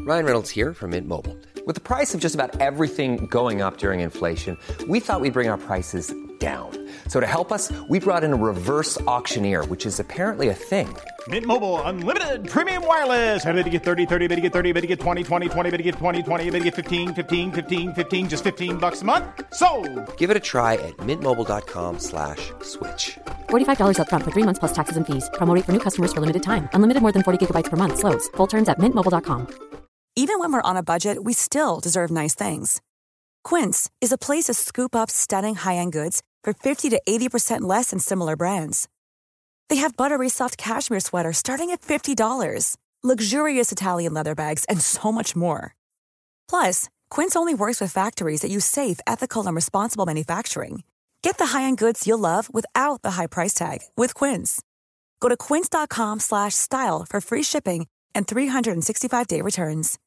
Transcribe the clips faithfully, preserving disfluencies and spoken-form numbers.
Ryan Reynolds here from Mint Mobile. With the price of just about everything going up during inflation, we thought we'd bring our prices down. So to help us, we brought in a reverse auctioneer, which is apparently a thing. Mint Mobile Unlimited Premium Wireless. How to get thirty, thirty, how to get thirty, how to get twenty, twenty, twenty, how to get twenty, twenty, how to get fifteen, fifteen, fifteen, fifteen, just fifteen bucks a month? Sold! Give it a try at mintmobile.com slash switch. forty-five dollars up front for three months plus taxes and fees. Promo rate for new customers for limited time. Unlimited more than forty gigabytes per month. Slows full terms at mint mobile dot com. Even when we're on a budget, we still deserve nice things. Quince is a place to scoop up stunning high-end goods for fifty to eighty percent less than similar brands. They have buttery soft cashmere sweaters starting at fifty dollars, luxurious Italian leather bags, and so much more. Plus, Quince only works with factories that use safe, ethical, and responsible manufacturing. Get the high-end goods you'll love without the high price tag with Quince. Go to quince.com slash style for free shipping and three sixty-five day returns.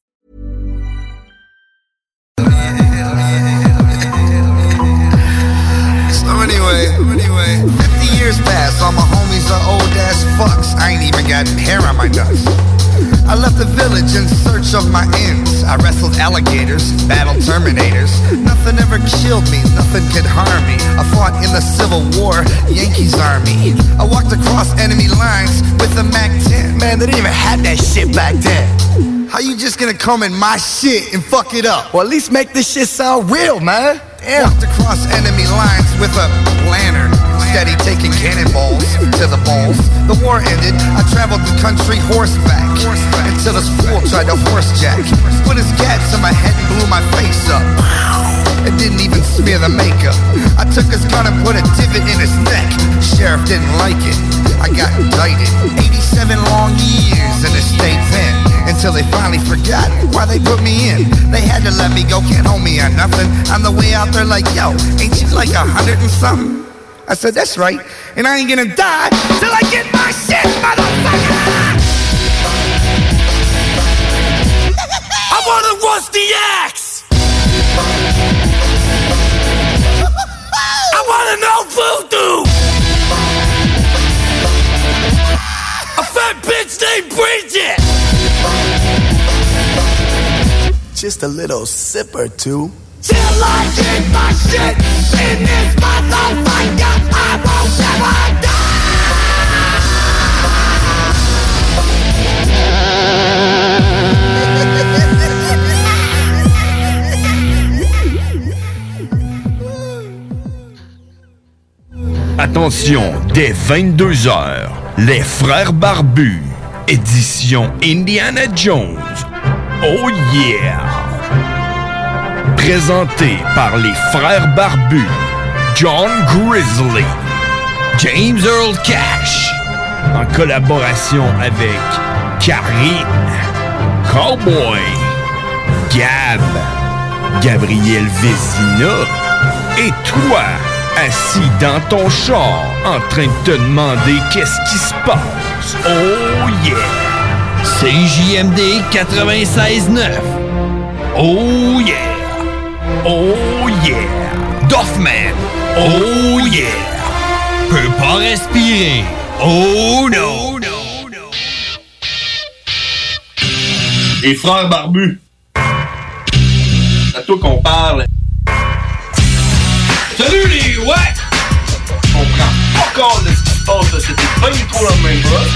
So anyway, anyway, fifty years past, all my homies are old ass fucks. I ain't even got hair on my nuts. I left the village in search of my ends. I wrestled alligators, battled terminators. Nothing ever killed me, nothing could harm me. I fought in the Civil War, Yankees Army. I walked across enemy lines with a Mac ten. Man, they didn't even have that shit back then. How you just gonna come in my shit and fuck it up? Or at least make this shit sound real, man. Damn. Walked across enemy lines with a lantern, steady taking cannonballs to the balls. The war ended, I traveled the country horseback, horseback. Until this fool tried to horsejack. Put his gats in my head and blew my face up. It didn't even smear the makeup. I took his gun and put a divot in his neck. Sheriff didn't like it, I got indicted. eighty-seven long years in the state pen, until they finally forgot why they put me in. They had to let me go, can't hold me on nothing. On the way out, they're like, yo, ain't you like a hundred and something? I said, that's right, and I ain't gonna die till I get my shit, motherfucker! I want a rusty axe! I want an old voodoo! A fat bitch named Bridget! Just a little sip or two. Till I get my shit in this motherfucker, I won't never die! Attention, dès vingt-deux heures, les Frères Barbus, édition Indiana Jones. Oh yeah! Présenté par les Frères Barbus, John Grizzly, James Earl Cash, en collaboration avec Karine, Cowboy, Gab, Gabriel Vézina et toi, assis dans ton char, en train de te demander qu'est-ce qui se passe. Oh yeah! C J M D quatre-vingt-seize neuf. Oh yeah! Oh yeah! Doffman! Oh yeah! Peut pas respirer! Oh no! no, no. Les Frères Barbus! C'est à toi qu'on parle! Salut les ouais! On prend pas compte de ce qui se passe là, c'était pas du tout la même chose.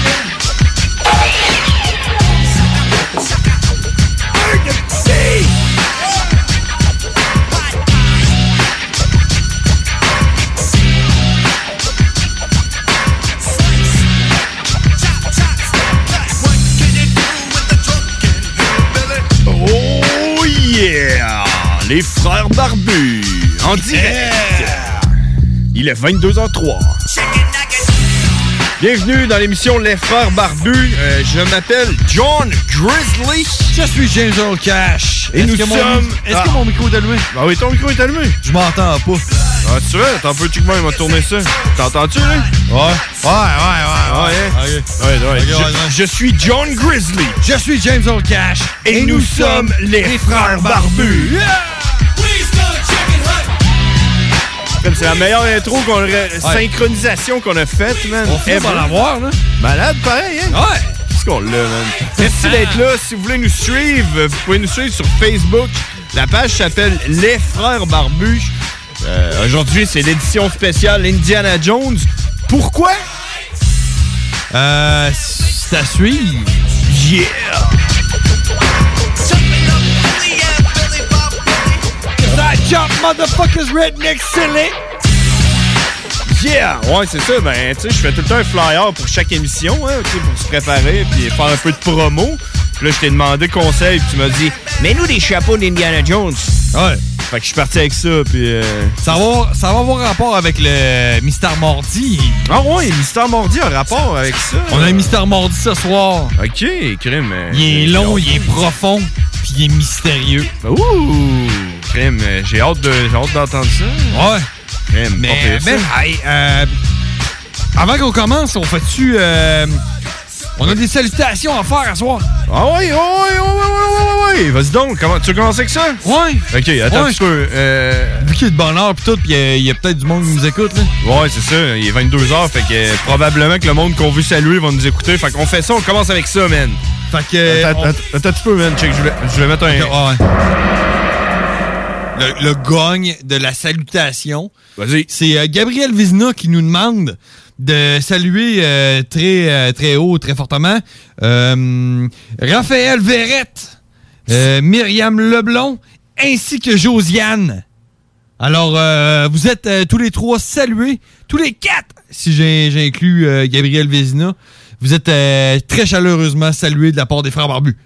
Oh yeah! Les Frères Barbus! En direct! Yeah. Il est vingt-deux heures trois. Bienvenue dans l'émission Les Frères Barbus. Euh, je m'appelle John Grizzly. Je suis James Earl Cash. Et est-ce nous que sommes... Mon... Est-ce ah. que mon micro est allumé? Ah oui, ton micro est allumé. Je m'entends pas. Ah, tu vois? Attends un peu, check-moi, il m'a tourné ça. T'entends-tu, là? Ouais. Ouais, ouais, ouais. ouais. ouais. Okay. Ouais, ouais. Okay, je, ouais, ouais. je suis John Grizzly. Je suis James Earl Cash. Et, Et nous, nous sommes les, les Frères Barbus. Yeah! C'est la meilleure intro, qu'on a, ouais. synchronisation qu'on a faite, man. On finit par l'avoir, là. Malade, pareil, hein? Ouais. qu'on l'a, man. Merci d'être là. Si vous voulez nous suivre, vous pouvez nous suivre sur Facebook. La page s'appelle Les Frères Barbus. Euh, aujourd'hui, c'est l'édition spéciale Indiana Jones. Pourquoi? Euh, c'est à suivre. Yeah! That jump, motherfuckers, redneck silly! Yeah! Ouais, c'est ça. Ben, tu sais, je fais tout le temps un flyer pour chaque émission, hein, tu sais, pour se préparer puis faire un peu de promo. Puis là, je t'ai demandé conseil puis tu m'as dit « Mets-nous des chapeaux d'Indiana Jones. » Ouais. Fait que je suis parti avec ça, puis... Euh... Ça va, ça va avoir rapport avec le Mystère Mardi. Ah ouais, Mystère Mardi a rapport avec ça. On a un Mystère Mardi ce soir. OK, crime. Il est long, il est profond, puis il est mystérieux. Ouh! Crime, j'ai hâte, de, j'ai hâte d'entendre ça. Ouais. Crime, mais, mais hey, euh, avant qu'on commence, on fait-tu... Euh, on a des salutations à faire à soir. Ah ouais, ouais, ouais, ouais, ouais, ouais, ouais. Vas-y donc, comment, tu veux commencer avec ça? Ouais. OK, attends ouais. un petit peu. Euh... Vu qu'il est de bonne heure pis tout, pis il y a, a peut-être du monde qui nous écoute, là. Ouais, c'est ça. Il est vingt-deux heures, fait que euh, probablement que le monde qu'on veut saluer va nous écouter. Fait qu'on fait ça, on commence avec ça, man. Fait que... Attends, on... attends, attends un petit peu, man. Check, je voulais, je voulais mettre un... Okay, ouais. Le, le gagne de la salutation. Vas-y. C'est euh, Gabriel Vizina qui nous demande de saluer euh, très, euh, très haut, très fortement euh, Raphaël Verrette, euh, Myriam Leblond, ainsi que Josiane. Alors, euh, vous êtes euh, tous les trois salués, tous les quatre, si j'ai, j'ai inclus euh, Gabriel Vizina. Vous êtes euh, très chaleureusement salués de la part des Frères Barbus.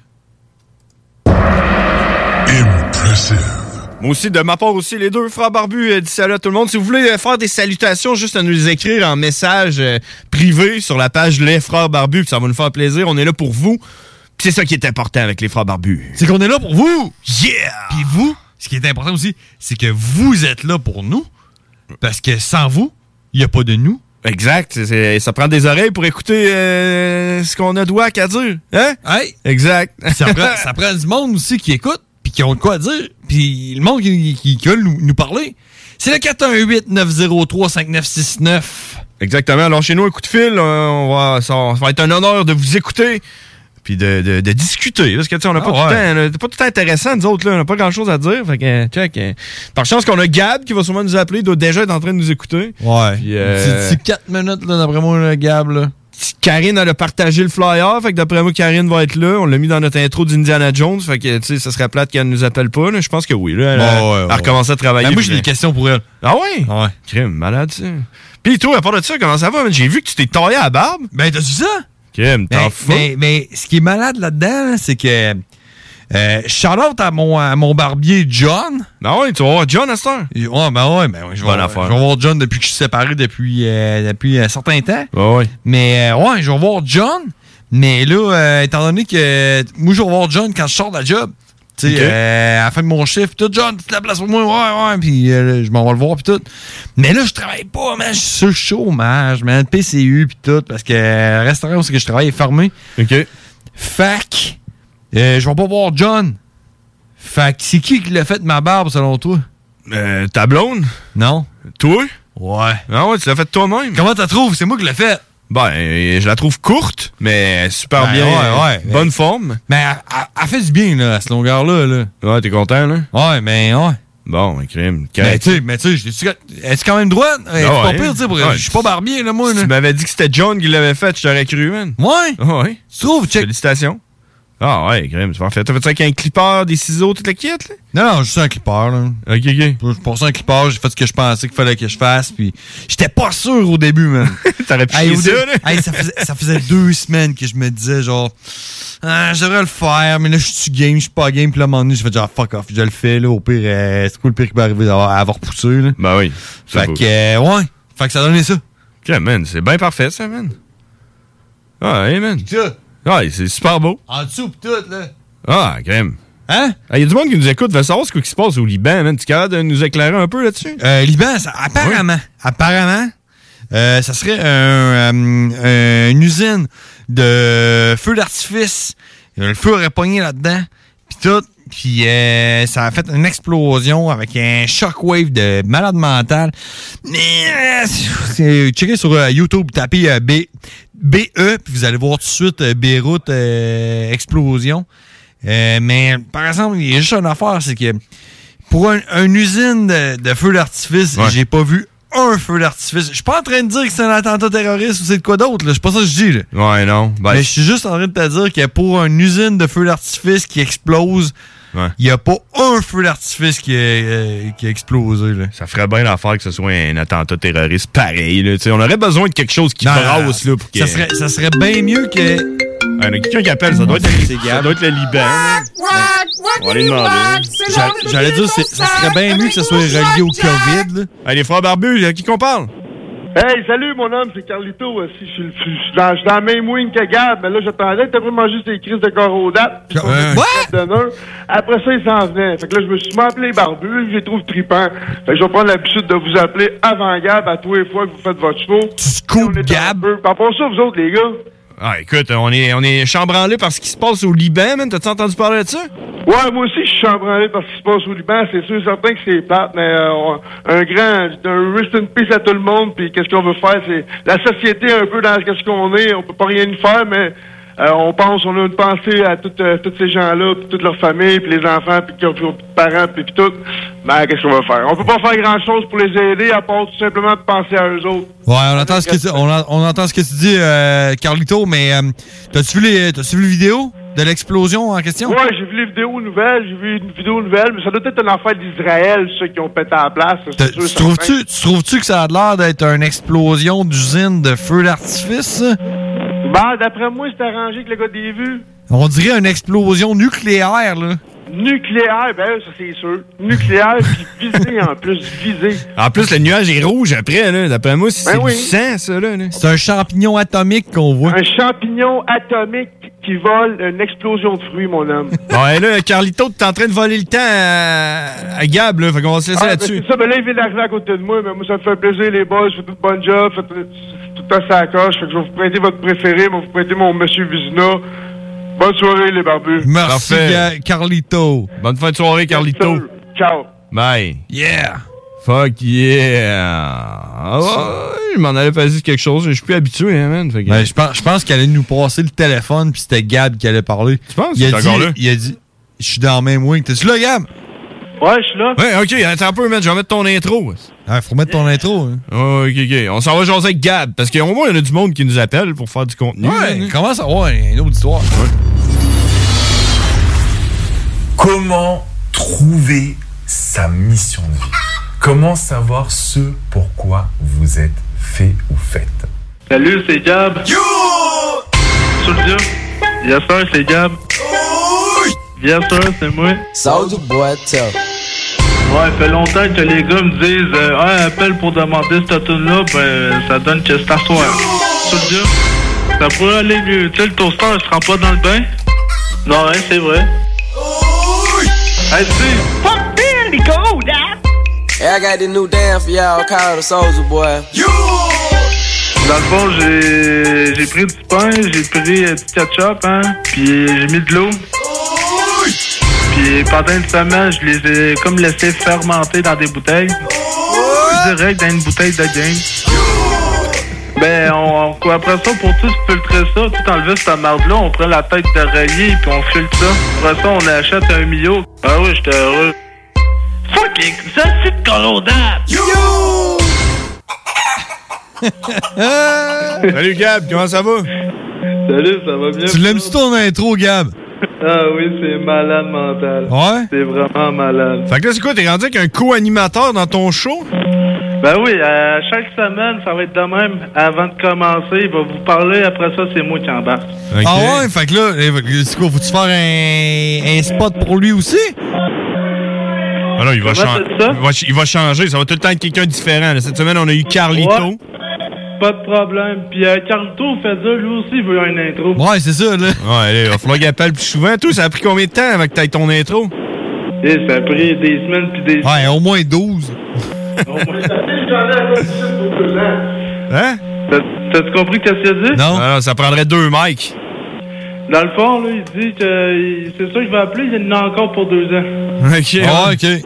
Impressive. Moi aussi, de ma part aussi, les deux Frères Barbus, euh, dis salut à tout le monde. Si vous voulez euh, faire des salutations, juste à nous les écrire en message euh, privé sur la page Les Frères Barbus, ça va nous faire plaisir. On est là pour vous. Puis c'est ça qui est important avec les Frères Barbus. C'est qu'on est là pour vous! Yeah! Puis vous, ce qui est important aussi, c'est que vous êtes là pour nous. Parce que sans vous, il n'y a pas de nous. Exact. C'est, c'est, ça prend des oreilles pour écouter euh, ce qu'on a de wack à dire. Hein? Hey! Exact. Ça prend, ça prend du monde aussi qui écoute. Puis qui ont de quoi dire, puis le monde qui, qui, qui veut nous, nous parler, c'est le quatre un huit neuf zéro trois cinq neuf six neuf. Exactement. Alors, chez nous, un coup de fil, on va, ça, ça va être un honneur de vous écouter, puis de, de, de discuter, parce que, tu sais, on n'a ah, pas, ouais. tout le temps, pas tout le temps intéressant, nous autres, là, on n'a pas grand-chose à dire, fait que, check. Euh, par chance qu'on a Gab, qui va sûrement nous appeler, il doit déjà être en train de nous écouter. Ouais. Puis, euh, c'est, c'est quatre minutes, là, d'après moi, le Gab, là. Karine, elle a partagé le flyer, fait que d'après moi, Karine va être là. On l'a mis dans notre intro d'Indiana Jones, fait que, tu sais, ça serait plate qu'elle nous appelle pas, là. Je pense que oui, là. Elle, ouais, a, ouais, elle ouais. a recommencé à travailler. Ben, moi, j'ai des questions pour elle. Ah ouais? Ouais. Crime, malade, ça. Pis toi, à part de ça, comment ça va, man? J'ai vu que tu t'es taillé à la barbe. Ben, t'as vu ça? Crime, t'en mais, fous. Mais, mais, ce qui est malade là-dedans, c'est que, Euh, shout-out à mon, à mon barbier John. Ben oui, tu vas voir John à cette heure. Ouais, ben ouais, ben ouais, je vais je vais voir John depuis que je suis séparé depuis, euh, depuis un certain temps. Ouais, ouais. Mais euh, ouais, je vais voir John. Mais là, euh, étant donné que moi, je vais voir John quand je sors de la job. Tu sais, okay. euh, à la fin de mon chiffre, tout, John, tu te la place pour moi, ouais, ouais, puis euh, je m'en vais le voir, puis tout. Mais là, je travaille pas, man, je suis sur le chômage, man, P C U, puis tout, parce que le restaurant où je travaille est fermé. OK. Fac. Euh, je vais pas voir John. Fait que c'est qui qui l'a fait de ma barbe, selon toi? Euh, ta blonde? Non. Toi? Ouais. Ah ouais, tu l'as fait toi-même? Comment t'as trouvé? C'est moi qui l'ai fait. Ben, je la trouve courte, mais super ben, bien. Ouais, ouais. Bonne mais, forme. Mais elle, elle, elle fait du bien, là, à cette longueur-là, là. Ouais, t'es content, là? Ouais, mais ouais. Bon, crime. Mais tu sais, mais tu sais, est-ce quand même droit? C'est ah ouais. Pas pire, tu sais, ouais. Je suis pas barbier, là, moi. Si là. tu m'avais dit que c'était John qui l'avait fait, je t'aurais cru, man. Ouais? Ah ouais. Tu trouves, check. Félicitations. Ah ouais, crème, c'est parfait. T'as fait ça avec un clipper, des ciseaux, toute la kit, là? Non, non, juste un clipper, là. OK, OK. Je pensais un clipper, j'ai fait ce que je pensais qu'il fallait que je fasse, puis j'étais pas sûr au début, man. T'aurais pu hey, ça, là? Hey, ça, faisait, ça faisait deux semaines que je me disais, genre, ah, je devrais le faire, mais là, je suis game, je suis pas game, puis là, à un moment donné, j'ai fait genre, fuck off, je le fais, là, au pire, euh, c'est quoi le pire qui peut arriver d'avoir à avoir poussé, là? Ben oui. Fait que, euh, ouais. Fait que ça donnait ça. OK, man, c'est bien parfait, ça, man. Ah, hey, man. Ça. Ouais, c'est super beau. En dessous, pis tout, là. Ah, crème. Hein? Il ah, y a du monde qui nous écoute, veut savoir ce qui se passe au Liban, man. Tu es capable de nous éclairer un peu là-dessus? Euh, Liban, ça, apparemment, oui. apparemment, euh, ça serait un, euh, une usine de feux d'artifice. Le feu aurait pogné là-dedans, puis tout. Puis euh, ça a fait une explosion avec un shockwave de malade mental. Mais, euh, checkez sur euh, YouTube, tapez euh, B, B E, puis vous allez voir tout de suite euh, Beyrouth euh, explosion. Euh, mais par exemple, il y a juste une affaire, c'est que pour un, une usine de, de feux d'artifice, Ouais. j'ai pas vu un feu d'artifice. Je suis pas en train de dire que c'est un attentat terroriste ou c'est de quoi d'autre, là. C'est pas ça que je dis, là. Ouais, non. Ben, Mais je suis juste en train de te dire que pour une usine de feux d'artifice qui explose, il ouais. n'y a pas un feu d'artifice qui, est, euh, qui a explosé, là. Ça ferait bien l'affaire que ce soit un attentat terroriste pareil. Là. On aurait besoin de quelque chose qui Non, brasse. Là, pour que... Ça serait, ça serait bien mieux que... Ah, il y a quelqu'un qui appelle, ça doit être, ça doit être le Liban. Là. On va aller demander. J'a- J'allais dire, c'est- ça serait bien mieux que ça soit relié au COVID, là. Hey, les frères barbus, à qui qu'on parle? Hey, salut mon homme, c'est Carlito. Si je suis je suis dans, je suis dans la même wing que Gab, mais là j'attendais, t'as vraiment juste des crises de corps aux dates. Puis on Euh, a what? fait d'honneur. Après ça, il s'en venait. Fait que là, je me suis mis appelé Barbu, je les trouve tripants. Fait que je vais prendre l'habitude de vous appeler avant Gab à tous les fois que vous faites votre show. Tu scoopes Gab? Par rapport à ça, vous autres, les gars. Ah, écoute, on est, on est chambranlés par ce qui se passe au Liban, man. T'as-tu entendu parler de ça? Ouais, moi aussi, je suis chambranlé par ce qui se passe au Liban. C'est sûr, certain que c'est plate, mais euh, on- un grand, un rest in peace à tout le monde. Puis qu'est-ce qu'on veut faire, c'est la société un peu dans ce qu'on est. On peut pas rien y faire, mais euh, on pense, on a une pensée à toutes euh, tous ces gens-là, puis toute leur famille, puis les enfants, puis leurs parents, puis puis tout. Ben, qu'est-ce qu'on va faire? On peut pas faire grand-chose pour les aider, à part tout simplement de penser à eux autres. Ouais, on entend ce que tu, on, en- on entend ce que tu dis, euh, Carlito, mais euh, t'as-tu vu les, t'as-tu vu la vidéo de l'explosion en question? Ouais, j'ai vu les vidéos nouvelles, j'ai vu une vidéo nouvelle, mais ça doit être une affaire d'Israël, ceux qui ont pété à la place. c'est T'as- sûr, Tu certain. trouves-tu, tu trouves-tu que ça a l'air d'être une explosion d'usine de feux d'artifice? ça? Ben, d'après moi, c'est arrangé avec le gars des vues. On dirait une explosion nucléaire, là. Nucléaire, ben ça c'est sûr. Nucléaire, puis visé en plus, visé. En plus, le nuage est rouge après, là. D'après moi, c'est Ben oui. du sang, ça, là. là. C'est un champignon atomique qu'on voit. Un champignon atomique qui vole une explosion de fruits, mon homme. Ouais, là, Carlito, t'es en train de voler le temps à, à Gab, là. Fait qu'on va se laisser Ah, ben, là-dessus. c'est ça, ben là, il vient d'arriver à côté de moi, mais moi, ça me fait plaisir, les boys, je fais tout bon job, faites tout le temps ça à coche, fait que je vais vous prêter votre préféré, je vais vous prêter mon Monsieur Vizina. Bonne soirée, les barbus. Merci, Parfait. Ga- Carlito. Bonne fin de soirée, Carlito. Yes, sir. Ciao. Bye. Yeah! Fuck yeah! Ah ouais, je m'en allais passer quelque chose, je suis plus habitué, hein, man. Fait que- Ben, je pense, je pense qu'elle allait nous passer le téléphone, puis c'était Gab qui allait parler. Tu penses? Il a C'est dit, encore là? il a dit, je suis dans la même wing. T'es-tu là, Gab? Ouais, je suis là. Ouais, ok, attends un peu, man, je vais mettre ton intro. Ah, faut mettre ton intro. Hein. Ouais, ok, ok. On s'en va jaser avec Gab, parce qu'au moins, il y en a du monde qui nous appelle pour faire du contenu. Ouais, hein. comment ça? Ouais, une auditoire. Comment trouver sa mission de vie? Comment savoir ce pourquoi vous êtes fait ou faites? Salut, c'est Gab. Yo! Soldier. Yes, sir, c'est Gab. Yes, sir, c'est moi. Soldier boy, tough. Ouais, fait longtemps que les gars me disent euh, ah, appelle pour demander cette tune-là, ben ça donne que c'est à soir. Soldier, ça pourrait aller mieux. Tu sais, le toaster, il se rend pas dans le bain? Non, hein, c'est vrai. Hey, tu fuck man, Nico, Dad! Hey, I got this new dance for y'all called the Soldier Boy. Dans le fond, j'ai j'ai pris du pain, j'ai pris euh, du ketchup, hein, puis j'ai mis de l'eau. Puis pendant une semaine, je les ai comme laissés fermenter dans des bouteilles. Direct dans une bouteille de game. Ben, on, on- après ça, pour tout filtrer ça, tout enlever cette marde-là, on prend la tête d'oreiller puis on filtre ça. Après ça, on achète un mio. Ah oui, j'étais heureux. Fucking, ça c'est de colondable! Salut Gab, comment ça va? Salut, ça va bien? Tu l'aimes-tu ton intro, Gab? Ah oui, c'est malade mental. Ouais? C'est vraiment malade. Fait que là, c'est quoi, t'es rendu avec un co-animateur dans ton show? Ben oui, euh, chaque semaine, ça va être de même. Avant de commencer, il va vous parler. Après ça, c'est moi qui embarque. Ok. Ah ouais? Fait que là, eh, c'est quoi, faut-tu faire un, un spot pour lui aussi? Ah non, il va, Comment chan- c'est ça? il, va ch- il va changer, ça va tout le temps être quelqu'un de différent. là. Cette semaine, on a eu Carlito. Ouais. Pas de problème. Puis euh, Carlito fait dire, lui aussi, il veut une intro. Ouais, c'est ça, là. Ouais, là, il va falloir qu'il appelle plus souvent. Toi, ça a pris combien de temps avant que t'ailles ton intro? Et ça a pris des semaines puis des... Ouais, au moins douze. Hein? T'as- T'as-tu compris qu'est-ce qu'il a dit? Non? Ah non, ça prendrait deux mics. Dans le fond, là, il dit que il- c'est ça qu'il va appeler, il y en a encore pour deux ans. Ok. Ah, ouais. ok.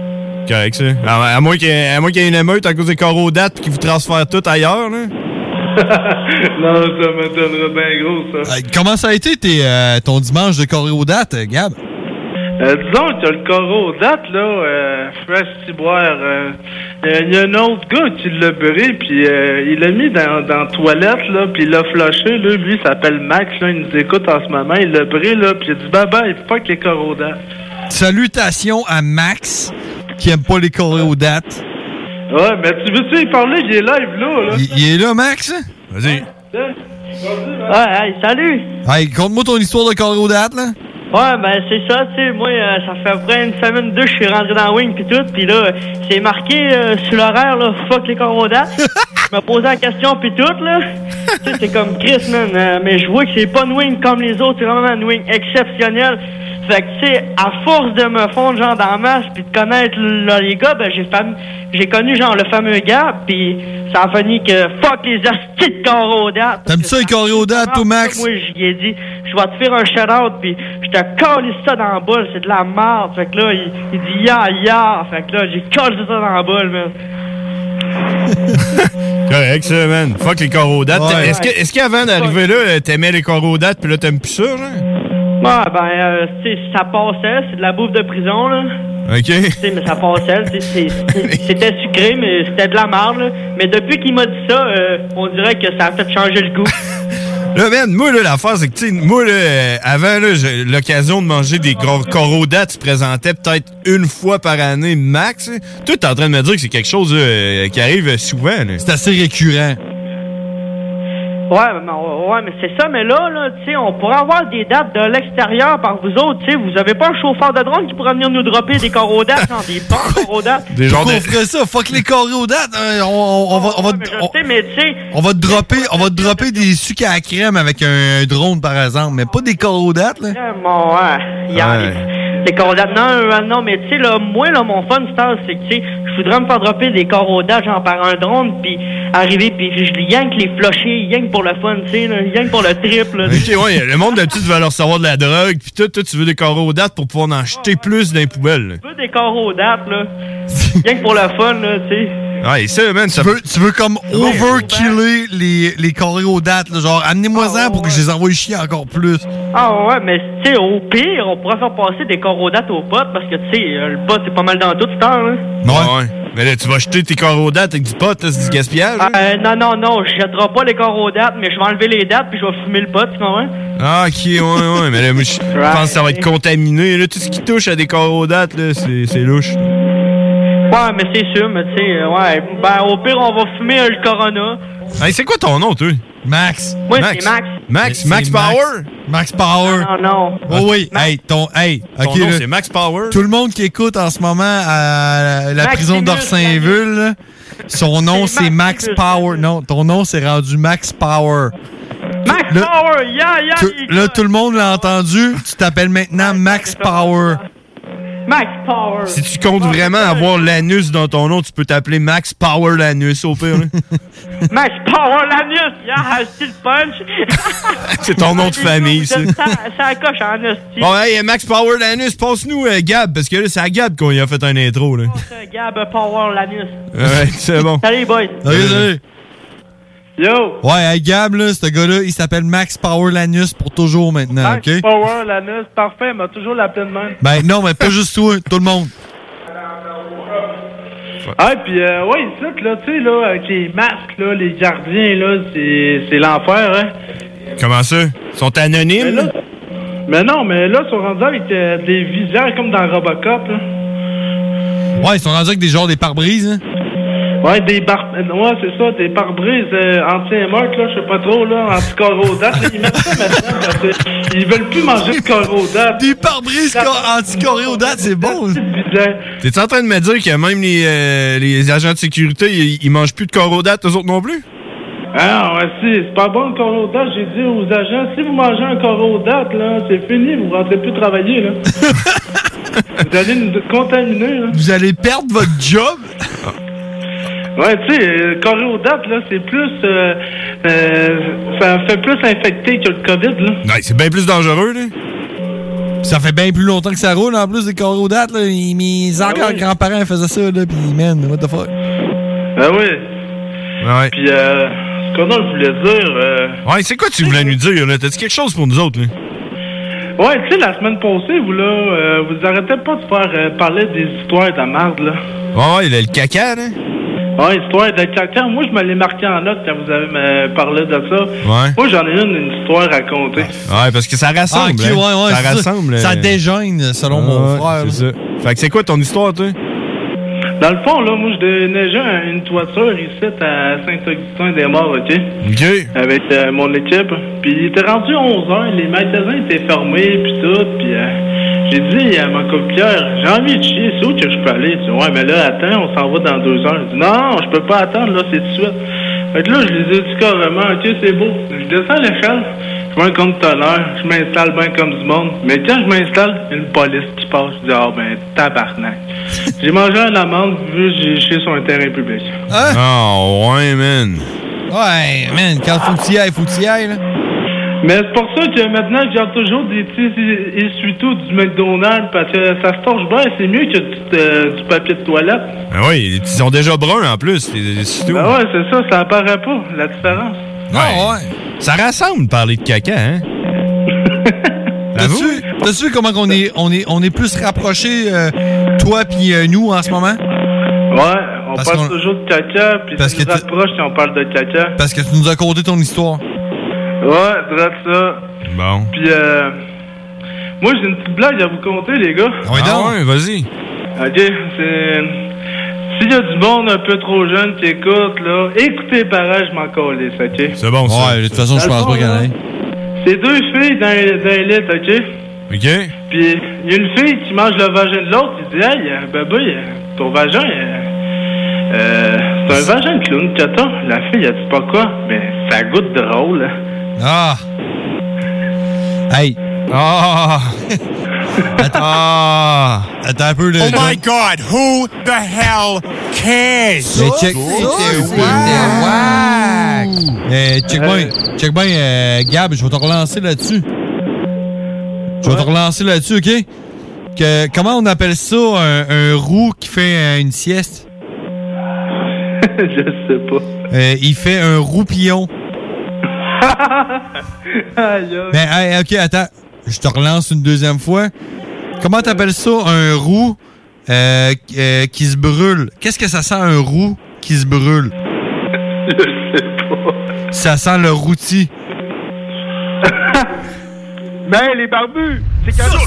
Correct, ça. À, à moins qu'il y ait à moins qu'il y ait une émeute à cause des corps aux dates pis qu'ils vous transfèrent tout ailleurs, là. Non, ça m'étonnerait bien gros, ça. Euh, comment ça a été tes, euh, ton dimanche de choréodate, Gab? Euh, disons que le choréodate, là, euh, Fresh Ciboire, euh, il y a un autre gars qui l'a bré, puis euh, il l'a mis dans, dans la toilette, là, puis il l'a flashé, là, lui, il s'appelle Max, là, il nous écoute en ce moment, il l'a bré, là, puis il a dit, bye bye, fuck les choréodates. Salutations à Max, qui aime pas les choréodates. Ouais, mais tu veux-tu y parler, il est live, là, là. Il, il est là, Max? Vas-y. Ouais, hey, salut! Hey, conte-moi ton histoire de choréodate, là. Ouais, ben c'est ça, tu sais, moi, euh, ça fait à peu près une semaine deux, je suis rentré dans Wing pis tout, pis là, c'est marqué euh, sur l'horaire, là, fuck les choréodates. Je me posais la question pis tout, là. Tu sais, c'est comme Chris, man, euh, mais je vois que c'est pas une Wing comme les autres, c'est vraiment une Wing exceptionnelle. Fait que, tu sais, à force de me fondre, genre, dans la masse pis de connaître là, les gars, ben j'ai fam... j'ai connu, genre, le fameux Gab, pis ça a fini que fuck les astis de choréodates. T'aimes ça les choréodates, toi, Max? Moi, j'y ai dit, je vais te faire un shout-out, pis je te calisse ça dans la boule, c'est de la merde. Fait que là, il, il dit ya, ya. Fait que là, j'ai collé ça dans la boule, man. Correct, ça, man. Fuck les choréodates. Ouais. Est-ce que, est-ce qu'avant d'arriver là, t'aimais les choréodates, puis là, t'aimes plus ça, genre? Ouais, ben, euh, tu sais, ça passait, c'est de la bouffe de prison, là. OK. Tu sais, mais ça passait, tu sais, c'était sucré, mais c'était de la merde, là. Mais depuis qu'il m'a dit ça, euh, on dirait que ça a fait changer le goût. Là, man, moi, là, l'affaire, c'est que, tu sais, moi, là, euh, avant, là, j'ai l'occasion de manger des choréodates se présentait peut-être une fois par année max. Hein. Toi, t'es en train de me dire que c'est quelque chose euh, qui arrive souvent, là. C'est assez récurrent. Ouais, mais, ouais, mais c'est ça, mais là, là, tu sais, on pourrait avoir des dates de l'extérieur par vous autres, tu sais, vous avez pas un chauffeur de drone qui pourrait venir nous dropper des choréodates, genre des bons choréodates? Des gens de... On ferait ça, fuck les choréodates, hein, on, on, on va, on va, Je sais, mais tu sais... on va te dropper, on va te dropper des sucres à la crème avec un, un drone, par exemple, mais pas des choréodates, là. Bon, ouais, il y a des choréodates, non, euh, non, mais tu sais, là, moi, là, mon fun star, c'est que, tu sais, je voudrais me faire dropper des choréodates, genre, par un drone, puis arriver, puis je yank les flochers, yank pour le fun, tu sais, yank pour le trip, là. OK, ouais, le monde d'habitude va leur recevoir de la drogue, puis toi, toi, tu veux des choréodates pour pouvoir en jeter plus dans les poubelles, là. Je veux des choréodates, là. Yank pour le fun, là, tu sais. Ouais, ça, man, ça tu veux, tu veux comme overkiller les, les choréodates, là, genre, amenez-moi-en oh, pour ouais. que je les envoie chier encore plus. Ah ouais, mais tu sais, au pire, on pourrait faire passer des choréodates aux potes, parce que, tu sais, le pot, c'est pas mal dans tout, cette heure, là. Ouais. ouais. Mais là, tu vas jeter tes choréodates avec du pot, là, c'est du gaspillage? Euh, non, non, non, je jetterai pas les choréodates, mais je vais enlever les dates, puis je vais fumer le pot, tu comprends? Ah, ok, ouais, ouais, mais là, moi, je right. pense que ça va être contaminé, là. Tout ce qui touche à des choréodates, là, c'est, c'est louche. Ouais, mais c'est sûr, mais tu sais, ouais. Ben, au pire, on va fumer euh, le Corona. Hey, c'est quoi ton nom, toi? Max. Moi, Max. c'est Max. Max, Max Power? Max Power. Non, non. Oh oui, Max. Hey, ton, hey, ton ok, nom, là, c'est Max Power. Tout le monde qui écoute en ce moment à la Maximus, prison d'Orsainville, son nom, c'est Max Power. Non, ton nom, c'est rendu Max Power. Max là, Power, yeah, yeah. Tu, là, tout le monde l'a entendu. Tu t'appelles maintenant Max Power. Max Power. Si tu comptes vraiment avoir l'anus dans ton nom, tu peux t'appeler Max Power l'anus, au pire. Max Power l'anus, yeah, style punch. C'est ton nom de famille, ça. Ça coche en hostie. Bon, hey, Max Power l'anus, passe-nous euh, Gab, parce que là, c'est à Gab qu'on y a fait un intro, là. Gab Power l'anus. Ouais, c'est bon. Salut, boys. Salut, salut. Yo! Ouais, hey, Gab, là, ce gars-là, il s'appelle Max Power Lanus pour toujours maintenant, Max OK? Power Lanus, parfait, il m'a toujours l'appelé de même. Ben non, mais pas juste toi, tout le monde. Ah, puis euh, ouais, ici, là, tu sais, là, avec les masques, là, les gardiens, là, c'est, c'est l'enfer, hein? Comment ça? Ils sont anonymes? Mais, là, mais non, mais là, ils sont rendus avec euh, des visières comme dans Robocop, là. Ouais, ils sont rendus avec des genres des pare-brises, hein? Ouais, des bar... ouais, c'est ça, des pare-brises euh, anti-émeutes, là, je sais pas trop, là, anti-choréodates. Ils mettent ça maintenant parce qu'ils veulent plus manger de choréodates. Des pare-brises anti-choréodates, c'est bon. T'es-tu en train de me dire que même les, euh, les agents de sécurité, ils, ils mangent plus de choréodates, eux autres non plus? Ah, ouais, si, c'est pas bon le choréodate. J'ai dit aux agents, si vous mangez un choréodate, là, c'est fini, vous rentrez plus travailler, là. Vous allez nous contaminer, là. Vous allez perdre votre job? Ouais, tu sais, le choréodate, là, c'est plus... Euh, euh, ça fait plus infecté que le COVID, là. Ouais, c'est bien plus dangereux, là. Ça fait bien plus longtemps que ça roule, en plus, des choréodates, là. Mes ah oui. grands-parents faisaient ça, là, pis man, what the fuck. Ah oui. Ouais. Pis, euh, ce Comment je voulais dire? Euh... Ouais, c'est quoi tu voulais nous dire, là? T'as-tu quelque chose pour nous autres, là? Ouais, tu sais, la semaine passée, vous, là, euh, vous arrêtez pas de faire euh, parler des histoires de merde, là. Ouais, ouais, il a le caca, là. Ouais, histoire de caca. Moi, je me l'ai marqué en note quand vous avez me parlé de ça. Ouais. Moi, j'en ai une, une histoire à raconter. Ouais, parce que ça rassemble. Ah, ok, ouais, ouais, ça c'est rassemble. Ça, ça euh. dégêne, selon Ah, mon ouais, frère. C'est ça. Fait que c'est quoi ton histoire, toi? Dans le fond, là, moi, je déneigeais une toiture ici à Saint-Augustin-des-Morts, OK? OK. Avec euh, mon équipe. Puis il était rendu onze heures, les magasins étaient fermés, puis tout. Puis euh, j'ai dit à ma copière, j'ai envie de chier, c'est où que je peux aller? Il dit, ouais, mais là, attends, on s'en va dans deux heures. Je dis, non, je peux pas attendre, là, c'est tout de suite. Fait que là, je les ai dit carrément, OK, c'est beau. Je descends l'échelle, je vois un conteneur, je m'installe bien comme du monde. Mais quand je m'installe, il y a une police qui passe. Je dis, ah, ben, tabarnak. J'ai mangé une amende vu que j'ai chié sur un terrain public. Hein? Oh, ouais, man. Ouais, man, quand faut que tu y ailles, faut que tu y ailles, là. Mais c'est pour ça que maintenant, j'ai toujours des petits essuie-tout du McDonald's parce que ça se torche bien. C'est mieux que du, euh, du papier de toilette. Ben oui, ils sont déjà bruns en plus. C'est tout. Ben ouais, c'est ça, ça apparaît pas, la différence. Ouais, ouais. Ça rassemble de parler de caca, hein? T'as-tu, t'as-tu vu comment on est, on est, on est plus rapprochés, euh, toi puis euh, nous, en ce moment? Ouais, on Parce parle qu'on- toujours de caca, puis Parce tu que nous tu- rapproches si on parle de caca. Parce que tu nous as conté ton histoire. Ouais, drôle ça. Bon. Puis, euh, moi, j'ai une petite blague à vous conter, les gars. Ouais, ah ouais, vas-y. OK, c'est... S'il y a du monde un peu trop jeune qui écoute, là, écoutez pareil, je m'en calisse, OK? C'est bon, ça. Ouais, de toute façon, je pense pas qu'il y en ait. C'est deux filles dans, dans un lit, OK? OK. Puis, il y a une fille qui mange le vagin de l'autre, il dit, hey, euh, bébé, euh, ton vagin, euh, euh, c'est un vagin de clown que t'as. La fille, elle dit pas quoi, mais ça goûte drôle, hein. Ah! Hey! Ah! Attends. Ah! Attends un peu, là. Oh my God, who the hell cares? Mais check, c'était wack! Mais check bien, check bien, euh, Gab, je vais te relancer là-dessus. Je vais te relancer là-dessus, OK? Que, comment on appelle ça, un, un roux qui fait euh, une sieste? Je sais pas. Euh, il fait un roupillon. Aïe, aïe. Ben, hey, OK, attends. Je te relance une deuxième fois. Comment t'appelles ça, un roux euh, euh, qui se brûle? Qu'est-ce que ça sent, un roux qui se brûle? Je sais pas. Ça sent le rôti. Mais les barbus, c'est quand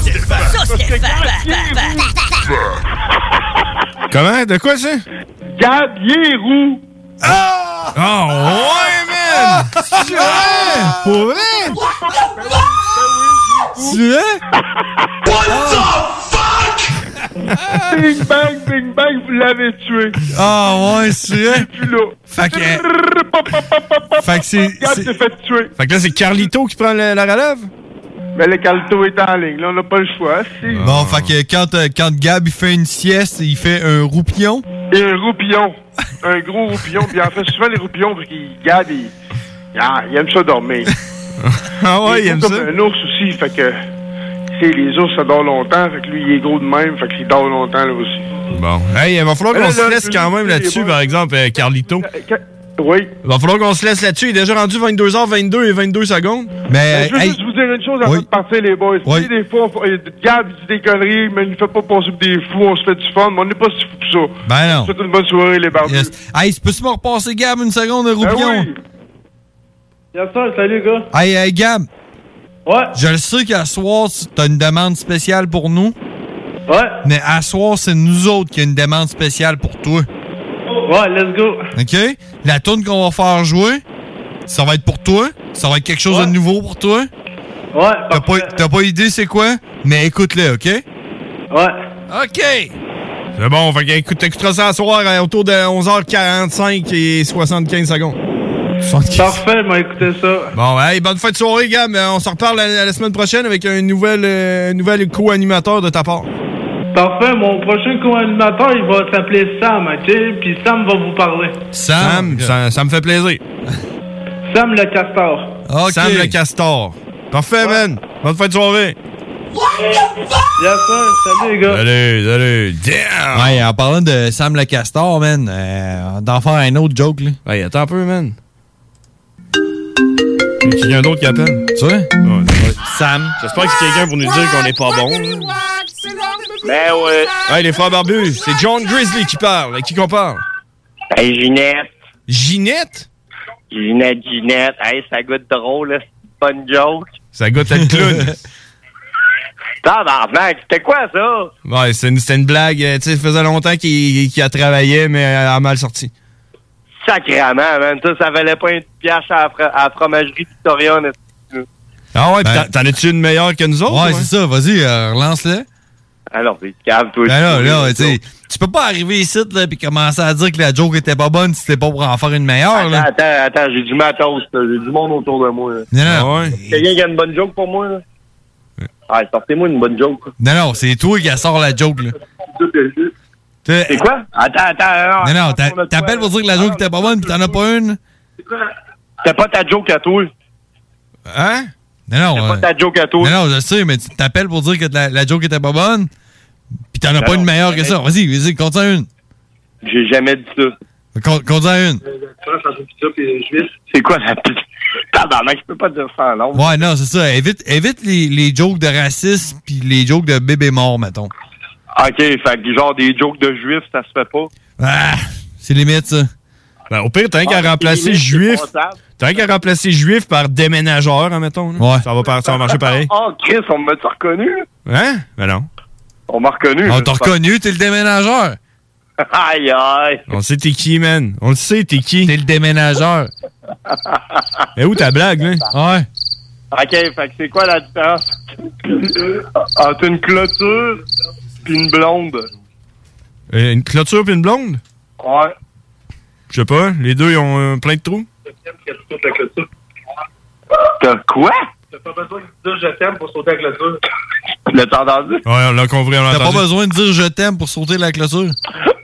Comment? De quoi, ça? Gab, il est roux. Ah! Oh, ouais, man! C'est vrai? Pour vrai? C'est vrai? What the fuck? Bing bang, bing bang, vous l'avez tué. Ah, ouais, c'est vrai? Plus là. Fait que... euh, fait que c'est... Gab c'est- s'est fait tuer. Fait que là, c'est Carlito qui prend la, la relève? Mais le Calito est en ligne, là, on n'a pas le choix. Si. Bon, fait que quand, euh, quand Gab il fait une sieste, il fait un roupillon. Et un roupillon. Un gros roupillon. Puis en fait, souvent, les roupillons, parce qu'ils Gab, il, ah, il aime ça dormir. Ah ouais, il aime comme ça? un ours aussi, fait que... Tu sais, les ours, ça dort longtemps, fait que lui, il est gros de même, fait qu'il dort longtemps, là aussi. Bon. Hey, il va falloir Mais qu'on là, se là, laisse je quand veux même dire, là-dessus, les par exemple, euh, Carlito. Oui. Il va falloir qu'on se laisse là-dessus. Il est déjà rendu vingt-deux heures vingt-deux et vingt-deux secondes. Mais, Je veux juste vous dire une chose avant de partir, les boys. Oui. Si des fois, on- euh, Gab il dit des conneries, mais il ne fait pas passer pour des fous, on se fait du fun, mais on n'est pas si fous que ça. Ben non. C'est une bonne soirée, les barbus. Yes. Hey, peux-tu me repasser, Gab, une seconde, un roupillon? Ben oui. Bien sûr, salut, gars. Hey, hey, Gab. Ouais. Je le sais qu'à soir, t'as une demande spéciale pour nous. Ouais. Mais à soir, c'est nous autres qui a une demande spéciale pour toi. Ouais, let's go. OK? La tune qu'on va faire jouer, ça va être pour toi. Ça va être quelque chose de nouveau pour toi. Ouais, T'as pas, t'as pas idée c'est quoi? Mais écoute-le, OK? Ouais. OK! C'est bon, fait que écoute, t'écouteras ça à soir euh, autour de onze heures quarante-cinq et soixante-quinze secondes. Parfait, m'a écouté ça. Bon, hey, bonne fin de soirée, Gab. On se reparle la, la semaine prochaine avec un nouvel, euh, nouvel co-animateur de ta part. Parfait, mon prochain co-animateur, il va s'appeler Sam, OK? Puis Sam va vous parler. Sam, ça, ça me fait plaisir. Sam le castor. Sam le castor. Parfait, man. Bonne fin de soirée. Bien sûr, salut les gars. Salut, salut. Damn. Ouais, en parlant de Sam le Castor, man, euh, d'en faire un autre joke, là. Hey, attends un peu, man. quelqu'un d'autre qui appelle. Tu vois? Ouais, ouais. Sam. J'espère que c'est quelqu'un pour nous dire qu'on n'est pas bon. Hein. Ben ouais. Hey, les frères barbus, c'est John Grizzly qui parle. À qui qu'on parle? Hey, Ginette. Ginette? Ginette, Ginette. Hey, ça goûte drôle, là. C'est pas une joke. Ça goûte à le clown. Tabarnak, c'était quoi ça? Ouais, c'est une, c'était une blague. Tu sais, ça faisait longtemps qu'il, qu'il a travaillé, mais elle a mal sorti. Sacrément, man. Ça, ça valait pas une pièce à la, fr- à la fromagerie Victoria. Ah ouais, pis Ben- t'en, t'en as-tu une meilleure que nous autres? Ouais, c'est ça. Vas-y, euh, relance-le. Alors, c'est calme, toi. Ben là, là, tu sais, tu peux pas arriver ici là puis commencer à dire que la joke était pas bonne si c'était pas pour en faire une meilleure. Attends, Là. attends, attends, j'ai du matos, là. J'ai du monde autour de moi. Là. Non, non. Ouais. Quelqu'un qui a une bonne joke pour moi, là? Ah, sortez-moi une bonne joke. Non, non, c'est toi qui sort la joke, là. C'est quoi? Attends, attends. Non, non, t'a- t'appelles pour dire que la joke était pas bonne pis t'en as pas une. C'était pas ta joke à toi. Hein? Non, non. C'était euh, pas ta joke à toi. Non, non, je sais, mais tu t'appelles pour dire que la, la joke était pas bonne pis t'en as Non, pas une non, meilleure que ça. Vas-y, vas-y, compte-en une. J'ai jamais dit ça. Compte- Compte-en une. C'est quoi la pute? Tabarnak, je peux pas dire ça en long. Ouais, non, c'est ça. Évite, évite les, les jokes de racisme pis les jokes de bébé mort, mettons. Ok, fait que genre des jokes de juifs, ça se fait pas. Ah, c'est limite, ça. Ben, au pire, t'as qu'à Ah, remplacer limite, c'est juif. passable. T'as qu'à remplacer juif par déménageur, hein, mettons. Là. Ouais. Ça va, par- ça va marcher pareil. Oh, Chris, on m'a-tu reconnu? Hein? Ben non. On m'a reconnu. On t'a reconnu, t'es le déménageur. Aïe, aïe. On sait t'es qui, man. On le sait, t'es qui. T'es le déménageur. Mais où ta blague, là? Ouais. Ok, fait que c'est quoi la différence entre une clôture pis une blonde? Euh, une clôture puis une blonde? Ouais. Je sais pas. Les deux, ils ont euh, plein de trous. T'as quoi? T'as pas besoin de dire je t'aime pour sauter avec le clôture. L'as-tu entendu? Ouais, on l'a compris, on l'a T'as pas entendu. besoin de dire je t'aime pour sauter la clôture.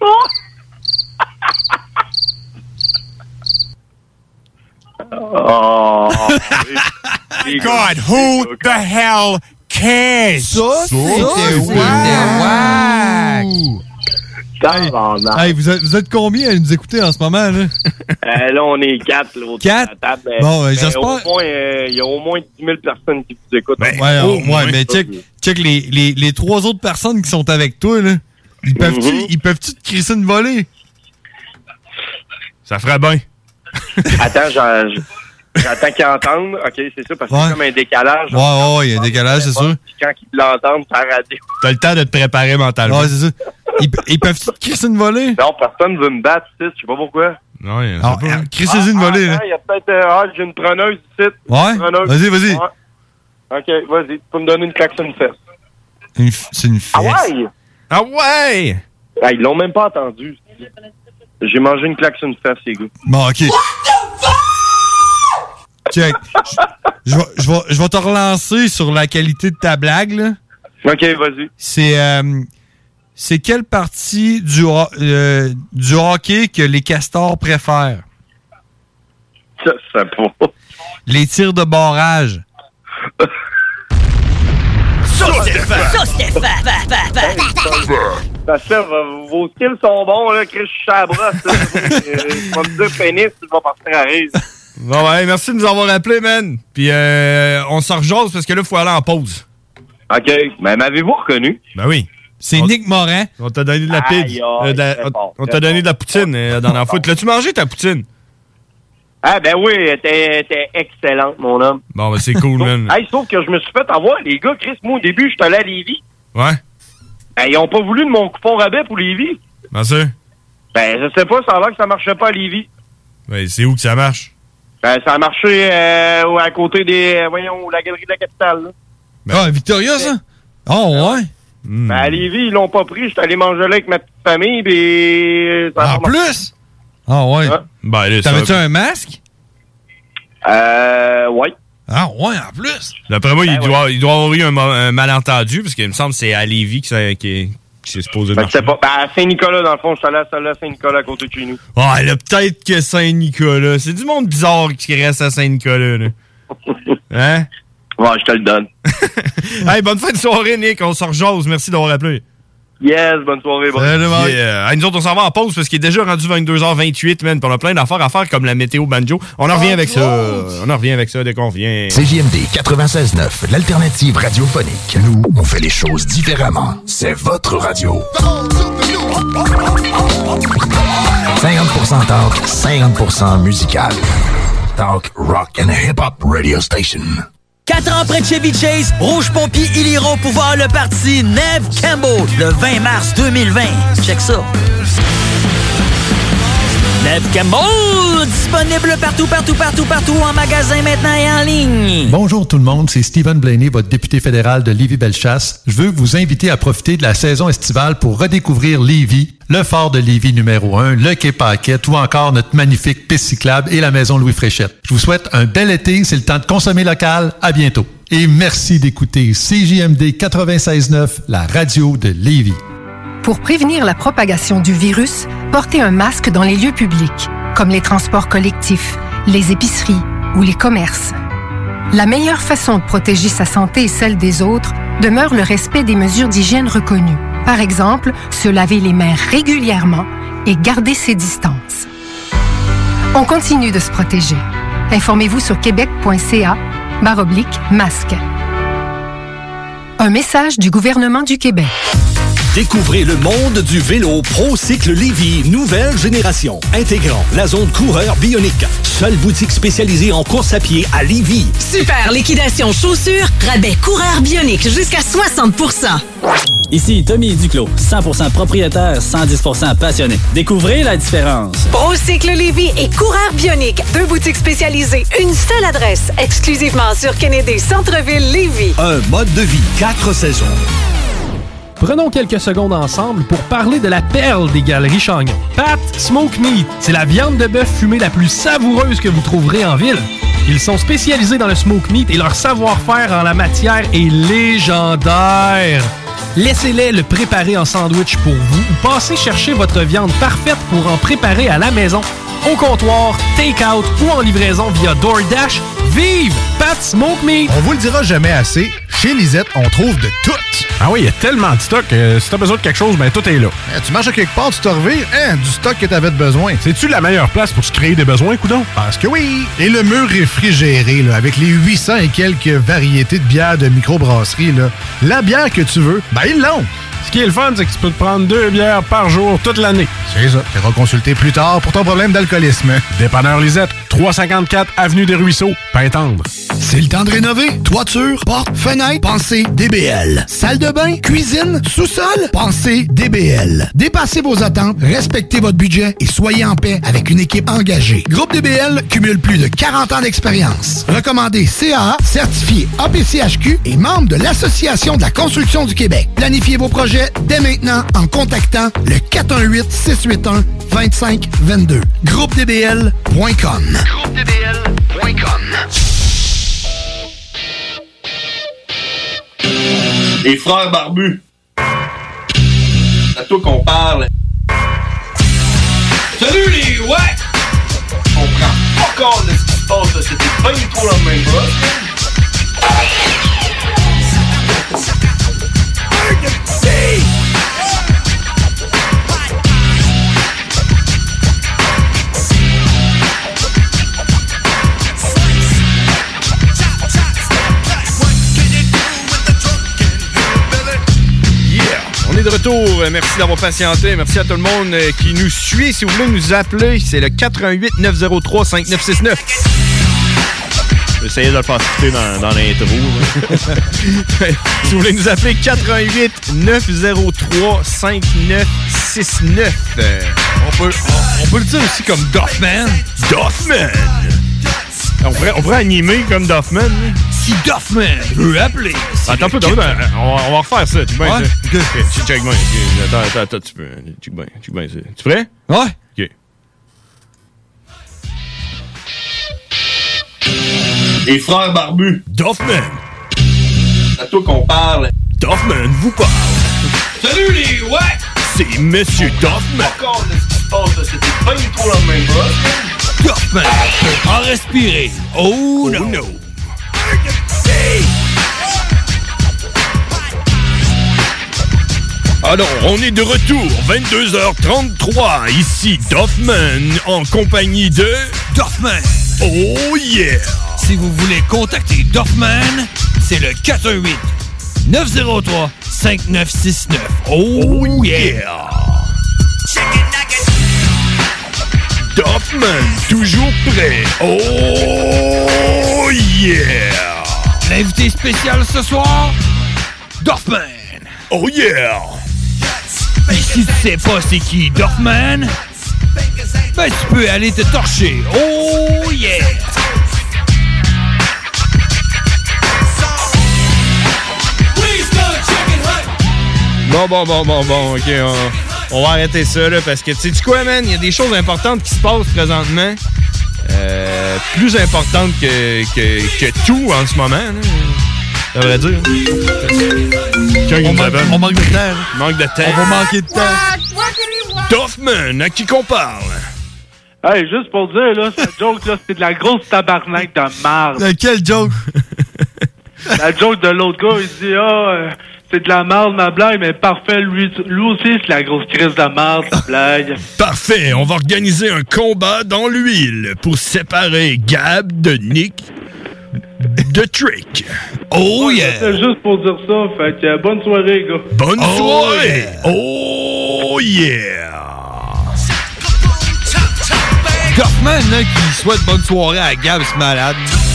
Oh. God, who the hell cares? Ça, c'était wack. Tabarnak. Hey, vous êtes, vous êtes combien à nous écouter en ce moment, là? Euh, là, on est quatre, là, autour Quatre? de la table. Mais- Bon, euh, mais j'espère- au moins, euh, il y a au moins dix mille personnes qui vous écoutent. Ben, Ouais, oh, ouais, ouais. mais check, check les, les, les trois autres personnes qui sont avec toi, là. Ils peuvent-tu, Mhm. ils peuvent-tu te crisser une volée? Ça ferait bien. Attends, j'en- j'attends qu'ils entendent. OK, c'est ça, parce que Ouais. c'est comme un décalage. Ouais, ouais, ouais, il y a un décalage, c'est sûr. Puis quand ils l'entendent par radio. T'as le temps de te préparer mentalement. Ouais, c'est ça. Ils, ils peuvent-tu te crisser une volée? Non, personne veut me battre ici, je sais pas pourquoi. Non, il y en Ah, a pas. crissez-y une volée, là. Ah, il y a peut-être... euh, ah, j'ai une preneuse ici. Ouais? Une preneuse. Vas-y, vas-y. Ouais. OK, vas-y. Tu peux me donner une claque sur une fesse. Une f- C'est une fesse. Ah ouais? Ah ouais! Ah, ils l'ont même pas entendu. J'ai mangé une claque sur une fesse, les gars. Bon, OK. Check. Je je vais, je vais, je vais te relancer sur la qualité de ta blague, là. OK, vas-y. C'est euh, c'est quelle partie du, ho- euh, du hockey que les castors préfèrent? Ça, ça pas. Les tirs de barrage. Parce que vos- vos skills sont bons, là. Chris, je suis à la brosse, là. Euh, Tu vas me dire pénis, tu vas partir à rire. Bon, ouais, merci de nous avoir appelés, man. Puis euh, on s'en rejase parce que là, il faut aller en pause. OK. Mais m'avez-vous reconnu? Ben oui. C'est Nick Morin. On t'a donné de la Aïe, pide. aïe, Euh, de la- très on fort, on très t'a donné fort. de la poutine euh, la dernière fois. L'as-tu mangé, ta poutine? Ah, ben oui, elle était, elle était excellente, mon homme. Bon, ben c'est cool, man. Hey, sauf que je me suis fait avoir, les gars. Chris, moi, au début, je suis allé à Lévis. Ouais, Ben, ils ont pas voulu de mon coupon rabais pour Lévis. bien sûr. Ben, je sais pas, ça a l'air que ça marchait pas à Lévis. Ben, c'est où que ça marche? Ben, ça a marché euh, à côté des, euh, voyons, la galerie de la capitale, là. Ah, Victoria, ça? Oh, ouais. Hmm. Ben, à Lévis, ils l'ont pas pris. J'étais allé manger là avec ma petite famille, pis... ça a En pas marché. plus? Ah, ouais. Ah. Ben, là, ça T'avais-tu va- un masque? Euh, ouais. Ah, ouais, en plus. D'après moi, Ben il, ouais. doit, il doit avoir eu un, mo- un malentendu, parce qu'il me semble que c'est à Lévis que ça- qui, qui s'est supposé Ben, marcher. c'est pas... Ben, à Saint-Nicolas, dans le fond, je suis allé à celle-là, Saint-Nicolas, à côté de chez nous. Ouais, là, peut-être que Saint-Nicolas. C'est du monde bizarre qui reste à Saint-Nicolas, là. Hein? Ouais, je te le donne. Hey, bonne fin de soirée, Nick. On se rejase. Merci d'avoir appelé. Yes, bonne soirée. Bon. Salut, Mike. Yeah. Hey, nous autres, on s'en va en pause parce qu'il est déjà rendu vingt-deux heures vingt-huit, man. Puis on a plein d'affaires à faire comme la météo banjo. On en revient avec ça. On en revient avec ça dès qu'on revient. C J M D quatre-vingt-seize neuf, l'alternative radiophonique. Nous, on fait les choses différemment. C'est votre radio. cinquante pour cent talk, cinquante pour cent musical. Talk, rock and hip-hop radio station. Quatre ans près de Chevy Chase, Rouge Pompier, ils iront pouvoir le parti Neve Campbell le vingt mars deux mille vingt. Check ça. Neve Campbell, disponible partout, partout, partout, partout, en magasin maintenant et en ligne. Bonjour tout le monde, c'est Stephen Blaney, votre député fédéral de Lévis-Bellechasse. Je veux vous inviter à profiter de la saison estivale pour redécouvrir Lévis, le fort de Lévis numéro un, le quai Paquette ou encore notre magnifique piste cyclable et la maison Louis Fréchette. Je vous souhaite un bel été, c'est le temps de consommer local. À bientôt. Et merci d'écouter C J M D quatre-vingt-seize neuf, la radio de Lévis. Pour prévenir la propagation du virus, portez un masque dans les lieux publics, comme les transports collectifs, les épiceries ou les commerces. La meilleure façon de protéger sa santé et celle des autres demeure le respect des mesures d'hygiène reconnues. Par exemple, se laver les mains régulièrement et garder ses distances. On continue de se protéger. Informez-vous sur québec.ca barre oblique masque. Un message du gouvernement du Québec. Découvrez le monde du vélo ProCycle Lévis, nouvelle génération, intégrant la zone coureur bionique. Seule boutique spécialisée en course à pied à Lévis. Super liquidation chaussures, rabais coureur bionique jusqu'à soixante pour cent. Ici Tommy Duclos, cent pour cent propriétaire, cent dix pour cent passionné. Découvrez la différence. ProCycle Lévis et coureur bionique, deux boutiques spécialisées, une seule adresse, exclusivement sur Kennedy Centre-ville Lévis. Un mode de vie, quatre saisons. Prenons quelques secondes ensemble pour parler de la perle des galeries Chagnon. Pat Smoke Meat, c'est la viande de bœuf fumée la plus savoureuse que vous trouverez en ville. Ils sont spécialisés dans le smoke meat et leur savoir-faire en la matière est légendaire. Laissez-les le préparer en sandwich pour vous ou passez chercher votre viande parfaite pour en préparer à la maison, au comptoir, take-out ou en livraison via DoorDash. Vive Pat Smoke Meat! On vous le dira jamais assez, chez Lisette, on trouve de tout. Ah oui, il y a tellement de stock. Euh, si t'as besoin de quelque chose, ben tout est là. Eh, tu marches à quelque part, tu te revires, hein, du stock que t'avais de besoin. C'est-tu la meilleure place pour se créer des besoins, coudonc? Parce que oui! Et le mur réfrigéré, là, avec les huit cents et quelques variétés de bières de microbrasserie, là, la bière que tu veux, ben ils l'ont. Ce qui est le fun, c'est que tu peux te prendre deux bières par jour toute l'année. C'est ça. Tu iras consulter plus tard pour ton problème d'alcoolisme. Dépanneur Lisette, trois cent cinquante-quatre Avenue des Ruisseaux, Pintendre. C'est le temps de rénover. Toiture, porte, fenêtre, pensez D B L. Salle de bain, cuisine, sous-sol, pensez D B L. Dépassez vos attentes, respectez votre budget et soyez en paix avec une équipe engagée. Groupe D B L cumule plus de quarante ans d'expérience. Recommandé C A A, certifié A P C H Q et membre de l'Association de la construction du Québec. Planifiez vos projets dès maintenant en contactant le quatre un huit, six huit un, deux cinq deux deux. groupe d b l point com. groupe d b l point com. Les frères barbus. C'est à toi qu'on parle. Salut les ouais! On prend pas compte de ce qui se passe, là. C'était pas du tout la même chose. On est de retour. Merci d'avoir patienté. Merci à tout le monde qui nous suit. Si vous voulez nous appeler, c'est le quatre un huit, neuf zéro trois, cinq neuf six neuf. Essayez de le faire citer dans, dans l'intro. Si vous voulez nous appeler, quatre un huit, neuf zéro trois, cinq neuf six neuf. On peut, on, on peut le dire aussi comme Duffman. Duffman! On pourrait, on pourrait animer comme Duffman. Hein? Si Duffman veut appeler. Attends un peu, on va, on va refaire ça. Tu bien ouais? ça? Okay. Okay. Check bien. Attends, attends, attends, tu peux. Check bien, check bien ça. Tu prêt? Ouais. OK. Les frères barbus. Duffman. C'est à toi qu'on parle. Duffman vous parle. Salut les ouais! C'est Monsieur Duffman. Encore de ce qui se passe, là. C'était pas du tout la même chose. Duffman peut en respirer. Oh, oh no. no. Alors, on est de retour, vingt-deux heures trente-trois, ici Doffman, en compagnie de... Doffman! Oh yeah! Si vous voulez contacter Doffman, c'est le quatre un huit, neuf zéro trois, cinq neuf six neuf. Oh, oh yeah! Doffman, toujours prêt. Oh yeah! L'invité spécial ce soir, Doffman. Oh yeah! Et si tu sais pas c'est qui Doffman, ben tu peux aller te torcher. Oh yeah! Bon, bon, bon, bon, bon, ok, on, on va arrêter ça, là, parce que, tu sais quoi, man, il y a des choses importantes qui se passent présentement, euh, plus importantes que, que, que tout en ce moment, là, ça devrait dire. On, man- on manque de temps. Là. Manque de temps. On va manquer de temps. Doffman, à qui qu'on parle? Hey, juste pour dire, là, cette joke-là, c'est de la grosse tabarnak de marde. De quelle joke? La joke de l'autre gars, il dit, ah, euh, c'est de la marde, ma blague, mais parfait, lui, lui aussi, c'est la grosse crise de marde, ma blague. Parfait, on va organiser un combat dans l'huile pour séparer Gab de Nick de Trick. Oh yeah! C'est juste pour dire ça, fait que euh, bonne soirée, gars. Bonne oh soirée! Yeah. Oh yeah! Doffman, là, qui souhaite bonne soirée à Gab, c'est malade.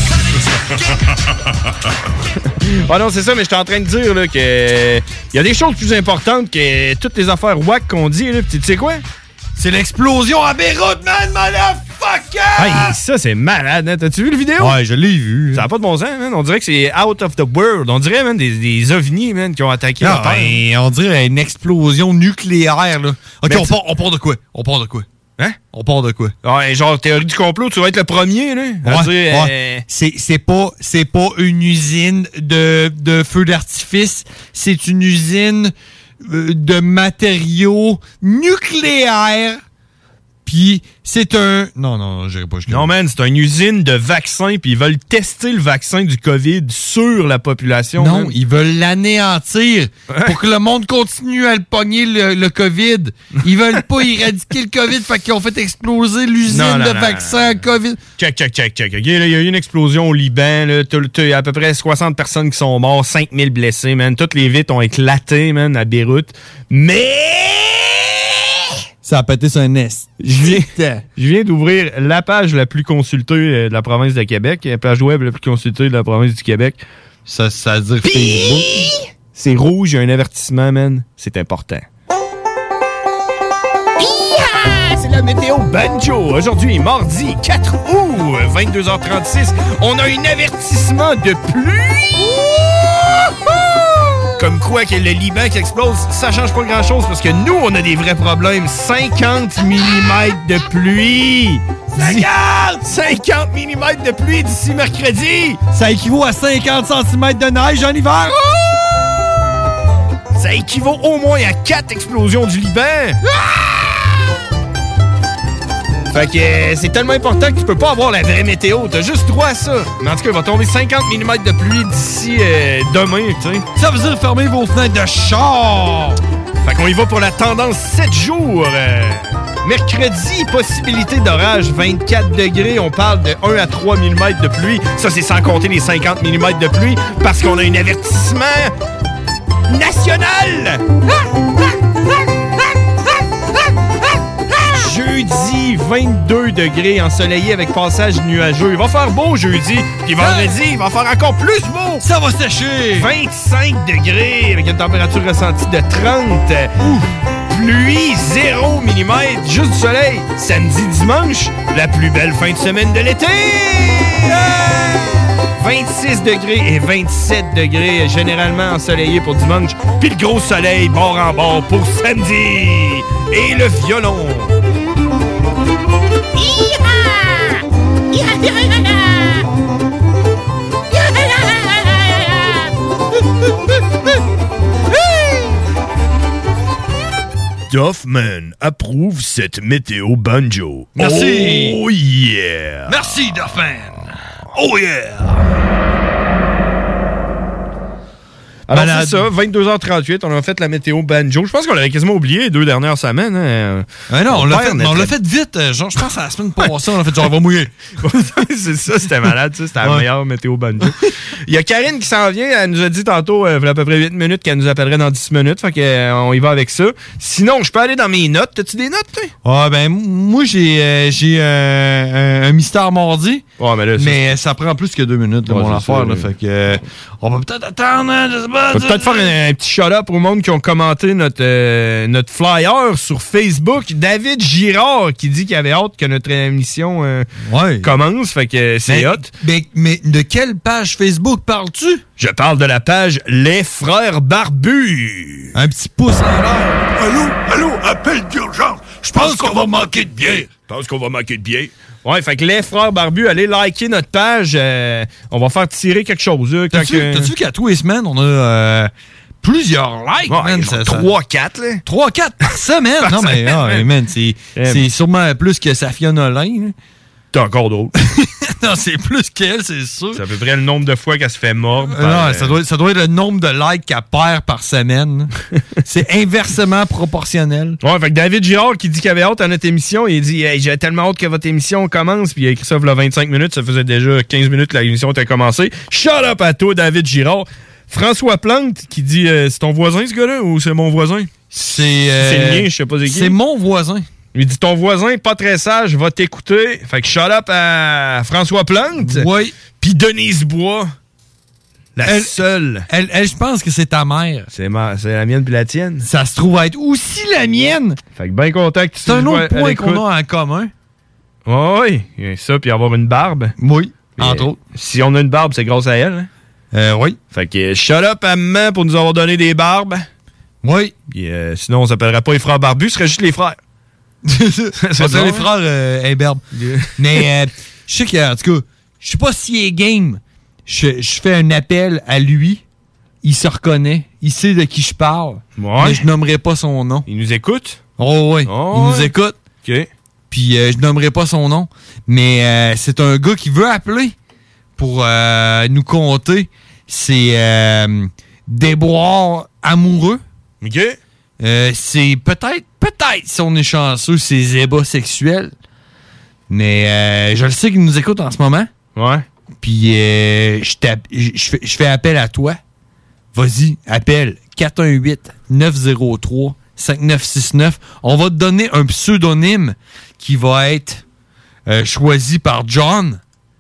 Ah non, c'est ça, mais j'étais en train de dire là, que il y a des choses plus importantes que toutes les affaires wack qu'on dit. Là. Tu sais quoi? C'est l'explosion à Beyrouth, man, motherfucker! Hey, ça, c'est malade. Hein? T'as-tu vu le vidéo? Ouais, je l'ai vu. Ça n'a pas de bon sens, man. On dirait que c'est out of the world. On dirait, man, des, des ovnis, man, qui ont attaqué non, la Terre. Ben, on dirait une explosion nucléaire, là. OK, ben, on, part, on part de quoi? On part de quoi? Hein? On part de quoi? Ouais, genre, théorie du complot, tu vas être le premier, là. À Ouais, dire, ouais. euh... C'est, c'est, pas, c'est pas une usine de, de feux d'artifice, c'est une usine euh, de matériaux nucléaires. Puis c'est un... Non, non, j'irai pas jusqu'à Non, man, c'est une usine de vaccins, puis ils veulent tester le vaccin du COVID sur la population. Non, man. ils veulent l'anéantir Ouais. pour que le monde continue à le pogner, le, le COVID. Ils veulent pas éradiquer le COVID, fait qu'ils ont fait exploser l'usine Non, non, de non, vaccins à COVID. Check, check, check, check. OK, là, il y a eu une explosion au Liban. Là. T'as, t'as à peu près soixante personnes qui sont mortes, cinq mille blessés, man. Toutes les vitres ont éclaté, man, à Beyrouth. Mais... Ça a pété sur un nest. Je viens, je viens d'ouvrir la page la plus consultée de la province de Québec, la page web la plus consultée de la province du Québec. Ça, ça veut dire Facebook. C'est rouge, il y a un avertissement, man. C'est important. C'est la météo banjo. Aujourd'hui, mardi quatre août, vingt-deux heures trente-six, on a un avertissement de pluie. Comme quoi que le Liban qui explose, ça change pas grand-chose parce que nous, on a des vrais problèmes. cinquante millimètres de pluie. cinquante! cinquante millimètres de pluie d'ici mercredi. Ça équivaut à cinquante centimètres de neige en hiver. Ça équivaut au moins à quatre explosions du Liban. Fait que euh, c'est tellement important que tu peux pas avoir la vraie météo. T'as juste droit à ça. Mais en tout cas, il va tomber cinquante millimètres de pluie d'ici euh, demain, tu sais. Ça veut dire fermer vos fenêtres de char. Fait qu'on y va pour la tendance sept jours. Euh, mercredi, possibilité d'orage, vingt-quatre degrés. On parle de un à trois millimètres de pluie. Ça, c'est sans compter les cinquante millimètres de pluie parce qu'on a un avertissement national. Jeudi, vingt-deux degrés, ensoleillé avec passage nuageux. Il va faire beau jeudi. Puis vendredi, il va faire encore plus beau. Ça va sécher. vingt-cinq degrés avec une température ressentie de trente. Ouf. Pluie, zéro millimètre, juste du soleil. Samedi, dimanche, la plus belle fin de semaine de l'été. Yeah! vingt-six degrés et vingt-sept degrés, généralement ensoleillé pour dimanche. Puis le gros soleil, bord en bord pour samedi. Et le violon. Doffman approuve cette météo banjo. Merci. Oh yeah. Merci, Doffman. Oh yeah. Alors, c'est ça, vingt-deux heures trente-huit, on a fait la météo banjo. Je pense qu'on l'avait quasiment oublié les deux dernières semaines. Hein. Ouais, non, on, on l'a fait, on l'a fait vite. Genre, je pense à la semaine passée, on a fait genre, on va mouiller. C'est ça, c'était malade, ça. C'était ouais. la meilleure météo banjo. Il y a Karine qui s'en vient. Elle nous a dit tantôt, euh, il y a à peu près huit minutes, qu'elle nous appellerait dans dix minutes. Fait qu'on euh, y va avec ça. Sinon, je peux aller dans mes notes. T'as-tu des notes, toi? Ah, ben, moi, j'ai, euh, j'ai euh, un, un mystère mardi. Ouais, mais là, mais ça prend plus que deux minutes de ouais, mon affaire. Ça, là, fait que, euh, on va peut-être attendre. Hein, on va peut-être faire un, un petit shout-out au monde qui ont commenté notre, euh, notre flyer sur Facebook. David Girard qui dit qu'il avait hâte que notre émission euh, ouais. commence. Fait que c'est mais, hot. Mais, mais de quelle page Facebook parles-tu? Je parle de la page Les Frères Barbus. Un petit pouce en l'air. Allô, allô, appel d'urgence. Je pense qu'on va manquer de bière. Je pense qu'on va manquer de bière. Ouais, fait que Les Frères Barbus, allez liker notre page. Euh, on va faire tirer quelque chose. Là, T'as-tu que... vu qu'à tous les semaines, on a euh, plusieurs likes, ouais, man? trois quatre, là. trois quatre par semaine? Non, mais, oh, mais man, c'est, c'est sûrement plus que Safia Nolin. T'es encore drôle. Non, c'est plus qu'elle, c'est sûr. C'est à peu près le nombre de fois qu'elle se fait mordre. Euh, non, euh... ça, doit, ça doit être le nombre de likes qu'elle perd par semaine. C'est inversement proportionnel. Ouais, fait que David Girard qui dit qu'il avait hâte à notre émission, il dit hey, j'ai tellement hâte que votre émission commence. Puis il a écrit ça il y a vingt-cinq minutes, ça faisait déjà quinze minutes que l'émission était commencée. Shut up à toi, David Girard. François Plante qui dit euh, c'est ton voisin ce gars-là ou c'est mon voisin? C'est, euh, c'est le mien, je sais pas c'est qui. C'est mon voisin. Il dit ton voisin, pas très sage, va t'écouter. Fait que shut up à François Plante. Oui. Puis Denise Bois. La elle, seule. Elle, elle je pense que c'est ta mère. C'est, ma, c'est la mienne puis la tienne. Ça se trouve être aussi la mienne. Fait que bien content que tu C'est un autre point qu'on a en commun. Oui, ça, puis avoir une barbe. Oui, mais entre autres. Si on a une barbe, c'est grâce à elle. Hein? Euh, oui. Fait que shut up à maman pour nous avoir donné des barbes. Oui. Puis euh, sinon, on s'appellerait pas les frères barbus, ce serait juste les frères. c'est ça, les frères euh, imberbes. Yeah. Mais euh, je sais qu'en tout cas, je sais pas s'il est game. Je, je fais un appel à lui. Il se reconnaît. Il sait de qui je parle. Ouais. Mais je nommerai pas son nom. Il nous écoute? Oh oui. Oh, il ouais. nous écoute. OK. Puis euh, je nommerai pas son nom. Mais euh, c'est un gars qui veut appeler pour euh, nous conter ses euh, déboires amoureux. OK. Euh, c'est peut-être, peut-être, si on est chanceux, ses ébats sexuels. Mais euh, je le sais qu'il nous écoute en ce moment. Ouais. Puis euh, je, je, fais, je fais appel à toi. Vas-y, appelle quatre un huit neuf zéro trois cinq neuf six neuf. On va te donner un pseudonyme qui va être euh, choisi par John.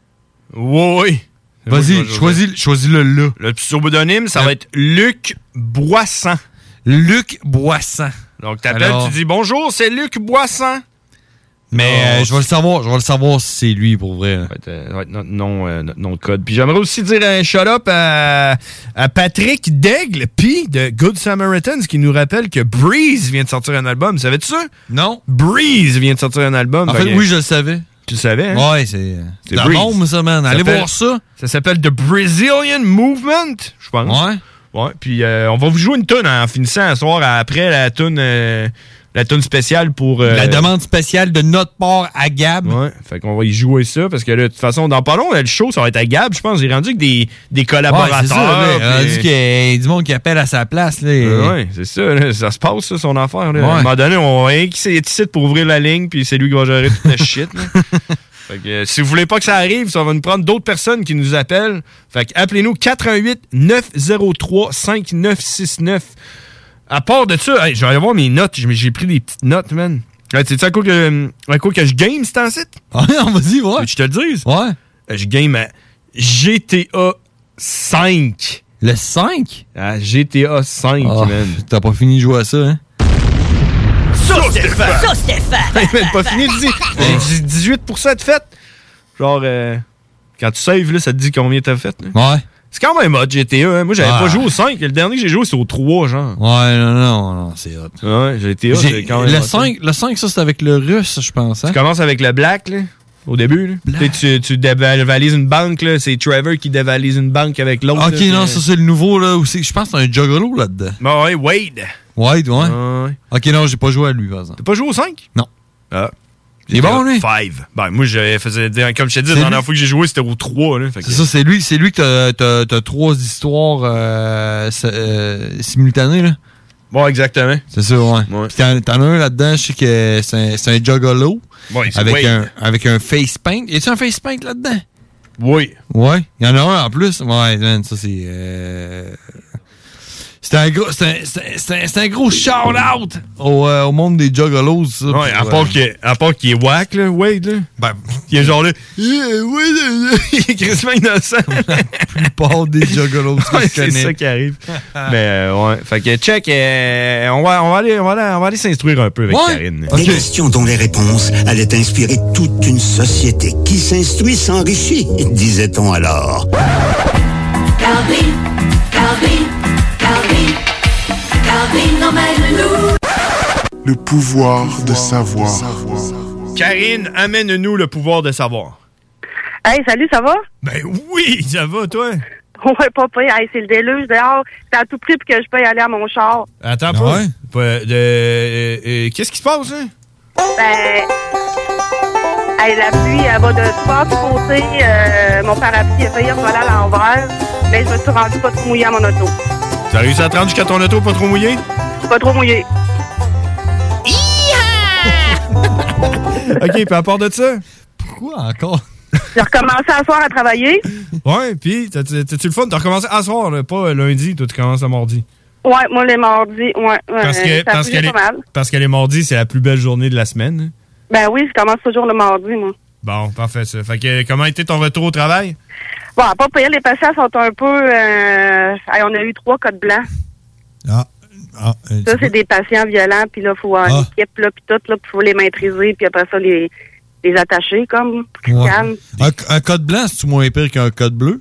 Oui. Vas-y, choisis, choisis-le là. Le pseudonyme, ça euh, va être Luc Boissan. Luc Boissan. Donc, t'appelles, Alors... tu dis bonjour, c'est Luc Boissan. Mais oh, euh, je vais le savoir, je vais le savoir si c'est lui pour vrai. Ça va être, euh, ça va être notre, nom, euh, notre nom de code. Puis j'aimerais aussi dire un shout-up à, à Patrick Daigle, puis de Good Samaritans, qui nous rappelle que Breeze vient de sortir un album. Savais-tu ça? Non. Breeze vient de sortir un album. En fait, fait oui, je le savais. Tu le savais, hein? Ouais, c'est... C'est la bombe, ça, man. Allez voir ça. Ça s'appelle The Brazilian Movement, je pense. Ouais. Ouais, puis euh, on va vous jouer une toune en finissant ce soir après la toune... Euh, La toune spéciale pour... Euh... La demande spéciale de notre part à Gab. Ouais, fait qu'on va y jouer ça, parce que là, de toute façon, dans pas long, le show, ça va être à Gab, je pense. J'ai rendu avec des, des collaborateurs. Ouais, c'est ça, là. Rendu qu'il y a du monde qui appelle à sa place. Là, et... Ouais, c'est ça, là, ça se passe, ça, son affaire. Là. Ouais. À un moment donné, on va qui c'est ici pour ouvrir la ligne, puis c'est lui qui va gérer toute la shit. Là. Fait que, euh, si vous voulez pas que ça arrive, ça va nous prendre d'autres personnes qui nous appellent. Fait que appelez-nous quatre un huit neuf zéro trois cinq neuf six neuf. À part de ça, hey, je vais aller voir mes notes. J'ai, j'ai pris des petites notes, man. Ouais, tu sais, à quoi que, à quoi que je game, c'est en site? Ah non, vas-y, ouais. Je te le dise? Ouais. Je game à G T A cinq. Le cinq? À G T A cinq, oh, man. T'as pas fini de jouer à ça, hein? Ça, Stéphane! Ça, Stéphane! Hey, pas fini de dire. dix-huit pour cent de fête. Genre, euh, quand tu saves, là, ça te dit combien t'as fait. Là. Ouais. C'est quand même hot, G T A. Hein. Moi, j'avais ah. pas joué au cinq. Le dernier que j'ai joué, c'est au trois, genre. Ouais, non, non, non, c'est hot. Ouais, G T A, j'ai, c'est quand même le hot. cinq, le cinq, ça, c'est avec le russe, je pense. Hein? Tu commences avec le black, là, au début. Là. Tu, tu dévalises une banque, là. C'est Trevor qui dévalise une banque avec l'autre. Ok, là, non, ça, c'est le nouveau, là. Aussi. Je pense que c'est un juggalo là-dedans. Bah ouais, Wade. Wade, ouais. ouais. Ok, non, j'ai pas joué à lui, par exemple. T'as pas joué au cinq? Non. Ah. Il est bon, lui? Five. Ben, moi, je faisais, comme je t'ai dit, la dernière fois que j'ai joué, c'était au trois. Là, c'est que... ça, c'est lui, c'est lui que t'as, t'as, t'as trois histoires euh, euh, simultanées, là. Bon, exactement. C'est ça, ouais. ouais. Puis t'en, t'en as un là-dedans, je sais que c'est un, c'est un juggalo. Ouais, c'est avec, Wade. un, avec un face paint. Y a-tu un face paint là-dedans? Oui. Ouais. Il y en a un en plus. Ouais, man, ça, c'est... Euh... C'est un gros, c'est un, c'est un, c'est un, c'est un gros shout-out au, euh, au monde des juggalos, ça. Ouais, pour, à part euh... qu'il est, à part qu'il est whack, là, Wade, là. Ben, il est genre là, yeah, Wade, il est quasiment innocent. La plupart des juggalos que ouais, je connais. C'est ça qui arrive. Mais, euh, ouais. Fait que, check, euh, on, va, on, va aller, on, va aller, on va aller s'instruire un peu avec ouais. Karine. Okay. Des questions dont les réponses allaient inspirer toute une société. Qui s'instruit s'enrichit, disait-on alors. Calvin, Calvin, Calvin, Calvin emmène-nous. Le pouvoir de savoir. Karine, amène-nous le pouvoir de savoir. Hey, salut, ça va? Ben oui, ça va, toi? Ouais, pas pire. Hey, c'est le déluge dehors. C'est à tout prix pour que je peux y aller à mon char. Attends pas. Ouais. De, euh, euh, qu'est-ce qui se passe, hein? Ben... Hey, la pluie, elle va de tout bord, tout côté. Euh, mon parapluie a failli revoler à l'envers. Mais je me suis rendu pas trop mouillé à mon auto. T'as réussi à te rendre jusqu'à ton auto pas trop mouillé? Pas trop mouillé. OK, puis à part de ça? Pourquoi encore? J'ai recommencé à soir à travailler. Ouais, puis t'as-tu, t'as-tu le fun? T'as recommencé à soir, là, pas lundi. Toi, tu commences à mardi. Ouais, moi, les mardis, ouais. Parce que, euh, parce, qu'elle est, parce que les mardis, c'est la plus belle journée de la semaine. Hein? Ben oui, je commence toujours le mardi, moi. Bon, parfait, ça. Fait que, comment a été ton retour au travail? Bon, pas pire, les patients sont un peu... Euh... Hey, on a eu trois codes blancs. Ah. ah euh, ça, c'est des patients violents, puis là, il faut avoir une équipe, là, puis tout, là, puis il faut les maîtriser, puis après ça, les, les attacher, comme, plus ouais. calme. Un, un code blanc, c'est-tu moins pire qu'un code bleu?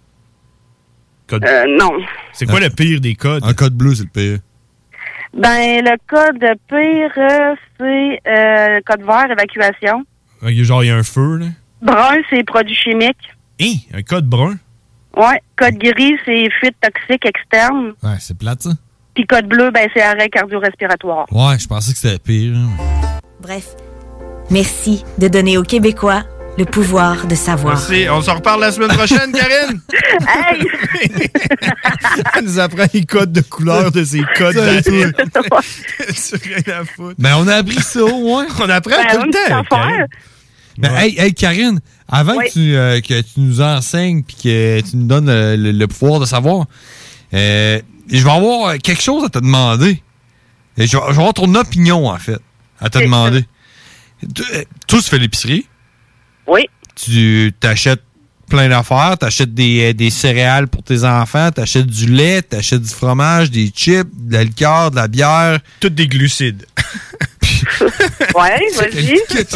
Code... Euh, non. C'est quoi euh, le pire des codes? Un code bleu, c'est le pire. Ben, le code pire, euh, c'est euh, code vert, évacuation. Genre, il y a un feu, là. Brun, c'est produits chimiques. Hein? Un code brun? Ouais. Code gris, c'est fuite toxique externe. Ouais, c'est plate, ça. Puis code bleu, ben, c'est arrêt cardio-respiratoire. Ouais, je pensais que c'était pire. Bref, merci de donner aux Québécois le pouvoir de savoir. Merci. On s'en reparle la semaine prochaine, Karine. Hey! Elle nous apprend les codes de couleur de ces codes d'acier. C'est rien à foutre. Ben, on a appris ça, ouais. On apprend ben, tout le temps, Karine. Ben, ouais. hey, hey, Karine, avant oui. que, tu, euh, que tu nous enseignes puis que tu nous donnes le, le, le pouvoir de savoir, euh, je vais avoir quelque chose à te demander. Je vais, je vais avoir ton opinion, en fait, à te demander. Tu, toi, tu fais l'épicerie. Oui. Tu t'achètes plein d'affaires, t'achètes des, des céréales pour tes enfants, t'achètes du lait, t'achètes du fromage, des chips, de la liqueur, de la bière. Toutes des glucides. Ouais, vas-y.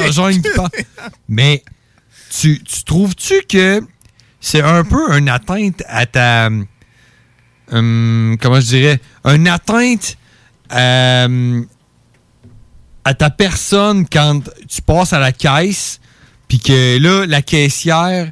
Mais tu, tu trouves-tu que c'est un peu une atteinte à ta... Hum, comment je dirais? Une atteinte à, à ta personne quand tu passes à la caisse puis que là, la caissière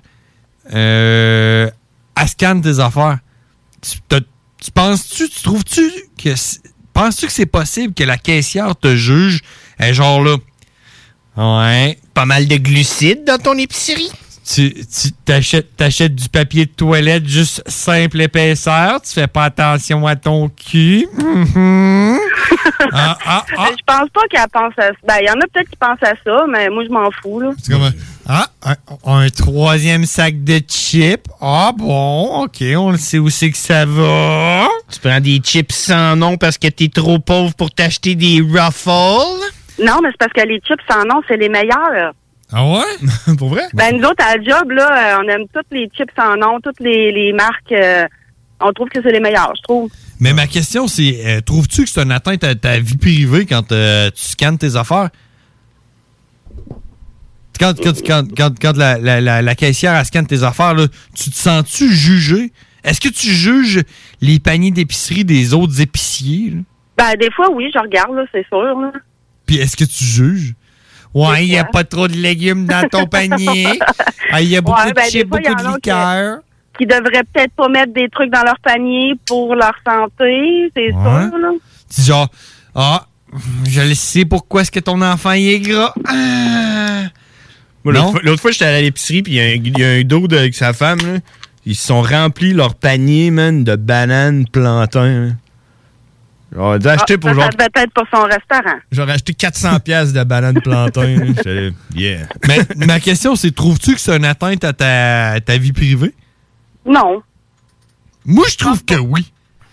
euh, elle scanne tes affaires. Tu, tu penses-tu, tu trouves-tu que... Penses-tu que c'est possible que la caissière te juge? Elle est genre là. Ouais. Pas mal de glucides dans ton épicerie. Tu, tu t'achètes, t'achètes du papier de toilette juste simple épaisseur. Tu fais pas attention à ton cul. Mm-hmm. ah, ah, ah. Je pense pas qu'elle pense à ça. Ben, il y en a peut-être qui pensent à ça, mais moi, je m'en fous, là. C'est comme un, ah, un, un troisième sac de chips. Ah bon, OK, on le sait où c'est que ça va. Tu prends des chips sans nom parce que t'es trop pauvre pour t'acheter des Ruffles? Non, mais c'est parce que les chips sans nom, c'est les meilleurs. Ah ouais? Pour vrai? Ben, nous autres, à la job, là, on aime toutes les chips sans nom, toutes les, les marques. Euh, on trouve que c'est les meilleurs, je trouve. Mais ma question, c'est, euh, trouves-tu que c'est une atteinte à ta vie privée quand euh, tu scannes tes affaires? Quand, quand, quand, quand, quand la, la, la, la caissière elle scanne tes affaires, là, tu te sens-tu jugé? Est-ce que tu juges les paniers d'épicerie des autres épiciers? Là? Ben, des fois, oui, je regarde, là, c'est sûr. Là. Puis est-ce que tu juges? Ouais, il n'y a pas trop de légumes dans ton panier. Il y a beaucoup ouais, ben, de chips, beaucoup de liqueurs. Qui, qui devraient peut-être pas mettre des trucs dans leur panier pour leur santé, c'est ouais. sûr, là. C'est genre, ah, je le sais pourquoi est-ce que ton enfant il est gras. Ah. Moi, l'autre fois, l'autre fois, j'étais à l'épicerie, puis il y a un, il y a un dos de, avec sa femme, là. Ils se sont remplis leur panier, man, de bananes plantains. Hein. J'aurais dû acheter Ah, pour ça, genre... ça devait être pour son restaurant. J'aurais acheté quatre cents piastres de bananes plantains. Là. J'étais, yeah. Mais ma question, c'est, trouves-tu que c'est une atteinte à ta, à ta vie privée? Non. Moi, je trouve que oui.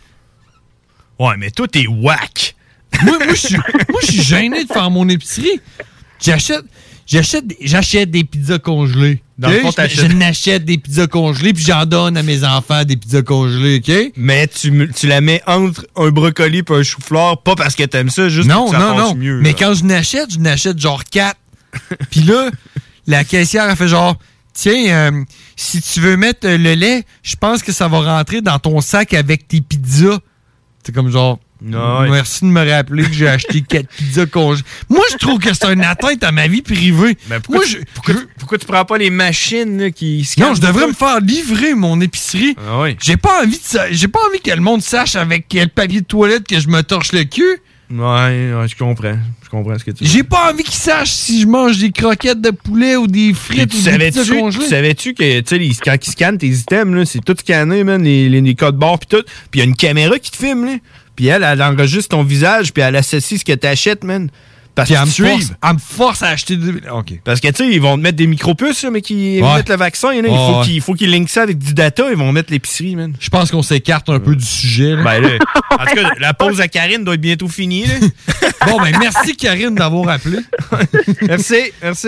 Ouais, mais toi, t'es whack. moi, moi, je suis, moi, je suis gêné de faire mon épicerie. J'achète, j'achète, des- j'achète des pizzas congelées. Dans le OK? fond, je, t'achètes- je n'achète des pizzas congelées, puis j'en donne à mes enfants des pizzas congelées, OK? Mais tu, me- tu la mets entre un brocoli et un chou-fleur, pas parce que t'aimes ça, juste Non, pour que ça non, passe non. mieux. Mais là. quand je n'achète, je n'achète genre quatre. Puis là, la caissière a fait genre, tiens, euh, si tu veux mettre euh, le lait, je pense que ça va rentrer dans ton sac avec tes pizzas. C'est comme genre, Ouais. merci de me rappeler que j'ai acheté quatre pizzas congelées. Moi, je trouve que c'est une atteinte à ma vie privée. Mais pourquoi, Moi, tu, je- pourquoi, tu- pourquoi tu prends pas les machines là, qui scannent Non, je devrais tout me faire livrer mon épicerie. Ah oui. J'ai pas envie de sa- j'ai pas envie que le monde sache avec quel papier de toilette que je me torche le cul. Ouais, ouais, je comprends. Je comprends ce que tu dis. J'ai pas envie qu'ils sachent si je mange des croquettes de poulet ou des frites Tu ou des pizzas savais-tu, congelées. tu savais-tu que tu sais, les- quand ils scannent tes items, là, c'est tout scanné, man, les, les, les codes barres puis tout. Puis il y a une caméra qui te filme, là. Puis elle, elle enregistre ton visage, puis elle associe ce que t'achètes, man. Parce Puis qu'ils elle me te force, suivent. elle me force à acheter du... OK. Parce que, tu sais, ils vont te mettre des micro-puces, là, mais qui Ouais. mettent le vaccin. Là. Il Ouais, faut ouais. qu'ils il faut qu'ils linkent ça avec du data. Ils vont mettre l'épicerie, man. Je pense qu'on s'écarte un peu du sujet. Là. Ben, là, en tout cas, la pause à Karine doit être bientôt finie. Là. Bon, ben merci, Karine, d'avoir appelé. Merci, merci.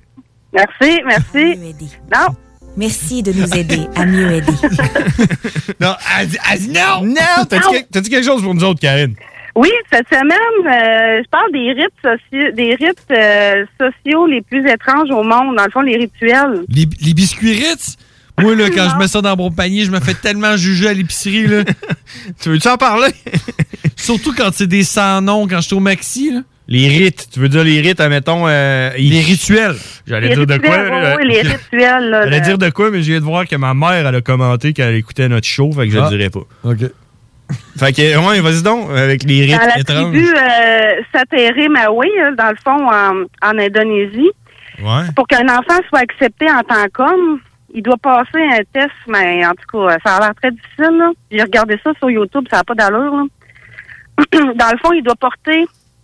Merci, merci. Non. Merci de nous aider à mieux aider. Non, elle dit, elle dit non! Non! T'as-tu quel- t'as-tu quelque chose pour nous autres, Karine? Oui, cette semaine, euh, je parle des rites, soci- des rites euh, sociaux les plus étranges au monde, dans le fond, les rituels. Les, les biscuits Ritz? Moi, là, quand je mets ça dans mon panier, je me fais tellement juger à l'épicerie, là. Tu veux-tu en parler? Surtout quand c'est des sans-noms, quand je suis au maxi, là. Les rites. Tu veux dire les rites, admettons... Euh, les rituels. J'allais Les dire de quoi? rituels, là? oui, oui, les rituels. là, J'allais le- dire de quoi, mais je viens de voir que ma mère, elle a commenté qu'elle écoutait notre show, fait que je Ah. le dirais pas. OK. Fait que, ouais, vas-y donc, avec les rites Dans la étranges. tribu euh, Satere Maui, hein, dans le fond, en, en Indonésie, Ouais. pour qu'un enfant soit accepté en tant qu'homme, il doit passer un test, mais en tout cas, ça a l'air très difficile. là. J'ai regardé ça sur YouTube, ça n'a pas d'allure. là. Dans le fond, il doit porter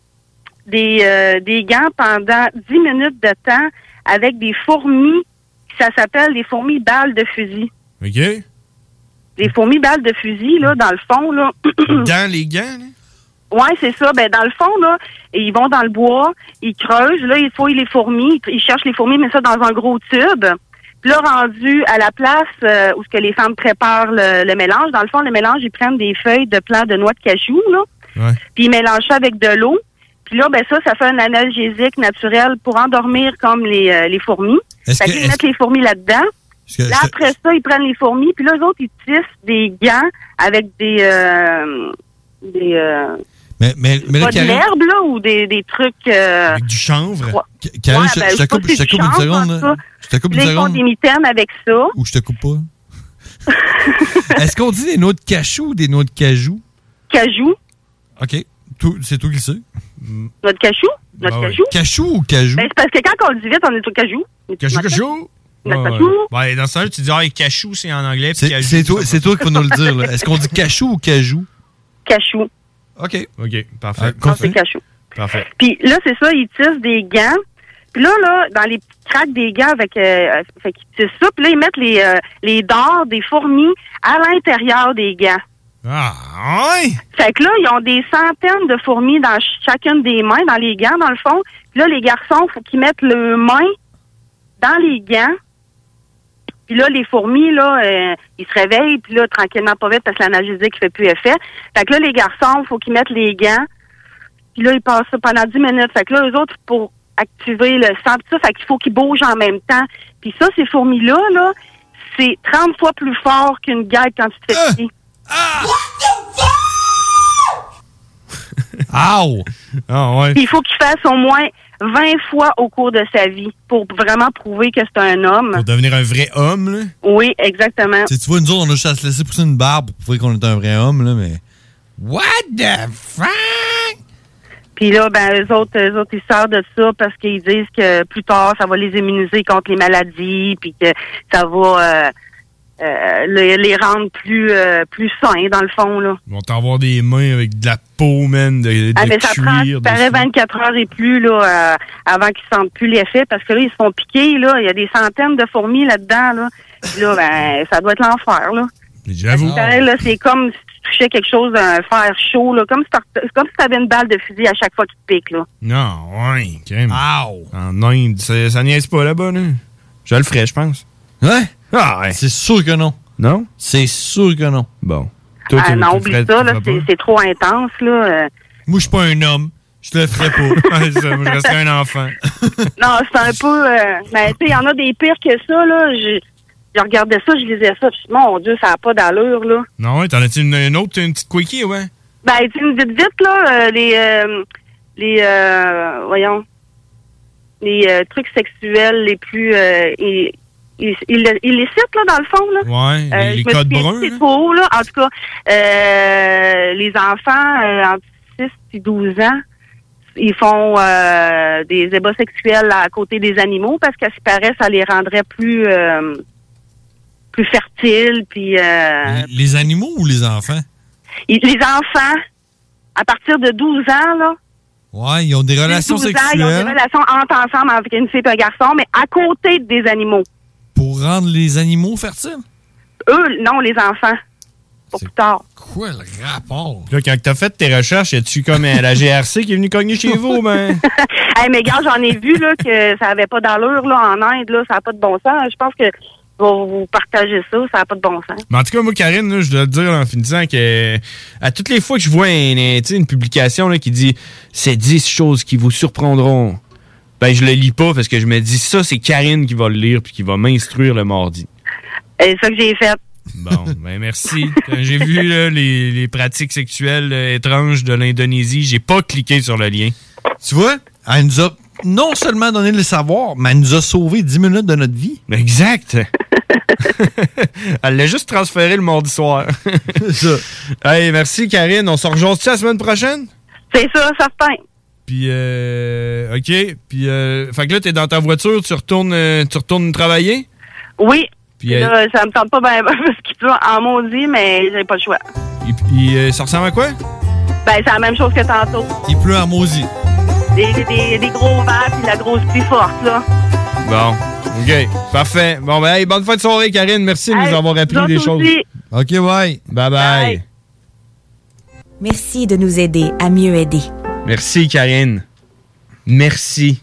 des, euh, des gants pendant dix minutes de temps avec des fourmis. Ça s'appelle des fourmis balles de fusil. OK. Les fourmis balles de fusil, là, dans le fond, là. Dans les gants, là? Ouais, c'est ça. Ben, dans le fond, là, ils vont dans le bois, ils creusent, là, ils fouillent les fourmis, ils cherchent les fourmis, mais ça dans un gros tube. Puis là, rendu à la place euh, où ce que les femmes préparent le, le mélange, dans le fond, le mélange, ils prennent des feuilles de plants de noix de cajou, là, Ouais. puis ils mélangent ça avec de l'eau. Puis là, ben ça, ça fait un analgésique naturel pour endormir comme les, euh, les fourmis. Est-ce Fait que- qu'ils est-ce- mettent les fourmis là-dedans. Est-ce que- Là, après ça, ils prennent les fourmis, puis là, eux autres, ils tissent des gants avec des... Euh, des euh, Mais, mais, mais là, pas de Karine, l'herbe, là, ou des, des trucs... Euh, Avec du chanvre. ouais. Karine, Ouais, je, ben, je te sais pas coupe, si je te c'est coupe du une chanvre, seconde. en là. tout cas. Je te coupe Puis là, une ils font seconde. des mitaines avec ça. Ou je te coupe pas. Est-ce qu'on dit des noix de cachou ou des noix de cajou? Cajou. OK. Tout- C'est toi qui le sais. Notre cachou. Notre Ah ouais. cajou. Cachou ou cajou? Ben, c'est parce que quand on le dit vite, on est au cajou. Cachou, cachou. Notre Ouais, cachou. ouais. Ouais, dans ce temps-là, tu dis, ah, cachou, c'est en anglais. puis C'est cajou, c'est toi, ça c'est toi qui vas nous le dire. là. Est-ce qu'on dit cachou ou cajou? Cachou. OK. OK, parfait. Non, c'est cachou. Parfait. Puis là, c'est ça, ils tissent des gants. Puis là, là, dans les petits craques des gants, avec, euh, fait qu'ils tissent ça. Puis là, ils mettent les, euh, les dards des fourmis à l'intérieur des gants. Ah, ouais! Fait que là, ils ont des centaines de fourmis dans ch- chacune des mains, dans les gants, dans le fond. Puis là, les garçons, faut qu'ils mettent leurs mains dans les gants. Puis là, les fourmis, là, euh, ils se réveillent, puis là, tranquillement, pas vite, parce que l'analgésique fait plus effet. Fait que là, les garçons, faut qu'ils mettent les gants. Puis là, ils passent ça pendant dix minutes. Fait que là, eux autres, pour activer le sang, pis ça, fait qu'il faut qu'ils bougent en même temps. Puis ça, ces fourmis-là, là, c'est trente fois plus fort qu'une guêpe quand tu te fais piquer. Ow! Ah, ouais. Puis il faut qu'il fasse au moins vingt fois au cours de sa vie pour vraiment prouver que c'est un homme. Pour devenir un vrai homme, là. Oui, exactement. Tu sais, tu vois, nous autres, on a juste à se laisser pousser une barbe pour prouver qu'on est un vrai homme, là, mais... What the fuck? Puis là, ben, eux autres, eux autres, ils sortent de ça parce qu'ils disent que plus tard, ça va les immuniser contre les maladies, puis que ça va euh, euh, les, les rendre plus euh, plus sains, dans le fond, là. Ils vont t'avoir des mains avec de la peau, man, de, de Ah, mais ça prend, cuir. ça paraît vingt-quatre heures et plus, là, euh, avant qu'ils sentent plus l'effet, parce que là, ils se font piquer, là. Il y a des centaines de fourmis là-dedans, là. Puis là, ben, ça doit être l'enfer, là. J'avoue. Ça paraît, là, c'est comme si tu touchais quelque chose d'un fer chaud, là. Comme si t'as- c'est comme si t'avais une balle de fusil à chaque fois qu'il te pique, là. Non, ouais, quand même. En Inde, ça, ça niaise pas là-bas, là. Je le ferais, je pense. Ouais? Ah, ouais. C'est sûr que non. Non? C'est sûr que non. Bon. Ah non, oublie ça, là, c'est, c'est trop intense, là. Euh, Moi, je suis pas un homme. Je le ferais pas. Ouais, ça, moi, je resterais un enfant. non, c'est un peu... euh, mais tu sais, il y en a des pires que ça, là. Je, je regardais ça, je lisais ça, puis mon Dieu, ça n'a pas d'allure, là. Non, ouais, t'en as-tu une, une autre, une petite quickie, ouais? Ben, tu sais, vite, vite, là, euh, les... euh, les... euh, voyons... Les euh, trucs sexuels les plus... Euh, i- i- illi- illicites, là, dans le fond, là. Ouais, Euh, les, les je me codes souviens bruns. plus, C'est là. trop haut, là. En tout cas, euh, les enfants euh, entre six et douze ans, ils font euh, des ébats sexuels à côté des animaux parce qu'à ce qui paraît, ça les rendrait plus euh, plus fertiles. Puis euh, Les animaux ou les enfants? ils- les enfants, à partir de douze ans, là, Ouais, ils ont des relations douze ans, sexuelles ils ont des relations entre ensemble avec une fille et un garçon, mais à côté des animaux. pour rendre les animaux fertiles. Eux, non, les enfants. Pour plus tard. Quoi le rapport? Là, quand t'as fait tes recherches, y a-tu comme euh, la G R C qui est venue cogner chez vous, ben? Hey, mais gars, j'en ai vu là que ça avait pas d'allure là en Inde, là, ça n'a pas de bon sens. Je pense que vous, vous partagez ça, ça n'a pas de bon sens. Mais en tout cas, moi, Karine, là, je dois te dire en finissant que à toutes les fois que je vois un- un- tu sais, une publication là, qui dit « C'est dix choses qui vous surprendront », ben je le lis pas parce que je me dis « Ça, c'est Karine qui va le lire puis qui va m'instruire le mardi. C'est ça que j'ai fait. » Bon, ben merci. Quand j'ai vu là, les, les pratiques sexuelles euh, étranges de l'Indonésie, j'ai pas cliqué sur le lien. Tu vois, elle nous a non seulement donné le savoir, mais elle nous a sauvé dix minutes de notre vie. Exact. Elle l'a juste transféré le mardi soir. ça. Hey, merci Karine. On se rejoint la semaine prochaine? C'est ça, certain. Puis, euh, OK. Puis, euh, fait que là, t'es dans ta voiture, tu retournes, euh, tu retournes travailler? Oui. Puis, Puis euh, là, ça me tente pas bien parce qu'il pleut en maudit, mais j'ai pas le choix. il- il, euh, ça ressemble à quoi? Ben, c'est la même chose que tantôt. Il pleut en maudit. Des, des, des gros vents puis la grosse pluie forte, là. Bon. OK. Parfait. Bon, ben, hey, bonne fin de soirée, Karine. Merci de nous Hey, avoir appris vous des autres choses. aussi. OK, bye. Bye-bye. Bye. Merci de nous aider à mieux aider. Merci, Karine. Merci.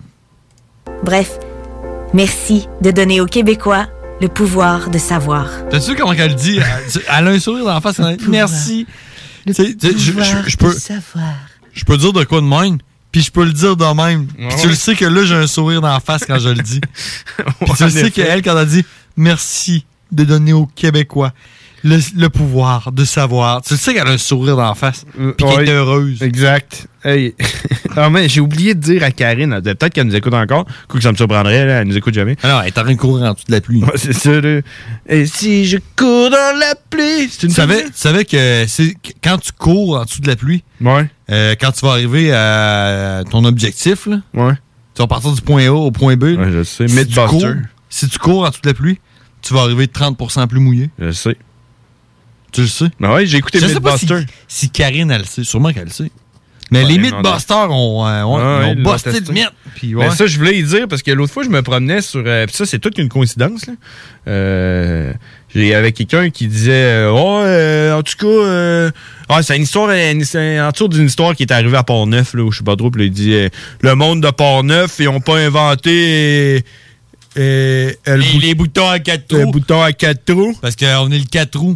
Bref, merci de donner aux Québécois le pouvoir de savoir. T'as-tu vu comment elle dit? Elle, elle a un sourire dans la face. Elle dit, merci. Tu sais, tu sais, je, je- je peux, je peux dire de quoi de même, puis je peux le dire de même. Puis tu Ouais. le sais que là, j'ai un sourire dans la face quand je le dis. Puis tu En le sais effet. qu'elle, quand elle dit merci de donner aux Québécois le, le pouvoir de savoir, tu le sais qu'elle a un sourire dans la face, puis qu'elle Ouais. est heureuse. Exact. Hey. Ah, mais j'ai oublié de dire à Karine, peut-être qu'elle nous écoute encore, coup que ça me surprendrait, là, elle nous écoute jamais. Alors, elle est en train de courir en dessous de la pluie. Ouais, c'est ça, là. Et si je cours dans la pluie? C'est une Tu savais, chanson? tu savais que c'est quand tu cours en dessous de la pluie, ouais. euh, quand tu vas arriver à ton objectif, là, ouais. tu vas partir du point A au point B. Ouais, je sais. Si tu, Mythbuster. cours, si tu cours en dessous de la pluie, tu vas arriver trente pour cent plus mouillé. Je sais. Tu le sais? Ben ouais, j'ai écouté Je sais pas si, Mythbuster. si Karine, elle le sait. Sûrement qu'elle le sait. Mais Ouais, les non, Mythbusters ont, euh, ouais, Ouais, ils ont ils l'ont busté testé. le mythe. Puis, Ben ouais. ça, je voulais y dire parce que l'autre fois, je me promenais sur. Euh, Puis ça, c'est toute une coïncidence. Là. Euh, j'ai avec quelqu'un qui disait euh, oh, euh, en tout cas, euh, ah, c'est une histoire, une- c'est en dessous d'une histoire qui est arrivée à Port-Neuf, là, où je sais pas trop. Puis là, il dit euh, le monde de Port-Neuf, ils ont pas inventé. euh, euh, le les, bout- les boutons à quatre le trous. bouton à quatre trous. Parce qu'on est le quatre roues.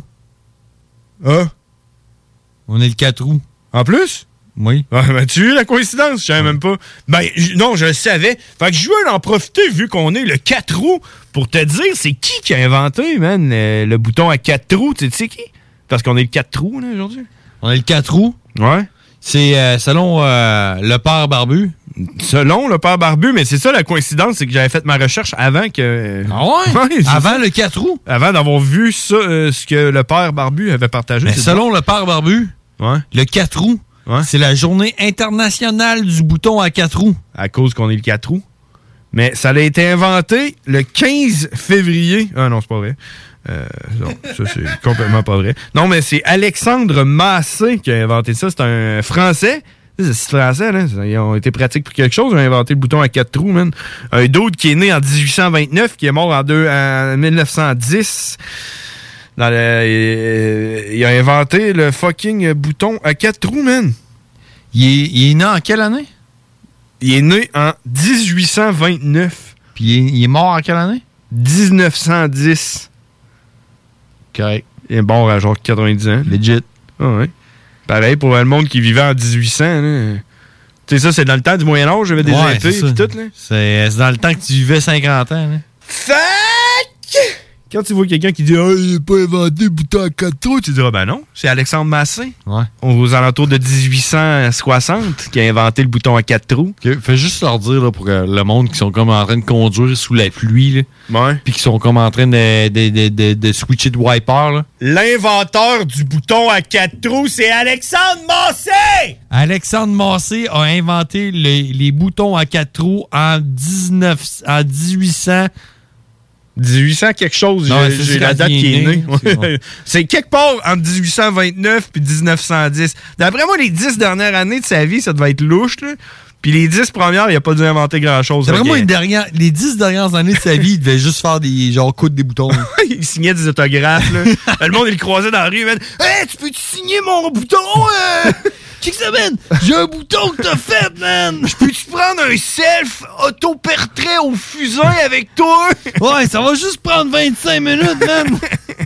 Hein? On est le quatre roues. En plus? Oui. Ah, ben, tu as vu la coïncidence? Je savais même pas. Ben, j- non, je le savais. Fait que je veux en profiter, vu qu'on est le quatre roues, pour te dire, c'est qui qui a inventé, man, le, le bouton à quatre trous? Tu sais- tu sais qui? Parce qu'on est le quatre trous, là, aujourd'hui. On est le quatre roues. Ouais. C'est euh, selon euh, le père barbu. Selon le père barbu, mais c'est ça la coïncidence, c'est que j'avais fait ma recherche avant que... Ah ouais? c'est Avant ça. le quatre roues? Avant d'avoir vu ça, euh, ce que le père barbu avait partagé. Mais c'est selon le père barbu, Ouais. le quatre roues, Ouais. C'est la journée internationale du bouton à quatre roues. À cause qu'on est le quatre roues. Mais ça a été inventé le quinze février. Ah non, c'est pas vrai. Euh, non, ça, c'est complètement pas vrai. Non, mais c'est Alexandre Massé qui a inventé ça. C'est un Français. C'est français, là. Ils ont été pratiques pour quelque chose. Ils ont inventé le bouton à quatre trous, man. Un d'autre qui est né en dix-huit cent vingt-neuf, qui est mort en, deux, en mille neuf cent dix. Dans le, euh, il a inventé le fucking bouton à quatre trous, man. Il est, il est né en quelle année? Il est né en dix-huit cent vingt-neuf. Puis il est, il est mort en quelle année? dix-neuf cent dix. Correct. Il est mort à genre quatre-vingt-dix ans. Legit. Ah ouais. Pareil pour le monde qui vivait en dix-huit cents. Là. Tu sais, ça, c'est dans le temps du Moyen-Âge, j'avais des ouais, épées et tout. Là. C'est, c'est dans le temps que tu vivais cinquante ans. Là. Fuck! Quand tu vois quelqu'un qui dit ah, il n'a pas inventé le bouton à quatre trous, tu diras ben non, c'est Alexandre Massé. Ouais. Aux alentours de dix-huit cent soixante qui a inventé le bouton à quatre trous. Okay. Fais juste leur dire là, pour euh, le monde qui sont comme en train de conduire sous la pluie. Là, ouais. Puis qui sont comme en train de, de, de, de, de switcher de wiper. Là. L'inventeur du bouton à quatre trous, c'est Alexandre Massé! Alexandre Massé a inventé les, les boutons à quatre trous en, dix-neuf, en dix-huit cents. dix-huit cents quelque chose, non, j'ai, j'ai la date qui est née. C'est, bon. C'est quelque part entre dix-huit cent vingt-neuf puis dix-neuf cent dix. D'après moi, les dix dernières années de sa vie, ça devait être louche, là. Puis les dix premières, il a pas dû inventer grand-chose. D'après moi, dernière, les dix dernières années de sa vie, il devait juste faire des genre coudre des boutons. Il signait des autographes, là. Le monde, il le croisait dans la rue, man. Hey, tu peux-tu signer mon bouton, euh? Check ça, man! J'ai un bouton que t'as fait, man! Je peux-tu prendre un self auto-portrait au fusain avec toi? Ouais, ça va juste prendre vingt-cinq minutes, man!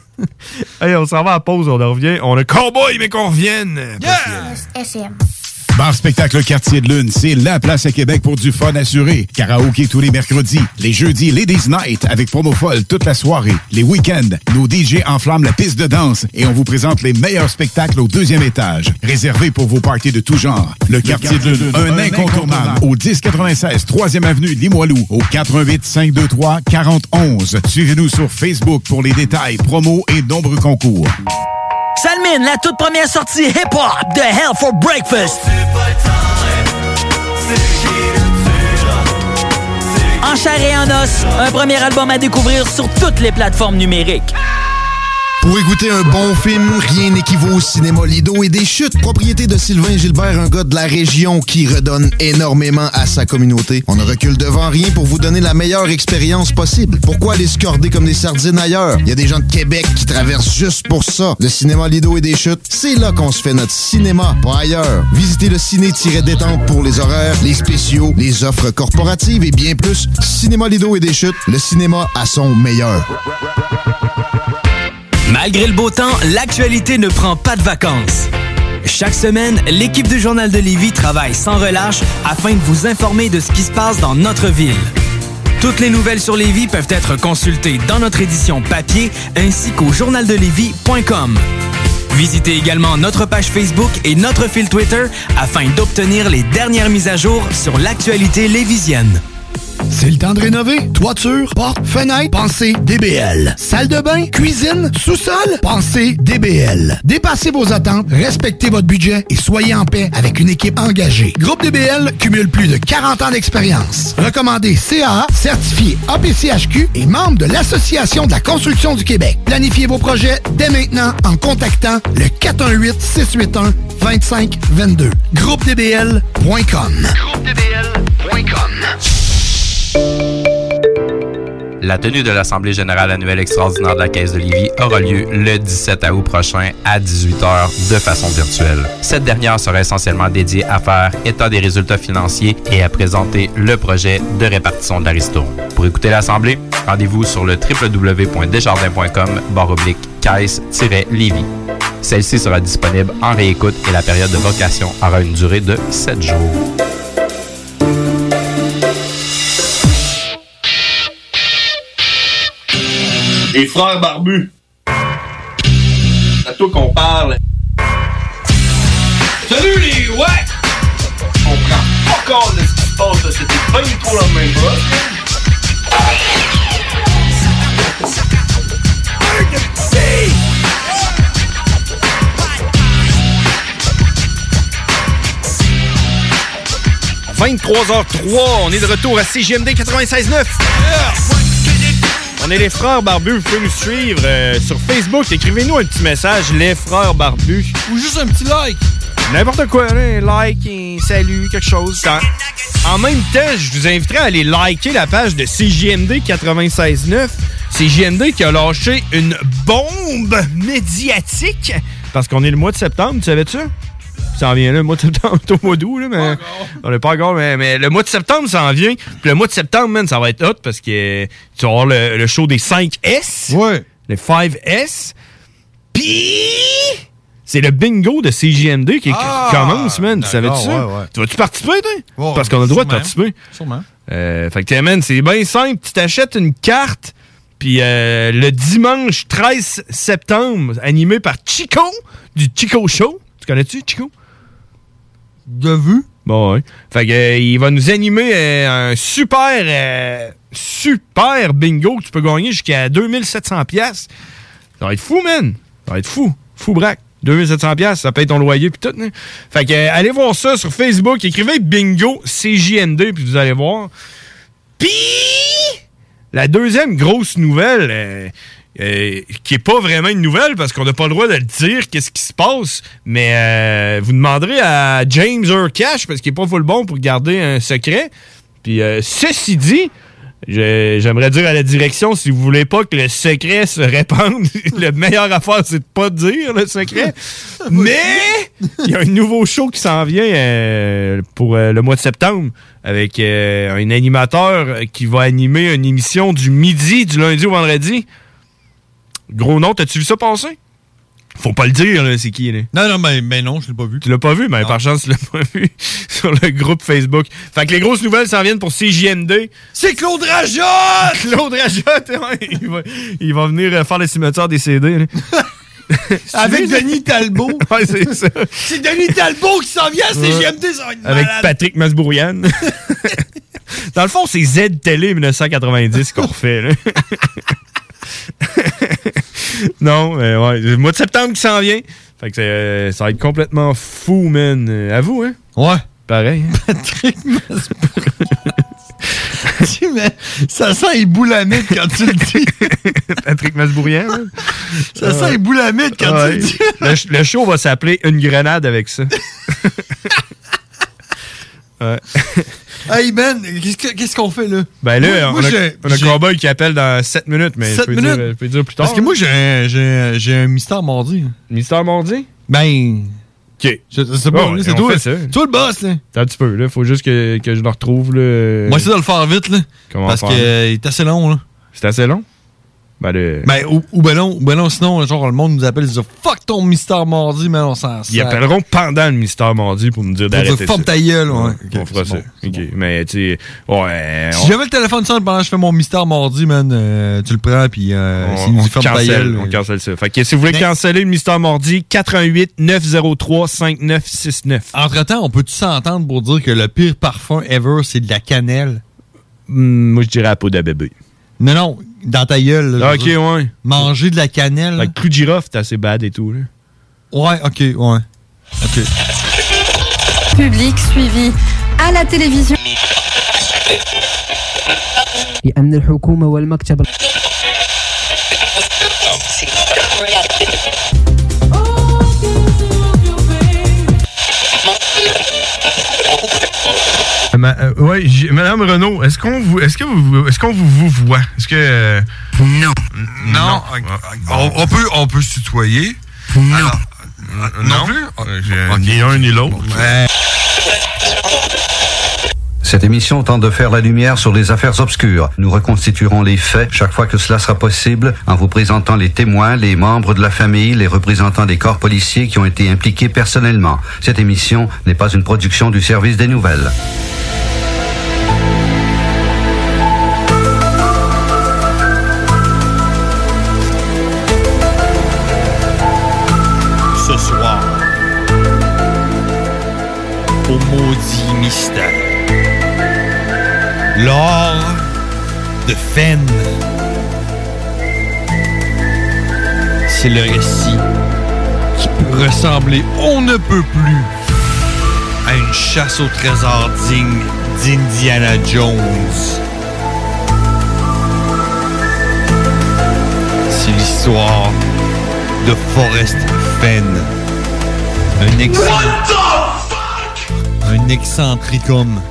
Hey, on s'en va à pause, on en revient. On a cowboy, mais qu'on revienne! Yeah! S M. Bar Spectacle Quartier de Lune, c'est la place à Québec pour du fun assuré. Karaoké tous les mercredis. Les jeudis, Ladies Night avec promo folle toute la soirée. Les week-ends, nos D J enflamment la piste de danse et on vous présente les meilleurs spectacles au deuxième étage. Réservé pour vos parties de tout genre. Le Quartier de Lune, un, un incontournable. Au dix quatre-vingt-seize, troisième avenue Limoilou. Au quatre un huit, cinq deux trois, quatre zéro un un. Suivez-nous sur Facebook pour les détails, promos et nombreux concours. Salmine, la toute première sortie hip-hop de Hell for Breakfast. En chair et en os, un premier album à découvrir sur toutes les plateformes numériques. Pour écouter un bon film, rien n'équivaut au cinéma Lido et des Chutes, propriété de Sylvain Gilbert, un gars de la région qui redonne énormément à sa communauté. On ne recule devant rien pour vous donner la meilleure expérience possible. Pourquoi aller se corder comme des sardines ailleurs? Il y a des gens de Québec qui traversent juste pour ça. Le cinéma Lido et des Chutes, c'est là qu'on se fait notre cinéma, pas ailleurs. Visitez le ciné-détente pour les horaires, les spéciaux, les offres corporatives et bien plus. Cinéma Lido et des Chutes, le cinéma à son meilleur. Malgré le beau temps, l'actualité ne prend pas de vacances. Chaque semaine, l'équipe du Journal de Lévis travaille sans relâche afin de vous informer de ce qui se passe dans notre ville. Toutes les nouvelles sur Lévis peuvent être consultées dans notre édition papier ainsi qu'au journal de lévis point com. Visitez également notre page Facebook et notre fil Twitter afin d'obtenir les dernières mises à jour sur l'actualité lévisienne. C'est le temps de rénover. Toiture, porte, fenêtre, pensez D B L. Salle de bain, cuisine, sous-sol, pensez D B L. Dépassez vos attentes, respectez votre budget et soyez en paix avec une équipe engagée. Groupe D B L cumule plus de quarante ans d'expérience. Recommandé C A A, certifié A P C H Q et membre de l'Association de la construction du Québec. Planifiez vos projets dès maintenant en contactant le quatre un huit, six huit un, deux cinq deux deux. groupe d b l point com. groupe d b l point com. La tenue de l'Assemblée générale annuelle extraordinaire de la Caisse de Lévis aura lieu le dix-sept août prochain à dix-huit heures de façon virtuelle. Cette dernière sera essentiellement dédiée à faire état des résultats financiers et à présenter le projet de répartition de la ristourne. Pour écouter l'Assemblée, rendez-vous sur le w w w point desjardins point com barre oblique caisse-lévis. Celle-ci sera disponible en réécoute et la période de vocation aura une durée de sept jours. Les frères barbus. C'est à toi qu'on parle. Salut les ouais! On prend pas compte de ce qui se passe là. C'était pas du tout la même chose. vingt-trois heures trois, on est de retour à C J M D quatre-vingt-seize neuf. Yeah! On est les Frères Barbus, vous pouvez nous suivre euh, sur Facebook. Écrivez-nous un petit message, les Frères Barbus. Ou juste un petit like. N'importe quoi, là, like, et salut, quelque chose. En, en même temps, je vous inviterai à aller liker la page de C J M D quatre-vingt-seize neuf. C J M D qui a lâché une bombe médiatique parce qu'on est le mois de septembre, tu savais-tu ça? Ça en vient là, le mois de septembre, c'est au mois d'août, là, mais on n'est pas encore, mais, mais le mois de septembre, ça en vient. Puis le mois de septembre, man, ça va être hot parce que tu vas avoir le, le show des cinq S. Ouais. Les cinq S. Puis c'est le bingo de C J M D qui, ah, qui commence, man. Tu savais-tu ça? Ouais, ouais. Tu vas-tu participer, toi? Ouais, parce qu'on a le droit de participer. Sûrement. Euh, fait que, man, c'est bien simple. Tu t'achètes une carte, puis euh, le dimanche treize septembre, animé par Chico, du Chico Show. Tu connais-tu, Chico? De vue. Bon, ouais. Fait que, euh, il va nous animer euh, un super, euh, super bingo que tu peux gagner jusqu'à deux mille sept cents dollars. Ça va être fou, man. Ça va être fou. Fou braque. deux mille sept cents dollars, ça paye ton loyer puis tout. Hein? Fait que, euh, allez voir ça sur Facebook. Écrivez bingo C J M D puis vous allez voir. Puis, la deuxième grosse nouvelle, euh, euh, qui est pas vraiment une nouvelle parce qu'on n'a pas le droit de le dire, qu'est-ce qui se passe, mais euh, vous demanderez à James Urquhart parce qu'il est pas full bon pour garder un secret. Puis, euh, ceci dit, Je, j'aimerais dire à la direction, si vous voulez pas que le secret se répande, la meilleure affaire, c'est de pas dire le secret. Mais il y a un nouveau show qui s'en vient euh, pour euh, le mois de septembre avec euh, un animateur qui va animer une émission du midi, du lundi au vendredi. Gros nom, t'as-tu vu ça passer? Faut pas le dire, là, c'est qui, là. Non, non, mais, mais non, je l'ai pas vu. Tu l'as pas vu? Mais par chance, tu l'as pas vu sur le groupe Facebook. Fait que les grosses nouvelles s'en viennent pour C J M D. C'est Claude Rajotte! Claude Rajotte, ouais, il, va, il va venir faire le cimetière des C D, là. Avec Denis Talbot. Ouais, c'est ça. C'est Denis Talbot qui s'en vient à C J M D, ça va être avec malade. Patrick Masbourian. Dans le fond, c'est Z-Télé dix-neuf cent quatre-vingt-dix qu'on refait, là. Non, mais ouais, le mois de septembre qui s'en vient. Fait que euh, ça va être complètement fou, man. Euh, à vous, hein? Ouais. Pareil. Hein? Patrick Masbourian. Ça sent les boulamite quand tu le dis. Patrick Masbourian, man. Ça euh, sent les boulamite quand ouais. tu le dis. Le, le show va s'appeler Une grenade avec ça. Ouais. Hey Ben, qu'est-ce, que, qu'est-ce qu'on fait là? Ben là, moi, on, moi, a, j'ai, on a un cowboy qui appelle dans sept minutes, mais sept je peux, minutes? Dire, je peux dire plus tard. Parce que moi, j'ai un, j'ai un, j'ai un mystère mardi. Mystère mardi? Ben... OK. Je, c'est pas, bon, là, c'est toi. toi. Toi le boss, là. T'as un petit peu, là. Faut juste que, que je le retrouve, là. Moi, c'est de le faire vite, là. Comment parce qu'il euh, est assez long, là. C'est assez long? Ben, le... ben ou, ou ben non, ou ben non, sinon, genre, le monde nous appelle et dit « Fuck ton mystère mardi, mais on s'en sert. » Ils appelleront pendant le mystère mardi pour nous dire d'arrêter ça. Forme ta gueule, ouais. Okay, on fera ça. Bon, OK. Bon. Mais, tu sais, ouais. Si on... jamais le téléphone sonne pendant que je fais mon mystère mardi, man, euh, tu le prends, puis euh, on, s'il nous dit « Forme ta gueule. » On cancelle ça. Fait que si vous voulez mais... canceller le mystère mardi, quatre un huit neuf zéro trois cinq neuf six neuf. Entre-temps, on peut-tu s'entendre pour dire que le pire parfum ever, c'est de la cannelle? Mmh, moi, je dirais la peau de bébé. Non, non, dans ta gueule. Là, ok, ouais. Manger de la cannelle. Le clou de girofle, c'est assez bad et tout. Là. Ouais, ok, ouais. Ok. Public suivi à la télévision. Ma, euh, ouais, Madame Renaud, est-ce qu'on vous, est-ce que vous, est-ce qu'on vous, vous voit? Est-ce que euh... non, non, non. On, on peut, on peut se tutoyer. Non, Alors, euh, non, non plus. Euh, okay. Ni un ni l'autre. Ouais. Cette émission tente de faire la lumière sur les affaires obscures. Nous reconstituerons les faits chaque fois que cela sera possible en vous présentant les témoins, les membres de la famille, les représentants des corps policiers qui ont été impliqués personnellement. Cette émission n'est pas une production du service des nouvelles. Ce soir, au maudit mystère. L'or de Fenn. C'est le récit qui peut ressembler on ne peut plus à une chasse au trésor digne d'Indiana Jones. C'est l'histoire de Forrest Fenn. Un excellent... Un excentricum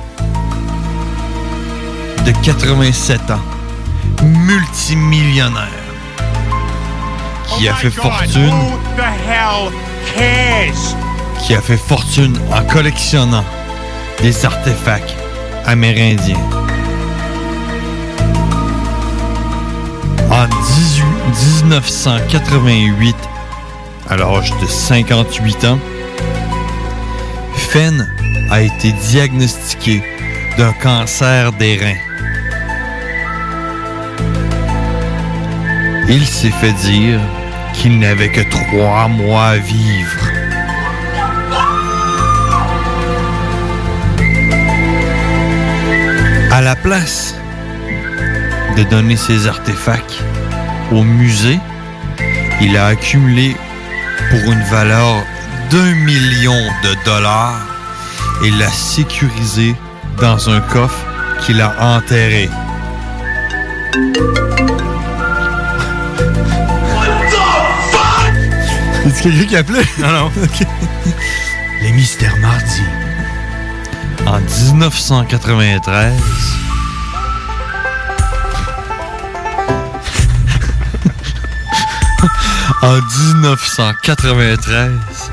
de quatre-vingt-sept ans, multimillionnaire, qui a fait fortune, qui a fait fortune en collectionnant des artefacts amérindiens. En dix-neuf cent quatre-vingt-huit, à l'âge de cinquante-huit ans, Fenn a été diagnostiqué d'un cancer des reins. Il s'est fait dire qu'il n'avait que trois mois à vivre. À la place de donner ses artefacts au musée, il a accumulé pour une valeur d'un million de dollars et l'a sécurisé dans un coffre qu'il a enterré. C'est quelqu'un qui appelait? Non, non. Okay. Les mystères mardi. En dix-neuf cent quatre-vingt-treize... en dix-neuf cent quatre-vingt-treize...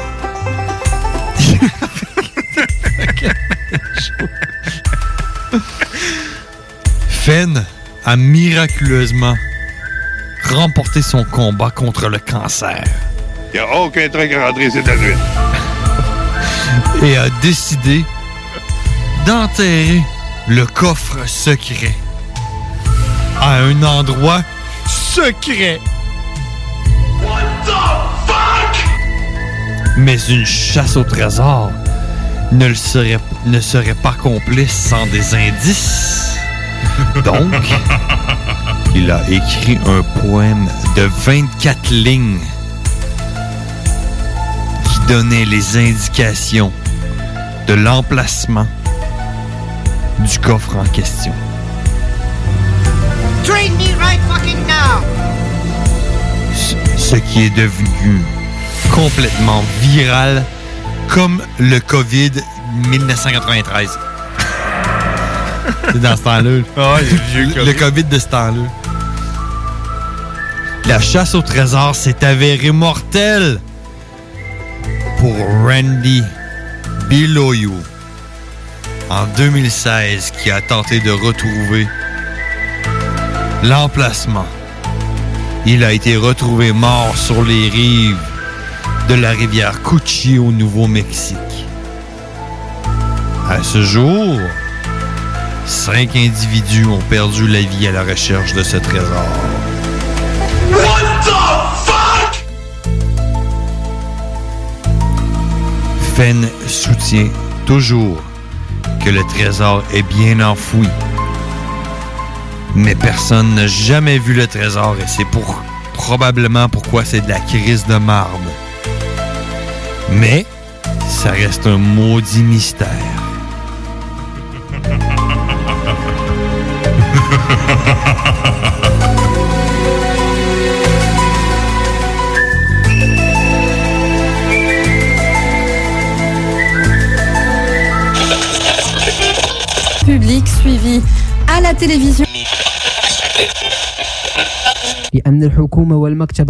Fenn a miraculeusement remporté son combat contre le cancer. Il n'y a aucun truc à rentrer cette nuit. Et a décidé d'enterrer le coffre secret à un endroit secret. What the fuck? Mais une chasse au trésor ne, le serait, ne serait pas complice sans des indices. Donc, il a écrit un poème de vingt-quatre lignes qui donnait les indications de l'emplacement du coffre en question. Treat me right fucking now! Ce qui est devenu complètement viral comme le COVID dix-neuf cent quatre-vingt-treize. C'est dans ce temps-là. Oh, le, le COVID de ce temps-là. La chasse au trésor s'est avérée mortelle pour Randy Biloyou en deux mille seize, qui a tenté de retrouver l'emplacement. Il a été retrouvé mort sur les rives de la rivière Cuchi au Nouveau-Mexique. À ce jour, cinq individus ont perdu la vie à la recherche de ce trésor. What the fuck? Fenn soutient toujours que le trésor est bien enfoui. Mais personne n'a jamais vu le trésor et c'est pour, probablement pourquoi c'est de la crise de marbre. Mais ça reste un maudit mystère. Public suivi à la télévision. لأن الحكومة والمكتب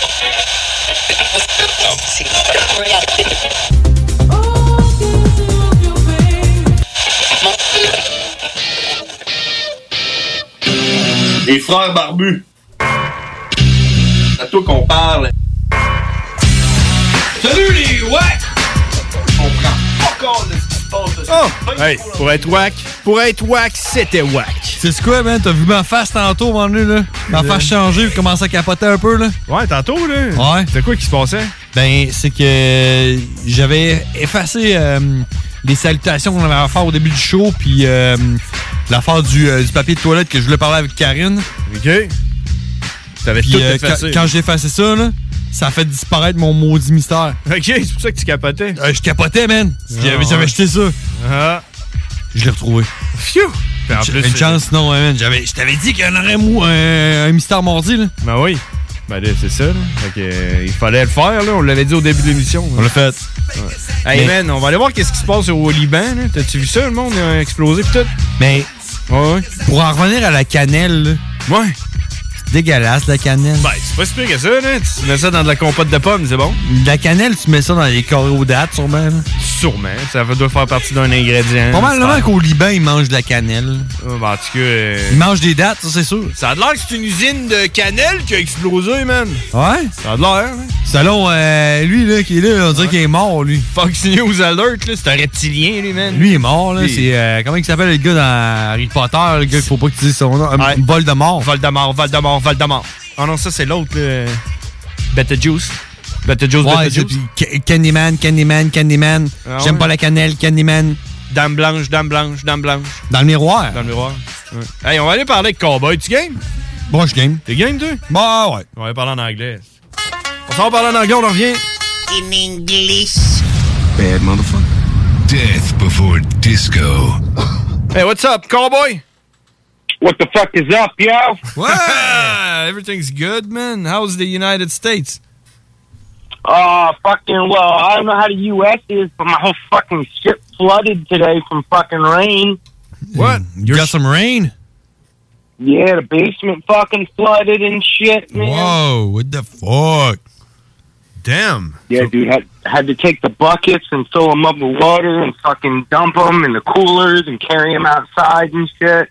Les frères barbus. C'est à toi qu'on parle. Salut les wack! On prend pas compte de ce qui se passe. Oh! Hey, pour être wack, pour être wack, c'était wack. C'est quoi, man? T'as vu ma face tantôt, mon nez, là? Ma face changer, je commence à capoter un peu, là. Ouais, tantôt, là. Ouais. C'est quoi qui se passait? Ben, c'est que j'avais effacé euh, les salutations qu'on avait à faire au début du show, puis euh, l'affaire du, euh, du papier de toilette que je voulais parler avec Karine. OK. T'avais Puis, tout euh, effacé. quand, quand j'ai effacé ça, là, ça a fait disparaître mon maudit mystère. Ok, c'est pour ça que tu capotais. Euh, je capotais, man. J'avais, Ah, j'avais ouais. acheté ça. Ah. Je l'ai retrouvé. Phew! Puis en Une, plus, une c'est- chance, non, ouais, man. J'avais, je t'avais dit qu'il y en aurait mou, un, un mystère mardi, là. Ben oui. Ben là, c'est ça, là. Fait que, euh, il fallait le faire, là. On l'avait dit au début de l'émission. On l'a fait. Ouais. Hey, Mais- man, on va aller voir qu'est-ce qui se passe au Liban, là. T'as-tu vu ça? Le monde a explosé pis tout? Mais, ouais, ouais. pour en revenir à la cannelle, là. Ouais. C'est dégueulasse, la cannelle. Ben, c'est pas si pire que ça, là. Tu mets ça dans de la compote de pommes, c'est bon? La cannelle, tu mets ça dans les corrodates, sûrement, là. Sûrement. Ça doit faire partie d'un ingrédient. Probablement qu'au Liban, ils mangent de la cannelle. Ah, ben, en tout cas... euh, Ils mangent des dattes, ça, c'est sûr. Ça a l'air que c'est une usine de cannelle qui a explosé, man. Ouais? Ça a l'air, hein? Selon euh, lui, là, qui est là, on dirait qu'il est mort, lui. Fox News Alert, là, c'est un reptilien, lui, man. Lui est mort, là. Lui- C'est, euh, comment il s'appelle, le gars dans Harry Potter, le gars qu'il faut pas que tu dises son nom? Euh, Ouais. Voldemort. Voldemort, Voldemort, Voldemort. Ah non, ça, c'est l'autre, là. Beetlejuice. Beetlejuice, Ouais, c'est, Beetlejuice. puis Ca- Candyman, Candyman, Candyman. Ah J'aime ouais? pas la cannelle, Candyman. Dame blanche, dame blanche, dame blanche. Dans le miroir. Dans le miroir. Ouais. Hey, on va aller parler avec Cowboy. Tu game? Bon, je game. T'es game, toi? Bah, ouais. On va aller parler en anglais. On s'en va parler en anglais, on en revient. In English. Bad motherfucker. Death before disco. Hey, what's up, Cowboy? What the fuck is up, yo? Wow, everything's good, man. How's the United States? Oh, fucking well, I don't know how the U S is, but my whole fucking shit flooded today from fucking rain. What? You got some rain? Yeah, the basement fucking flooded and shit, man. Whoa, what the fuck? Damn. Yeah, dude, had had to take the buckets and fill them up with water and fucking dump them in the coolers and carry them outside and shit.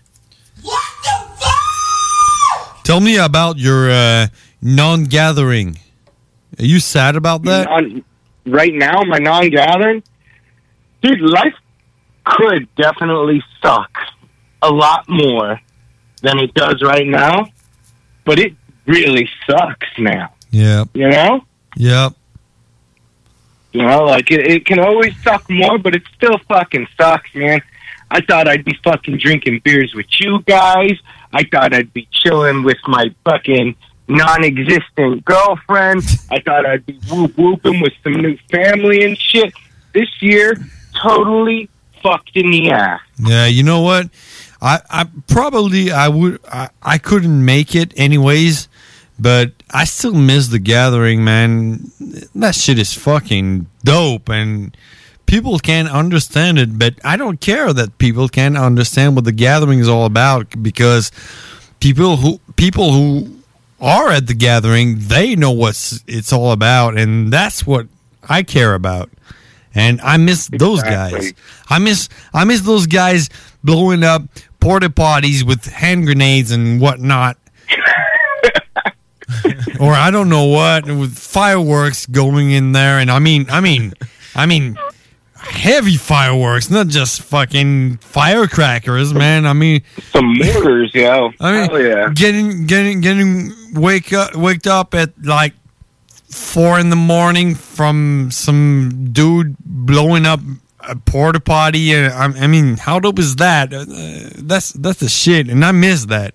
Tell me about your uh, non-gathering. Are you sad about that? On, right now, my non-gathering, dude, life could definitely suck a lot more than it does right now, but it really sucks now. Yep. You know? Yep. You know, like, it, it can always suck more, but it still fucking sucks, man. I thought I'd be fucking drinking beers with you guys. I thought I'd be chilling with my fucking non-existent girlfriend. I thought I'd be whoop-whooping with some new family and shit. This year, totally fucked in the ass. Yeah, you know what? I, I probably I would I, I couldn't make it anyways, but I still miss the gathering, man. That shit is fucking dope, and people can't understand it, but I don't care that people can't understand what the gathering is all about, because people who people who are at the gathering, they know what it's all about, and that's what I care about. And I miss those guys. I miss I miss those guys blowing up porta potties with hand grenades and whatnot. Or I don't know what, with fireworks going in there, and I mean I mean I mean heavy fireworks, not just fucking firecrackers, man. I mean some mortars, yo. I mean, Hell yeah. getting getting getting wake up waked up at like four in the morning from some dude blowing up a porta potty. Uh, I, I mean, how dope is that? Uh, that's that's the shit, and I miss that.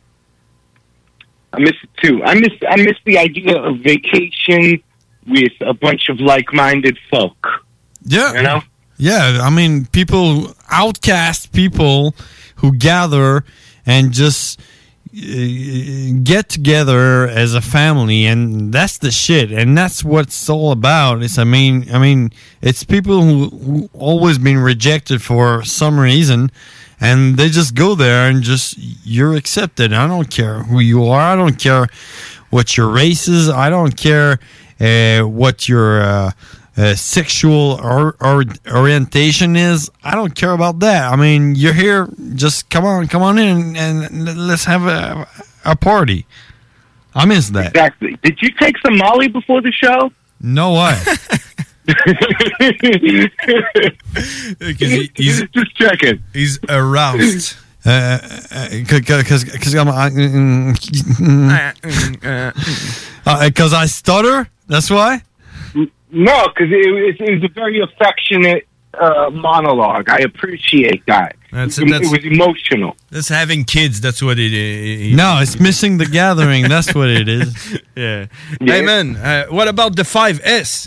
I miss it too. I miss I miss the idea of vacation with a bunch of like-minded folk. Yeah, you know. Yeah, I mean, people, outcast people who gather and just uh, get together as a family, and that's the shit, and that's what it's all about. It's, I mean, I mean, it's people who, who always been rejected for some reason, and they just go there and just, you're accepted. I don't care who you are. I don't care what your race is. I don't care uh, what your uh, uh, sexual or, or orientation is. I don't care about that. I mean, you're here. Just come on, come on in, and let's have a, a party. I miss that. Exactly. Did you take some Molly before the show? No way. he, he's just checking. He's aroused. Uh, because because I'm because I stutter. That's why. No, because it, it, it was a very affectionate uh, monologue. I appreciate that. That's it, it. That's, it was emotional. That's having kids. That's what it is. No, it's missing the gathering. That's what it is. Yeah. Yeah. Hey, man, uh, what about the five S?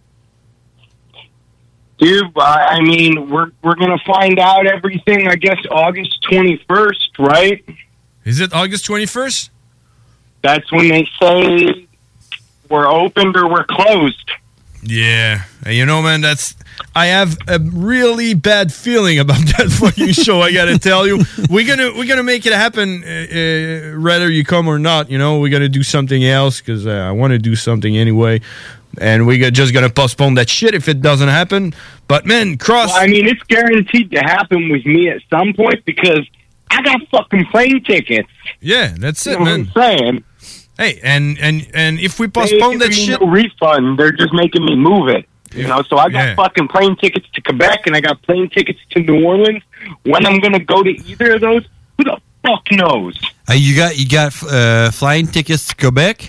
Dude, uh, I mean, we're we're gonna find out everything. I guess August twenty first, right? Is it August twenty first? That's when they say we're opened or we're closed. Yeah, and you know, man, that's I have a really bad feeling about that fucking show. I gotta tell you, we're gonna we're gonna make it happen, uh, uh, whether you come or not. You know, we're gonna do something else because uh, I want to do something anyway, and we're just gonna postpone that shit if it doesn't happen. But man, cross. Well, I mean, it's guaranteed to happen with me at some point because I got fucking plane tickets. Yeah, that's it, you know man. What I'm saying. Hey, and and and if we postpone that shit, no refund. They're just making me move it. You know, so I got Yeah. fucking plane tickets to Quebec and I got plane tickets to New Orleans. When I'm gonna go to either of those, who the fuck knows? Uh, you got you got uh, flying tickets to Quebec?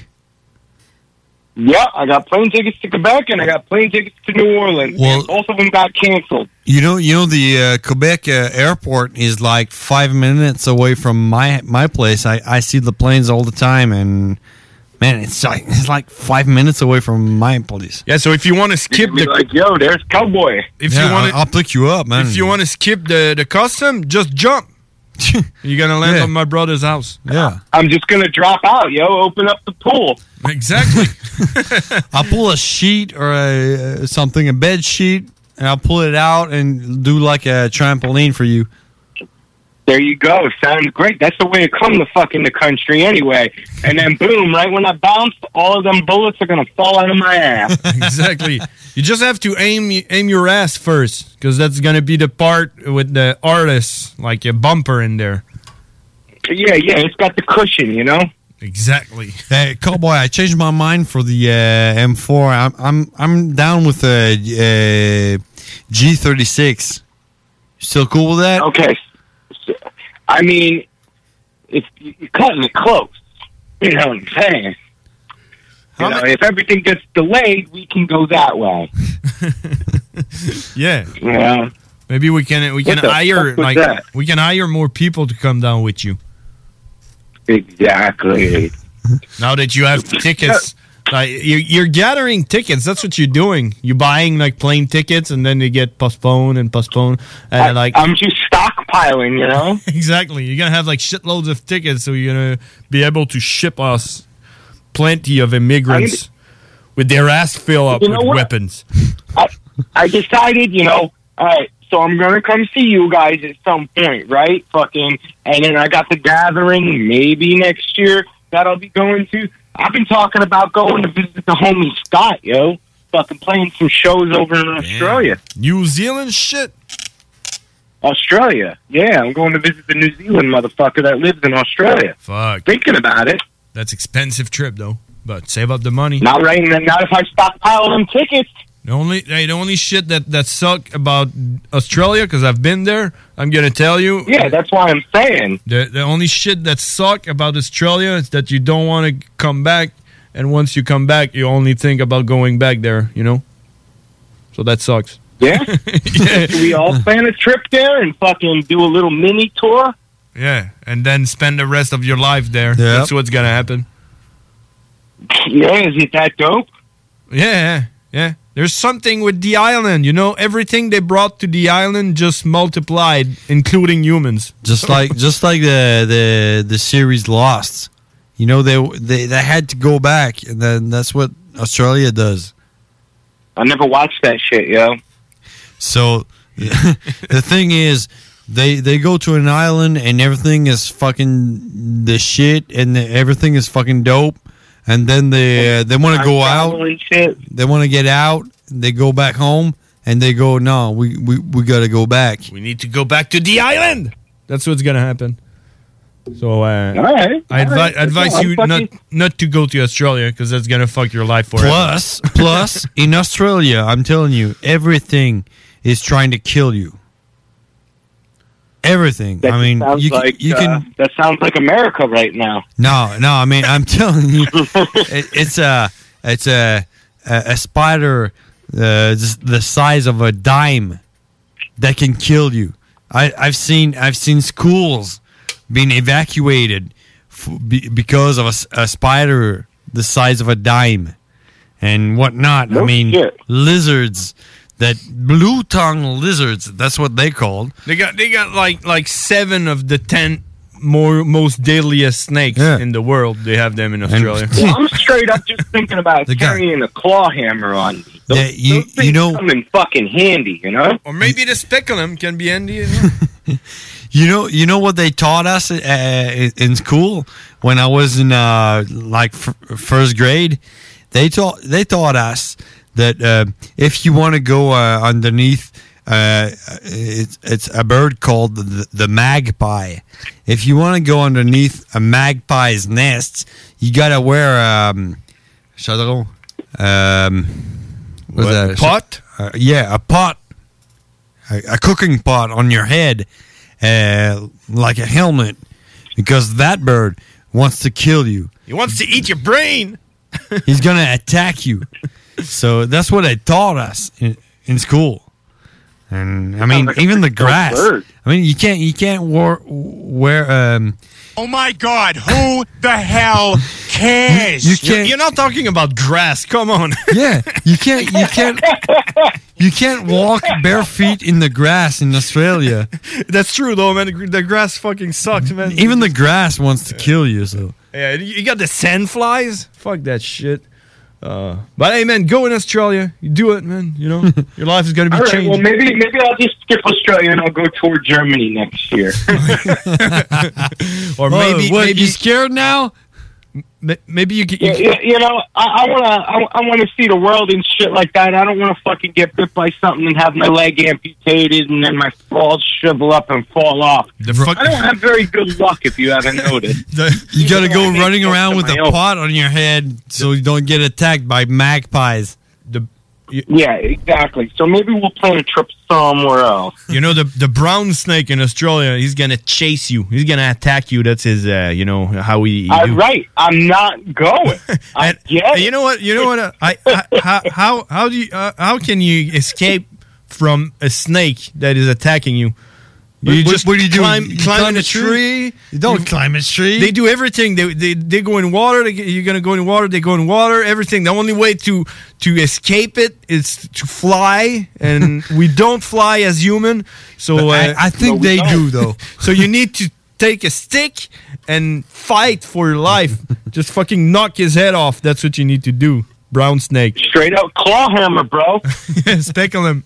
Yeah, I got plane tickets to Quebec and I got plane tickets to New Orleans. Well- and both of them got canceled. You know, you know the uh, Quebec uh, airport is like five minutes away from my my place. I, I see the planes all the time, and man, it's like it's like five minutes away from my place. yeah. So if you want to skip Be the, like, yo, there's Cowboy. if Yeah, you want I'll, I'll pick you up, man. if you want to skip the the custom, just jump. You're gonna land Yeah. on my brother's house. yeah, I'm just gonna drop out, yo. Open up the pool. Exactly. I'll pull a sheet or a, uh, something, a bed sheet, and I'll pull it out and do like a trampoline for you. There you go. Sounds great. That's the way it come to fucking the country anyway. And then boom, right when I bounce, all of them bullets are gonna fall out of my ass. Exactly. You just have to aim aim your ass first, because that's gonna be the part with the artist, like a bumper in there. Yeah, yeah. It's got the cushion, you know. Exactly. Hey, Cowboy, I changed my mind for the uh, M four. I'm I'm I'm down with the uh, G thirty-six. Still cool with that? Okay. I mean, if you're cutting it close, you know what I'm saying. You know, if everything gets delayed, we can go that way. Yeah. Yeah. Maybe we can we can What the hire fuck was like that? we can hire more people to come down with you. Exactly. Now that you have tickets, like you're, you're gathering tickets. That's what you're doing. You're buying like plane tickets, and then they get postponed and postponed. And I, like I'm just stockpiling, you know. exactly, you're gonna have like shitloads of tickets, so you're gonna be able to ship us plenty of immigrants with their ass fill up You know with what? weapons. I, I decided, you know, all right, so I'm going to come see you guys at some point, right? Fucking, and then I got the gathering maybe next year that I'll be going to. I've been talking about going to visit the homie Scott, yo. Fucking playing some shows over in Australia. New Zealand shit. Australia. Yeah, I'm going to visit the New Zealand motherfucker that lives in Australia. Fuck. Thinking about it. That's expensive trip though, but save up the money. Not right now. Not if I stockpile them tickets. The only hey, the only shit that that suck about Australia, because I've been there, I'm gonna tell you. Yeah, that's why I'm saying. The the only shit that suck about Australia is that you don't want to come back, and once you come back, you only think about going back there. You know, so that sucks. Yeah. Should we all plan a trip there and fucking do a little mini tour? Yeah, and then spend the rest of your life there. That's what's gonna happen. Yeah, is it that dope? Yeah, yeah. There's something with the island, you know. Everything they brought to the island just multiplied, including humans. Just like just like the the the series Lost. You know, they they they had to go back, and then that's what Australia does. I never watched that shit, yo. So the thing is, they they go to an island and everything is fucking the shit, and the, everything is fucking dope. And then they uh, they want to go out. They want to get out. They go back home, and they go, no, we we, we got to go back. We need to go back to the island. That's what's gonna happen. So uh, all right, I advi- all right. advise I'm you fucking- not not to go to Australia, because that's gonna fuck your life forever. Plus, plus in Australia, I'm telling you, everything is trying to kill you. Everything. That I mean, sounds you, can- like, you uh, can. That sounds like America right now. No, no. I mean, I'm telling you, it, it's a, it's a, a, a spider, uh, just the size of a dime, that can kill you. I, I've seen I've seen schools being evacuated f- be, because of a, s- a spider the size of a dime and whatnot. No I mean, shit. lizards, that blue tongue lizards. That's what they called. They got they got like like seven of the ten more most deadliest snakes Yeah. in the world. They have them in Australia. Well, I'm straight up just thinking about carrying a claw hammer on me. Those, Yeah, you- those things you know- come in fucking handy, you know? Or maybe the speculum can be handy. You know, you know what they taught us uh, in in school when I was in uh, like f- first grade. They taught they taught us that uh, if you want to go uh, underneath, uh, it's it's a bird called the, the magpie. If you want to go underneath a magpie's nest, you gotta wear um, chaudron. Um, what's What, that? a pot? Uh, yeah, a pot, a, a cooking pot on your head, uh, like a helmet, because that bird wants to kill you. He wants to eat your brain. He's gonna attack you. So that's what they taught us in, in school. And I mean, like a even the big old grass. bird. I mean, you can't you can't wear, wear um. Oh my God! Who the hell cares? You can't- You're not talking about grass. Come on. Yeah, you can't you can't you can't walk bare feet in the grass in Australia. That's true though, man. The, the grass fucking sucks, man. Even the grass wants to kill you. So Yeah, you got the sand flies. Fuck that shit. Uh, but hey, man, go in Australia. You do it, man. You know, your life is gonna be All right, changed. well, maybe maybe I'll just skip Australia and I'll go tour Germany next year. Or Oh, maybe, what, maybe you scared now? Maybe you can. Yeah, yeah, you know, I, I wanna, I, I wanna see the world and shit like that. I don't wanna fucking get bit by something and have my leg amputated and then my balls shrivel up and fall off. The fuck- I don't have very good luck, if you haven't noticed. You gotta go Yeah, running I around hate with a my own. pot on your head so you don't get attacked by magpies. The Yeah, exactly. So maybe we'll plan a trip somewhere else. You know, the the brown snake in Australia, he's gonna chase you. He's gonna attack you. That's his, uh, you know, how he. he I'm do. right. I'm not going. I And, get and it. you know what? You know what? uh, I, I how how how do you uh, how can you escape from a snake that is attacking you? You What- just what do you do? climb You climb, climb a a tree. tree? You don't climb a tree. They do everything. They they they go in water. They, get- you're gonna go in water. They go in water. Everything. The only way to to escape it is to fly, and we don't fly as human. So I- uh, I think no, we they don't. do, though. So you need to take a stick and fight for your life. Just fucking knock his head off. That's what you need to do. Brown snake. Straight out claw hammer, bro. Speckle him.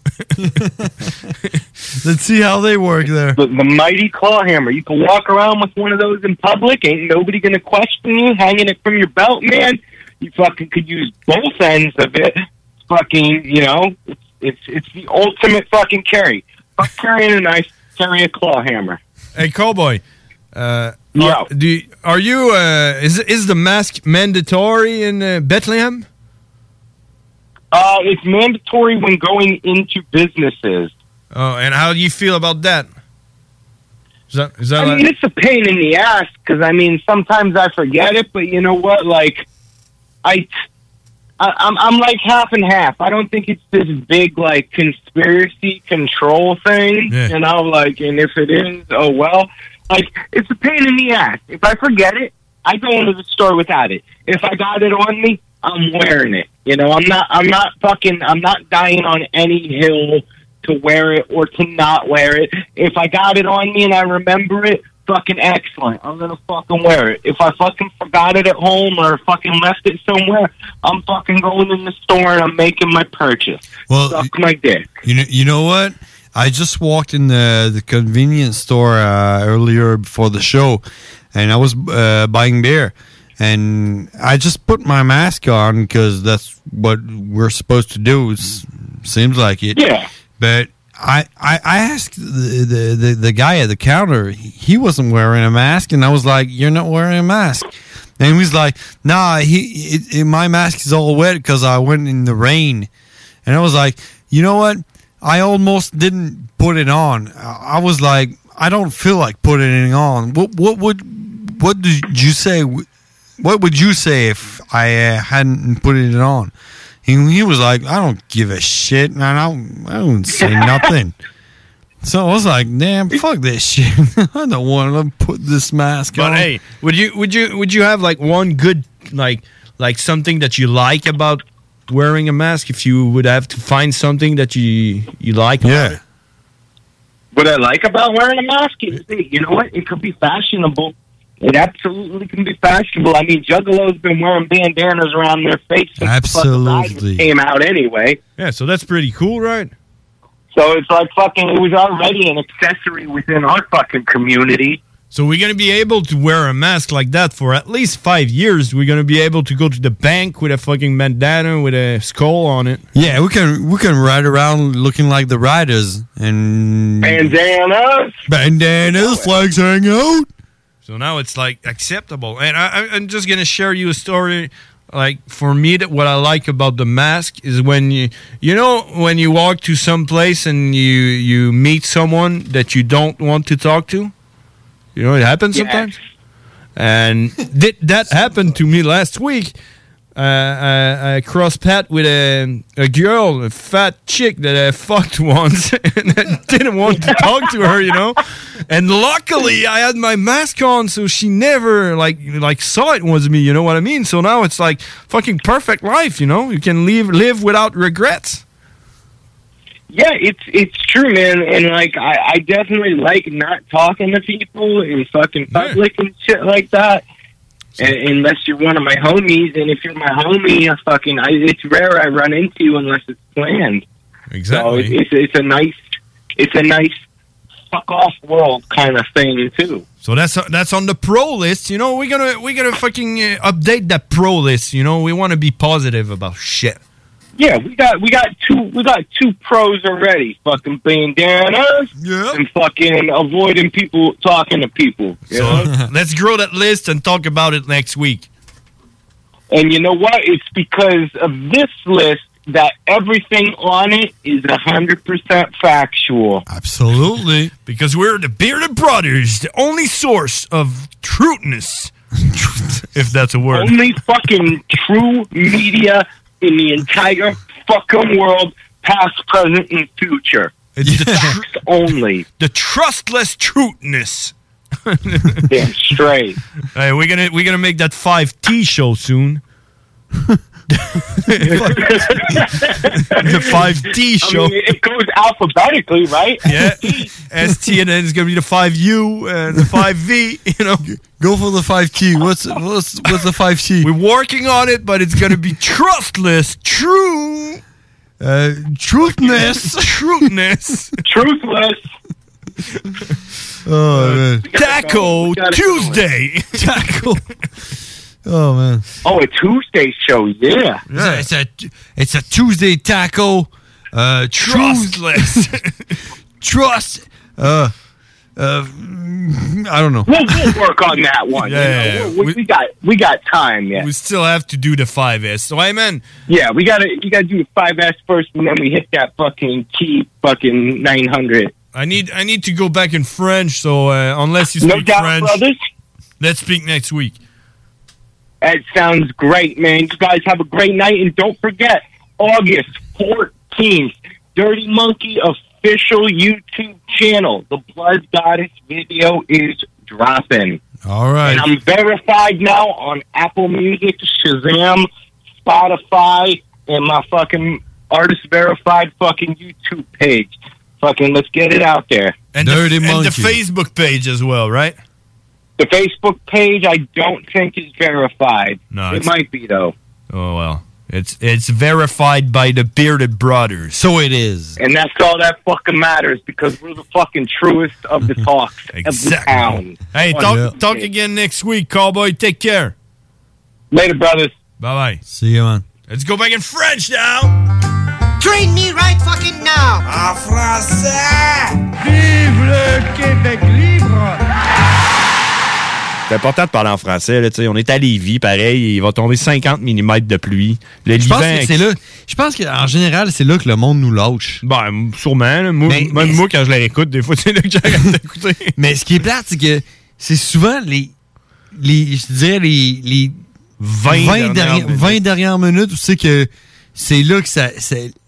Let's see how they work there. The, the mighty claw hammer. You can walk around with one of those in public. Ain't nobody gonna question you. Hanging it from your belt, man. You fucking could use both ends of it. Fucking, you know, it's it's, it's the ultimate fucking carry. Fuck carrying a knife, carry a claw hammer. Hey, cowboy. Uh, Yo. are, do you, are you? Uh, is is the mask mandatory in uh, Bethlehem? Uh, it's mandatory when going into businesses. Oh, and how do you feel about that? Is that is that I mean, like, it's a pain in the ass because I mean, sometimes I forget it, but you know what? Like, I, I, I'm I'm like half and half. I don't think it's this big like conspiracy control thing. Yeah. You know, like, and if it is, oh well. Like, it's a pain in the ass. If I forget it, I go into the store without it. If I got it on me, I'm wearing it. You know, I'm not, I'm not fucking, I'm not dying on any hill to wear it or to not wear it. If I got it on me and I remember it, fucking excellent. I'm gonna fucking wear it. If I fucking forgot it at home or fucking left it somewhere, I'm fucking going in the store and I'm making my purchase. Well, Suck my dick. You know, you know what? I just walked in the the convenience store uh, earlier before the show, and I was uh, buying beer, and I just put my mask on because that's what we're supposed to do. It seems like it. Yeah. But I I, I asked the, the the the guy at the counter. He wasn't wearing a mask, and I was like, "You're not wearing a mask." And he was like, "Nah, he it, it, my mask is all wet because I went in the rain." And I was like, "You know what? I almost didn't put it on. I was like, I don't feel like putting it on. What what would what did you say? What would you say if I uh, hadn't put it on?" He, he was like, "I don't give a shit, man. I don't, I don't say nothing." So I was like, damn, fuck this shit. I don't want to put this mask But on. hey, would you would you would you have like one good like like something that you like about wearing a mask? If you would have to find something that you you like, about yeah. it? What I like about wearing a mask is, you know what? It could be fashionable. It absolutely can be fashionable. I mean, Juggalo's been wearing bandanas around their face since Absolutely. the fucking came out anyway. Yeah, so that's pretty cool, right? So it's like fucking, it was already an accessory within our fucking community. So we're going to be able to wear a mask like that for at least five years. We're going to be able to go to the bank with a fucking bandana with a skull on it. Yeah, we can we can ride around looking like the riders and bandanas, bandanas, flags hang out. So now it's like acceptable. And I, I- I'm just going to share you a story. Like for me, that what I like about the mask is when you, you know, when you walk to some place and you, you meet someone that you don't want to talk to. You know, it happens Yes. sometimes. And did that happened to me last week. Uh, I, I crossed path with a, a girl, a fat chick that I fucked once, and I didn't want to talk to her, you know. And luckily, I had my mask on, so she never like like saw it was me. You know what I mean? So now it's like fucking perfect life, you know. You can live live without regrets. Yeah, it's it's true, man. And like, I, I definitely like not talking to people in fucking public and shit like that. And, unless you're one of my homies, and if you're my homie, I fucking, I, it's rare I run into you unless it's planned. Exactly. So it's it's a nice, it's a nice fuck off world kind of thing too. So that's that's on the pro list. You know, we're gonna we're gonna fucking uh, update that pro list. You know, we want to be positive about shit. Yeah, we got we got two we got two pros already. Fucking bandanas yeah. and fucking avoiding people talking to people. You So know? let's grow that list and talk about it next week. And you know what? It's because of this list that everything on it is a hundred percent factual. Absolutely. Because we're the Bearded Brothers, the only source of truthness. If that's a word. Only fucking true media in the entire fucking world, past, present, and future. It's the truth only. The trustless truthness. Damn straight. Hey, we're gonna we're gonna make that five T show soon. The five T show. I mean, it goes alphabetically, right? Yeah, S T, and then it's gonna be the five U and the five V. You know, go for the five T. What's what's what's the five T? We're working on it, but it's gonna be trustless, true, uh, truthness, truthness, truthless. Oh man, Taco Tuesday, Taco. Oh man. Oh, a Tuesday show, yeah. Yeah, it's a it's a Tuesday taco. Uh, Trustless. Trust. Uh, uh, I don't know. We'll, we'll work on that one. Yeah, you know? we, we, we got we got time. Yeah. We still have to do the five S. So, hey, man. Yeah, we gotta you gotta do the five S first, and then we hit that fucking key fucking nine hundred. I need I need to go back in French. So uh, unless you speak no doubt, French, brothers. Let's speak next week. That sounds great, man. You guys have a great night, and don't forget August fourteenth, Dirty Monkey official YouTube channel. The Blood Goddess video is dropping. All right. And I'm verified now on Apple Music, Shazam, Spotify, and my fucking artist verified fucking YouTube page. Fucking let's get it out there. And Dirty the, Monkey. And the Facebook page as well, right? The Facebook page I don't think is verified. No, it it's- might be though. Oh well, it's it's verified by the Bearded Brothers. So it is. And that's all that fucking matters because we're the fucking truest of the talks of the Exactly. town. Hey, Oh, talk yeah. talk again next week, cowboy. Take care. Later, brothers. Bye bye. See you, man. Let's go back in French now. Train me right fucking now. En français. Vive le Québec libre. C'est important de parler en français. Là, tu sais. On est à Lévis, pareil. Il va tomber cinquante millimètres de pluie. Le Je pense Liban- que c'est là. Je pense qu'en général, c'est là que le monde nous lâche. Ben, sûrement. là. Moi, Mais- même mais- moi, quand je les réécoute, des fois, c'est là que j'arrête d'écouter. Mais ce qui est plate, c'est que c'est souvent les, les je dirais les, les vingt vingt, dernières dernières, minutes. vingt dernières minutes où c'est que c'est là que ça, c'est-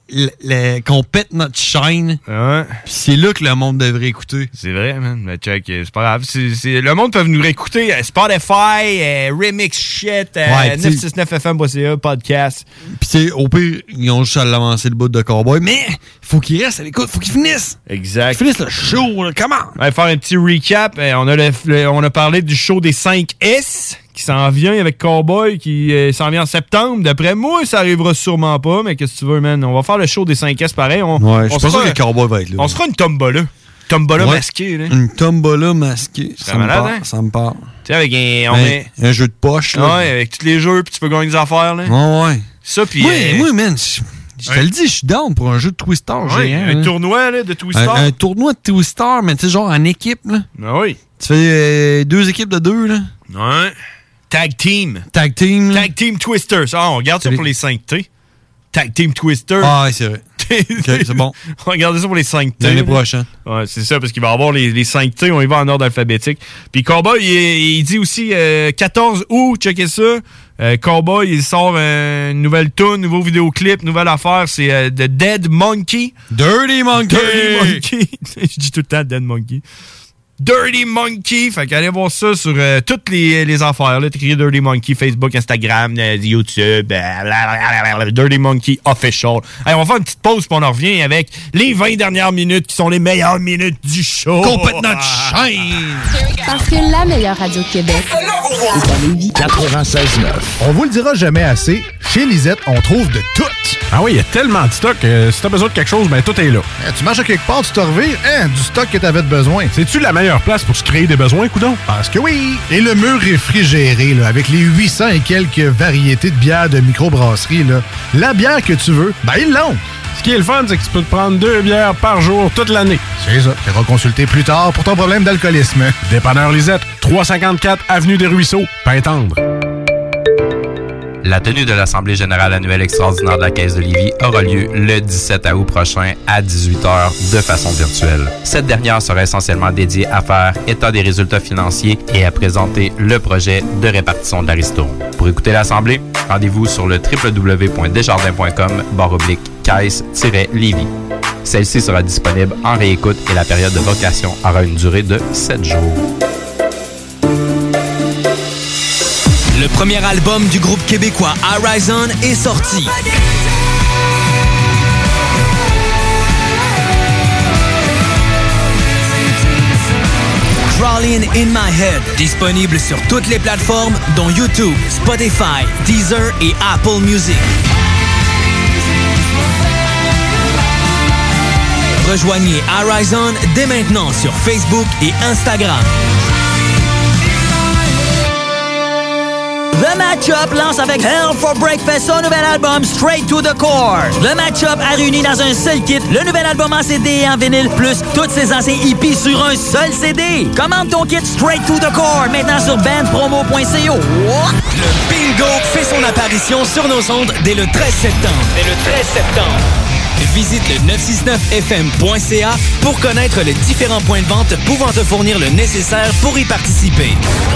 le- le- qu'on pète notre chaîne. Ouais. Puis c'est là que le monde devrait écouter. C'est vrai, man. Mais check, c'est pas grave. C'est, c'est, le monde peut nous réécouter à Spotify, euh, Remix Shit, euh, Ouais, neuf cent soixante-neuf F M point C A, podcast. Puis tu sais, au pire, ils ont juste à l'avancer le bout de Cowboy. Mais faut qu'ils restent à l'écoute, faut qu'ils finissent. Exact. Qu'ils finissent le show, là. Comment? On va faire un petit recap. Euh, On a, le, le- on a parlé du show des cinq S qui s'en vient avec Cowboy, qui euh, s'en vient en septembre. D'après moi, ça arrivera sûrement pas, mais qu'est-ce que tu veux, man? On va faire le show des cinq S pareil. On, Ouais, je on suis pas se sûr fera- que Cowboy va être là. On se fera une tombola. Tombola Ouais. masquée, là. Une tombola masquée. C'est Ça me malade, parle. hein? Ça me parle. Tu sais, avec un. On Ben, met... Un jeu de poche, là. Ouais, avec tous les jeux, puis tu peux gagner des affaires, là. Ouais, ouais. Ça, puis. Moi, euh, moi, man, je je te Ouais. le dis, je suis down pour un jeu de Twister ouais, géant. un là. tournoi, là, de Twister. Un, un tournoi de Twister, mais tu sais, genre en équipe, là. Ah oui. Tu fais euh, deux équipes de deux, là. Ouais. Tag Team. Tag Team. là. Tag Team Twister. Ça, on regarde ça C'est pour les- les cinq T. Tag Team Twister. Ah, ouais, c'est vrai. OK, c'est bon. On va regarder ça pour les cinq T. L'année là. prochaine. Ouais, c'est ça, parce qu'il va y avoir les, les cinq T, on y va en ordre alphabétique. Puis Cowboy, il, il dit aussi euh, quatorze août, checkez ça. Euh, Cowboy, il sort euh, une nouvelle tune, nouveau vidéoclip, nouvelle affaire, c'est euh, The Dead Monkey. Dirty Monkey! Dirty Monkey. Je dis tout le temps Dead Monkey. Dirty Monkey. Fait qu'allez voir ça sur euh, toutes les, les affaires. Là, t'écris Dirty Monkey, Facebook, Instagram, euh, YouTube, blablabla, Dirty Monkey Official. Allez, on va faire une petite pause puis on en revient avec les vingt dernières minutes qui sont les meilleures minutes du show. Qu'on pète notre chaîne! Parce que la meilleure radio de Québec est à Lévis. quatre-vingt-seize neuf. On vous le dira jamais assez, chez Lisette, on trouve de tout. Ah oui, il y a tellement de stock que si t'as besoin de quelque chose, ben tout est là. tu marches à quelque part, tu te revires, hein, du stock que t'avais de besoin. C'est-tu la meilleure place pour se créer des besoins, coudon? Parce que oui! Et le mur réfrigéré, là, avec les huit cents et quelques variétés de bières de microbrasserie, là, la bière que tu veux, ben ils l'ont! Ce qui est le fun, c'est que tu peux te prendre deux bières par jour toute l'année. C'est ça. Tu vas consulter plus tard pour ton problème d'alcoolisme. Dépanneur Lisette, trois cent cinquante-quatre Avenue des Ruisseaux, Pintendre. La tenue de l'Assemblée générale annuelle extraordinaire de la Caisse de Lévis aura lieu le dix-sept août prochain à dix-huit heures de façon virtuelle. Cette dernière sera essentiellement dédiée à faire état des résultats financiers et à présenter le projet de répartition de la ristourne. Pour écouter l'Assemblée, rendez-vous sur le w w w point desjardins point com barre oblique caisse-lévis. Celle-ci sera disponible en réécoute et la période de vocation aura une durée de sept jours. Le premier album du groupe québécois Horizon est sorti. Crawling in My Head, disponible sur toutes les plateformes dont YouTube, Spotify, Deezer et Apple Music. Rejoignez Horizon dès maintenant sur Facebook et Instagram. The Matchup lance avec Hell for Breakfast son nouvel album Straight to the Core. Le Matchup a réuni dans un seul kit le nouvel album en C D et en vinyle, plus tous ses anciens hippies sur un seul C D. Commande ton kit Straight to the Core maintenant sur band promo point co. Le Bingo fait son apparition sur nos ondes dès le treize septembre. Dès le treize septembre. Visite le neuf cent soixante-neuf F M point C A pour connaître les différents points de vente pouvant te fournir le nécessaire pour y participer.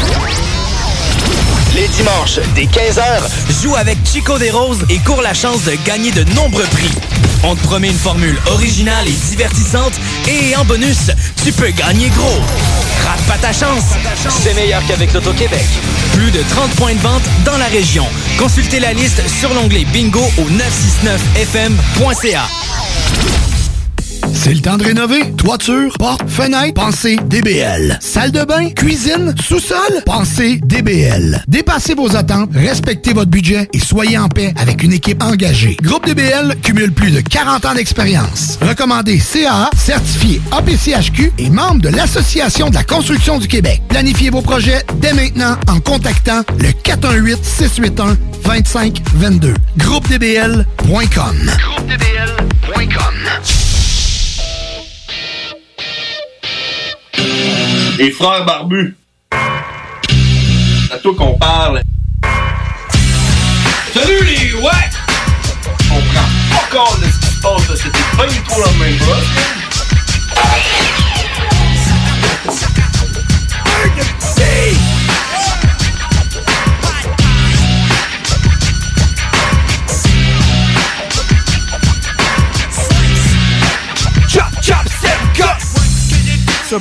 Les dimanches, dès quinze heures, joue avec Chico des Roses et cours la chance de gagner de nombreux prix. On te promet une formule originale et divertissante et en bonus, tu peux gagner gros. Rate pas ta chance, c'est meilleur qu'avec l'Auto-Québec. Plus de trente points de vente dans la région. Consultez la liste sur l'onglet Bingo au neuf cent soixante-neuf F M point C A. C'est le temps de rénover. Toiture, porte, fenêtre, pensez D B L. Salle de bain, cuisine, sous-sol, pensez D B L. Dépassez vos attentes, respectez votre budget et soyez en paix avec une équipe engagée. Groupe D B L cumule plus de quarante ans d'expérience. Recommandé C A A, certifié A P C H Q et membre de l'Association de la construction du Québec. Planifiez vos projets dès maintenant en contactant le quatre un huit, six huit un, deux cinq deux deux. groupe d b l point com. groupe d b l point com. Les frères barbus. C'est à toi qu'on parle. Salut les ouais! On prend pas compte de ce qui se passe là. C'était pas du tout la même chose.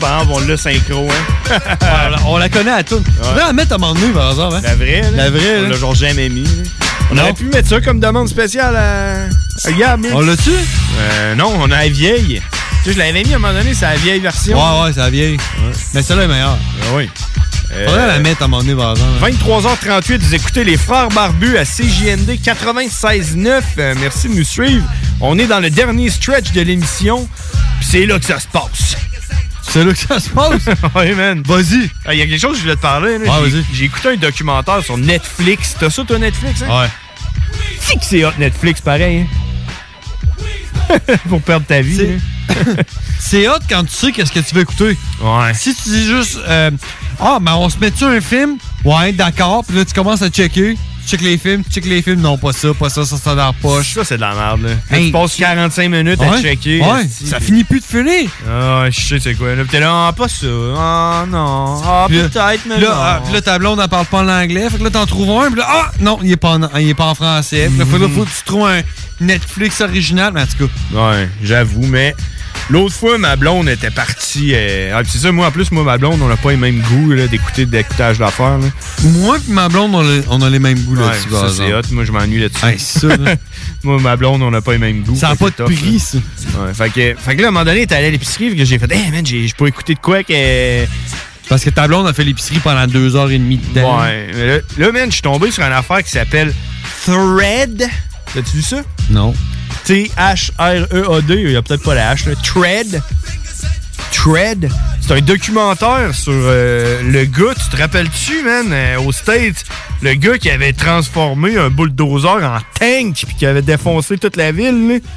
par exemple, on l'a synchro, hein. on, la, on la connaît à tout. On devrait la mettre à un moment donné, par exemple. Hein? La vraie, là. La vraie, On là. l'a genre jamais mis. Là. On Non. aurait pu mettre ça comme demande spéciale à, à Gab. Là. On l'a-tu? Euh, non, on a la vieille. Tu sais, je l'avais mis à un moment donné, c'est la vieille version. Ouais, ouais, c'est la vieille. Ouais. Mais celle-là est meilleure. Ah oui. Faudrait Euh, la mettre à un moment donné, par exemple. vingt-trois heures trente-huit, vous écoutez les Frères Barbus à C J N D quatre-vingt-seize neuf. Euh, merci de nous suivre. On est dans le dernier stretch de l'émission, puis c'est là que ça se passe. C'est là que ça se passe? Oui, man. Vas-y. Il y a quelque chose que je voulais te parler. Là. Ouais, j'ai, vas-y. j'ai écouté un documentaire sur Netflix. T'as ça, toi, Netflix? Hein? Ouais. C'est que c'est hot, Netflix, pareil. Hein? Pour perdre ta vie. C'est, c'est hot quand tu sais qu'est-ce que tu veux écouter. Ouais. Si tu dis juste, euh, ah, ben on se met-tu un film? Ouais, d'accord. Puis là, tu commences à checker. Tu checkes les films, tu checkes les films. Non, pas ça, pas ça, ça, ça dans la poche. Ça, c'est de la merde, là. Là, Hey, tu passes quarante-cinq minutes ouais, à checker. Ouais, esti, ça puis- finit plus de finir. Ah, ouais, je sais c'est quoi. Là, pis t'es là, ah, pas ça. Ah, non. Ah, Puis là- peut-être, mais là, non. ah, puis là, ta blonde, elle parle pas l'anglais. Fait que là, t'en trouves un. Puis là, ah, non, il est pas en, il est pas en français. Puis là, faut, là, faut que tu trouves un Netflix original. Mais en tout cas. Ouais, j'avoue, mais l'autre fois, ma blonde était partie. Euh... Ah, pis c'est ça, moi, en plus, moi, ma blonde, on n'a pas les mêmes goûts là, d'écouter d'écoutage d'affaires. Là. Moi et ma blonde, on a, on a les mêmes goûts Ouais, là-dessus. par ça, c'est exemple. hot. Moi, je m'ennuie là-dessus. Hey, c'est ça, là. Moi, ma blonde, on n'a pas les mêmes goûts. Ça n'a Fait pas que de c'est tough, prix, là. ça. Ouais, fait que, fait que là, à un moment donné, t'es allé à l'épicerie, fait que j'ai fait, hey, man, j'ai, j'ai pas écouté de quoi que. Parce que ta blonde a fait l'épicerie pendant deux heures et demie dedans. Ouais, mais là, là, man, je suis tombé sur une affaire qui s'appelle Thread. T'as-tu vu ça? Non. T H R E A D, il y a peut-être pas la H, là. Thread. Thread. C'est un documentaire sur euh, le gars, tu te rappelles-tu, man, euh, aux States, le gars qui avait transformé un bulldozer en tank puis qui avait défoncé toute la ville, là.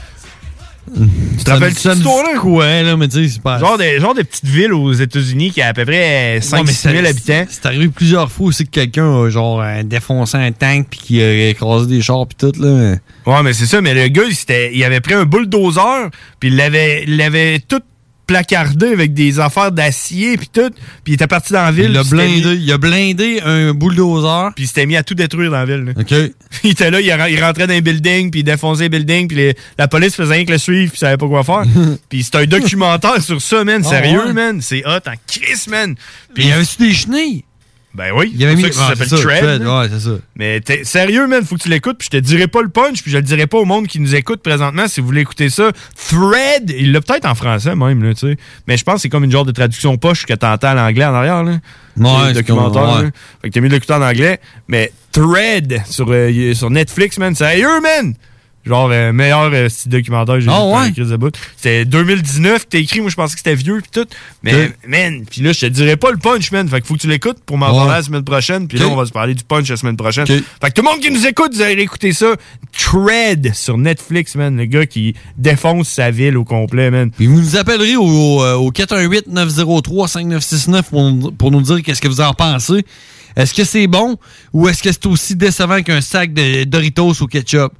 Tu te rappelles-tu cette histoire-là? Ouais, là, mais tu sais, c'est pas. Genre des, genre des petites villes aux États-Unis qui a à peu près cinq six mille habitants. C'est arrivé plusieurs fois aussi que quelqu'un a genre euh, défoncé un tank puis qui a écrasé des chars puis tout, là. Ouais, mais c'est ça, mais le gars, il, s'était- il avait pris un bulldozer puis il l'avait, il l'avait tout placardé avec des affaires d'acier puis tout, puis il était parti dans la ville. Il a puis s'était blindé, mis- il a blindé un bulldozer. Puis il s'était mis à tout détruire dans la ville. Là. OK. Il était là, il, ra- il rentrait dans les buildings, puis il défonçait les buildings, puis les- la police faisait rien que le suivre, puis il savait pas quoi faire. Puis c'est un documentaire sur ça, man. Oh, Sérieux, ouais. man. C'est hot en crise, man. Puis il y avait-tu des chenilles? Ben oui. Il y avait c'est mis pour ça que ça ah, s'appelle c'est ça, Thread. Thread, là. ouais, c'est ça. Mais t'es- sérieux, man, faut que tu l'écoutes, puis je te dirai pas le punch, puis je le dirai pas au monde qui nous écoute présentement si vous voulez écouter ça. Thread, il l'a peut-être en français même, là, tu sais. Mais je pense que c'est comme une genre de traduction poche que t'entends en anglais en arrière, là. Ouais, le c'est documentaire, comme- ouais. là. Fait que t'as mis de l'écouter en anglais. Mais Thread sur, euh, sur Netflix, man, sérieux, man! Genre, euh, meilleur euh, style documentaire que j'ai Ah, vu pendant ouais? la crise de bout. C'était deux mille dix-neuf que t'as écrit, moi je pensais que c'était vieux pis tout. Mais, Ok. man, pis là, je te dirais pas le punch, man. Fait que faut que tu l'écoutes pour m'en Ouais. parler la semaine prochaine. Puis Ok. là, on va se parler du punch la semaine prochaine. Ok. Fait que tout le monde qui nous écoute, vous allez écouter ça. Tread sur Netflix, man. Le gars qui défonce sa ville au complet, man. Puis vous nous appellerez au, au, au quatre un huit neuf zéro trois cinq neuf six neuf pour, pour nous dire qu'est-ce que vous en pensez. Est-ce que c'est bon ou est-ce que c'est aussi décevant qu'un sac de Doritos au ketchup?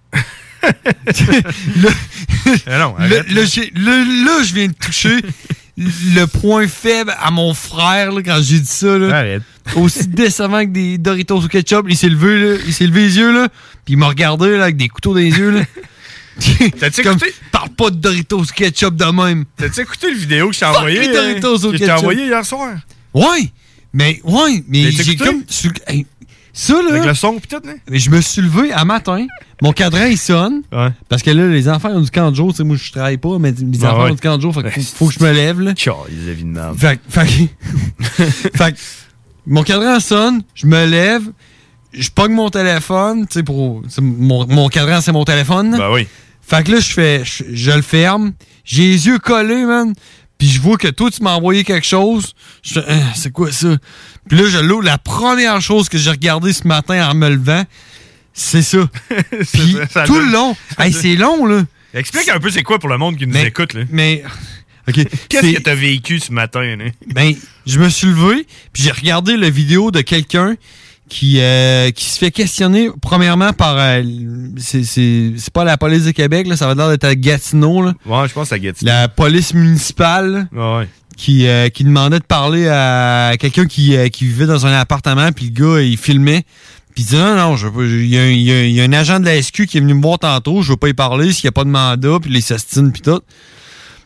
là, Ah non, là, arrête, là, là. j'ai- là, là, je viens de toucher le point faible à mon frère là, quand j'ai dit ça. Là. Arrête. Aussi décevant que des Doritos au ketchup. Il s'est levé, là, il s'est levé les yeux, là, puis il m'a regardé là, avec des couteaux dans les yeux. Là. T'as-tu Comme, écouté? parle pas de Doritos au ketchup de même. T'as-tu écouté le vidéo que je t'ai Fuck envoyé? les hein, Doritos au que je t'ai ketchup. envoyé hier soir? Ouais, mais ouais, mais L'as-tu j'ai écouté? comme sur- hey, ça là. Avec le son pis tout, là? Mais je me suis levé à matin, mon cadran il sonne Ouais. parce que là les enfants ont du camp de jour, tu sais moi je travaille pas mais les Ah enfants ouais. ont du camp de jour, fait que faut, faut que je me lève là. Tchao, les avis de merde. Fait, que- fait, que- fait que mon cadran sonne, je me lève, je pogne mon téléphone, tu sais pour c'est mon, mon cadran c'est mon téléphone. là. Ben oui. Fait que là, je fais, je, je le ferme. J'ai les yeux collés, man. Puis je vois que toi, tu m'as envoyé quelque chose. Je fais, Hein, c'est quoi ça? Puis là, je l'ouvre. La première chose que j'ai regardée ce matin en me levant, c'est ça. Puis ça, ça tout donne- le long. ça Hey, donne- c'est long, là. Explique un peu c'est quoi pour le monde qui nous Mais- écoute, là. Mais. OK. Qu'est-ce c'est- que t'as vécu ce matin, là? Ben, je me suis levé, puis j'ai regardé la vidéo de quelqu'un qui, euh, qui se fait questionner, premièrement, par... euh, c'est, c'est, c'est pas la police de Québec, là, ça va l'air d'être à Gatineau, là. Ouais, je pense à Gatineau. La police municipale, Ouais, ouais. qui, euh, qui demandait de parler à quelqu'un qui, euh, qui vivait dans un appartement, puis le gars, il filmait. Puis il dit non, non, je veux pas- il y, a un- il y a un- il y a un agent de la S Q qui est venu me voir tantôt, je veux pas y parler s'il n'y a pas de mandat, puis les sastines, puis tout.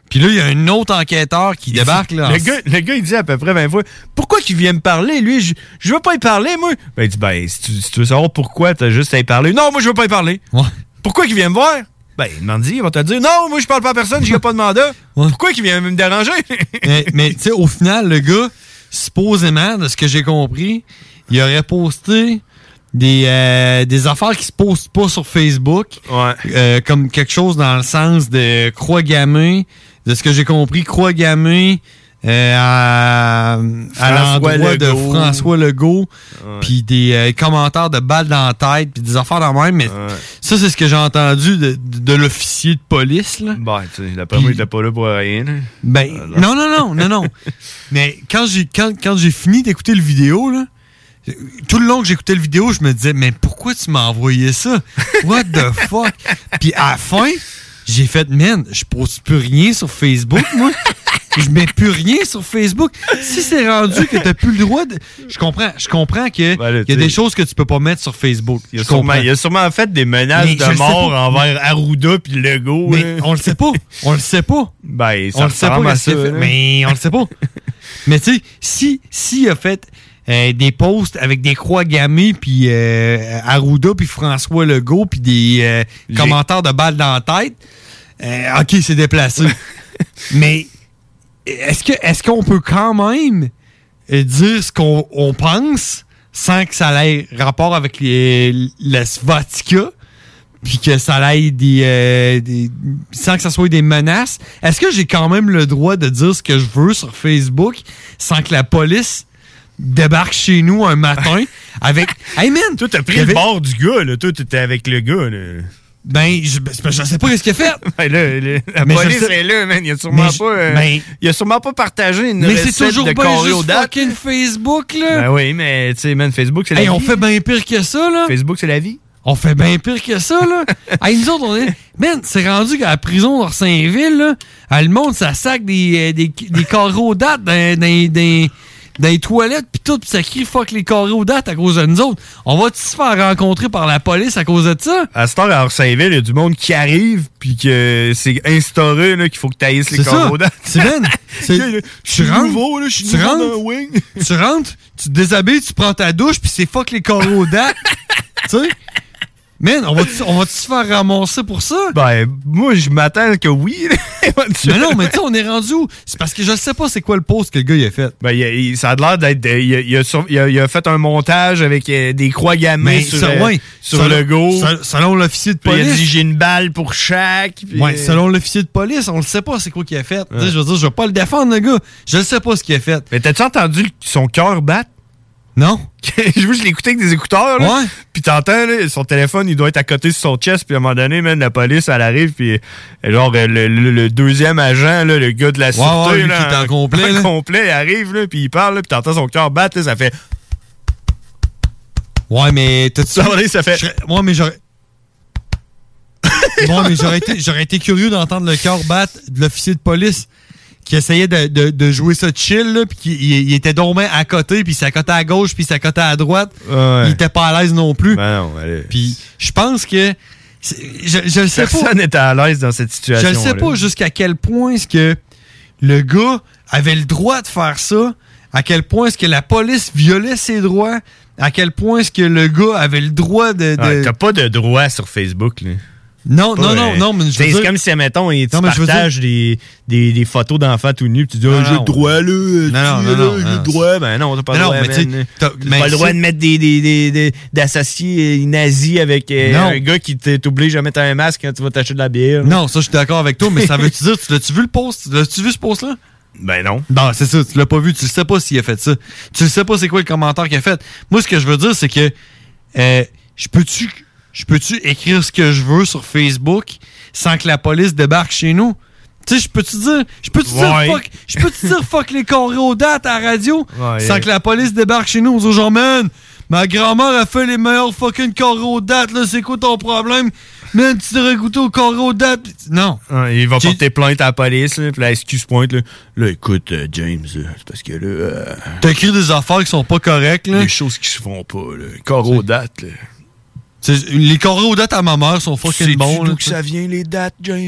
Puis là, il y a un autre enquêteur qui il débarque. Là, le, en... gars, le gars, il dit à peu près vingt fois « Pourquoi qu'il vient me parler, lui? Je, je veux pas y parler, moi. » Ben, il dit « Ben, si tu, si tu veux savoir pourquoi, t'as juste à y parler. »« Non, moi, je veux pas y parler. Ouais. »« Pourquoi qu'il vient me voir? » Ben, il m'en dit, il va te dire « Non, moi, je parle pas à personne, j'ai pas de mandat. Ouais. Pourquoi qu'il vient me déranger? » Mais, mais tu sais, au final, le gars, supposément, de ce que j'ai compris, il aurait posté des, euh, des affaires qui se postent pas sur Facebook. Ouais. Euh, comme quelque chose dans le sens de croix gammée. De ce que j'ai compris, croix gammée euh, à, à l'endroit de François Legault. Ouais. Puis des euh, commentaires de balles dans la tête, puis des affaires dans le même. Mais ouais. ça, c'est ce que j'ai entendu de, de, de l'officier de police. Là. Ben, tu sais, d'après moi, il était pas là pour rien. Là. Ben, euh, non, non, non, non, non. Mais quand j'ai, quand, quand j'ai fini d'écouter le vidéo, là, tout le long que j'écoutais le vidéo, je me disais, mais pourquoi tu m'as envoyé ça? What the fuck? Puis à la fin, j'ai fait, man, je pose plus rien sur Facebook, moi. Je mets plus rien sur Facebook. Si c'est rendu que t'as plus le droit de... Je comprends, je comprends que ben là, y a des choses que tu peux pas mettre sur Facebook. Il y a, sûrement, il y a sûrement fait des menaces mais de mort envers Arruda puis Legault. Mais là. on le sait pas. On le sait pas. Ben, ça on le sait pas. À ça, fait, mais on le sait pas. Mais tu sais, si, s'il a fait... Euh, des posts avec des croix gammées, puis euh, Arruda, puis François Legault, puis des euh, commentaires de balles dans la tête. Euh, OK, c'est déplacé. Mais est-ce que est-ce qu'on peut quand même dire ce qu'on on pense sans que ça ait rapport avec les, la Svatika, puis que ça ait des, euh, des... sans que ça soit des menaces? Est-ce que j'ai quand même le droit de dire ce que je veux sur Facebook sans que la police débarque chez nous un matin avec... Hey man! Toi, t'as pris avait... le bord du gars, là. Toi, t'étais avec le gars, là. Ben, je, je sais pas ce qu'il a fait. Ben là, là, la mais police sais... est là, man. Il a sûrement pas... Euh, ben... Il a sûrement pas partagé une mais recette c'est toujours de carré aux dates. fucking Facebook, là. Ben oui, mais tu sais, man, Facebook, c'est la hey, vie. on fait bien pire que ça, là. Facebook, c'est la vie. On fait bien pire que ça, là. Hey, nous autres, on est... Man, c'est rendu qu'à la prison d'Orsainville, là, à le monde, ça sac des, des, des carreaux dates dans, dans, dans, dans les toilettes, pis tout, pis ça crie fuck les carreaux dates à cause de nous autres. On va-tu se faire rencontrer par la police à cause de ça? À cette heure, à Orsainville, il y a du monde qui arrive, pis que c'est instauré, là, qu'il faut que tu haïsses les carreaux dates. C'est Ben. C'est tu rentres, nouveau, là, je suis tu nouveau rentres, dans un wing. Tu rentres, tu te déshabilles, tu prends ta douche, pis c'est fuck les carreaux dates. Tu sais? Man, on va-tu on va se faire ramasser pour ça? Ben, moi, je m'attends que oui. Mais non, mais tu sais, on est rendu où? C'est parce que je sais pas c'est quoi le post que le gars il a fait. Ben, il a, il, ça a l'air d'être... Il a, il, a sur, il, a, il a fait un montage avec euh, des croix gammées sur, ça, ouais, sur selon, le go. Selon l'officier de police. Il a dit, j'ai une balle pour chaque. Puis, ouais, selon l'officier de police, on le sait pas c'est quoi qu'il a fait. Ouais. Je veux dire, je vais pas le défendre, le gars. Je ne sais pas ce qu'il a fait. Mais t'as-tu entendu son cœur battre? Non. je je l'ai écouté avec des écouteurs, là. Ouais. Puis t'entends, là, son téléphone, il doit être à côté sur son chest, puis à un moment donné, man, la police, elle arrive, puis genre, le, le, le deuxième agent, là, le gars de la sûreté, ouais, ouais, là, qui est en complet, en complet, il arrive, là, puis il parle, là, puis t'entends son cœur battre, là, ça fait... Ouais, mais t'as-tu... Ça, ça fait... Moi, mais j'aurais... Moi, mais j'aurais été, j'aurais été curieux d'entendre le cœur battre de l'officier de police qui essayait de, de, de jouer ça chill, là, puis il, il était donc à côté, puis il s'accotait à gauche, puis il s'accotait à droite. Ouais. Il était pas à l'aise non plus. Ben non, allez. Puis je pense que... Je, je le sais Personne pas. Personne n'était à l'aise dans cette situation. Je ne sais pas jusqu'à quel point est-ce que le gars avait le droit de faire ça, à quel point est-ce que la police violait ses droits, à quel point est-ce que le gars avait le droit de... de... Ouais, t'as pas de droit sur Facebook, là. Non, pas, non, non, euh, non, mais je veux c'est dire... comme si, admettons, tu non, partages des, des, des photos d'enfants tout nus, puis tu dis, oh, j'ai le droit, là, non, non, non, non, j'ai le droit. Ben non, t'as pas le droit, mais t'as pas le droit de mettre des, des, des, des d'associés nazis avec euh, un gars qui t'oblige à mettre un masque quand tu vas t'acheter de la bière. Non, ça, je suis d'accord avec toi, mais ça veut-tu dire, tu l'as-tu vu le post? L'as-tu vu ce post-là? Ben non. Non, c'est ça, tu l'as pas vu, tu sais pas s'il a fait ça. Tu sais pas c'est quoi le commentaire qu'il a fait. Moi, ce que je veux dire, c'est que euh, je peux-tu... Je peux-tu écrire ce que je veux sur Facebook sans que la police débarque chez nous? Tu sais, je peux-tu dire, je peux-tu ouais. dire fuck, je peux-tu dire fuck les carreaux dates à la radio ouais, sans yeah. que la police débarque chez nous? On se dit genre, man, ma grand-mère a fait les meilleurs fucking carreaux dates, là, c'est quoi ton problème? Man, tu devrais goûter aux carreaux dates. Non. Ouais, il va J'ai... porter plainte à la police, là, puis la excuse pointe, là. Là, écoute, euh, James, c'est parce que là... Euh... T'as écrit des affaires qui sont pas correctes, là. Des choses qui se font pas, là. Carreaux dates, là. T'sais, les carreaux dates à ma mère sont fucking bons. C'est d'où que ça vient, les dates, James?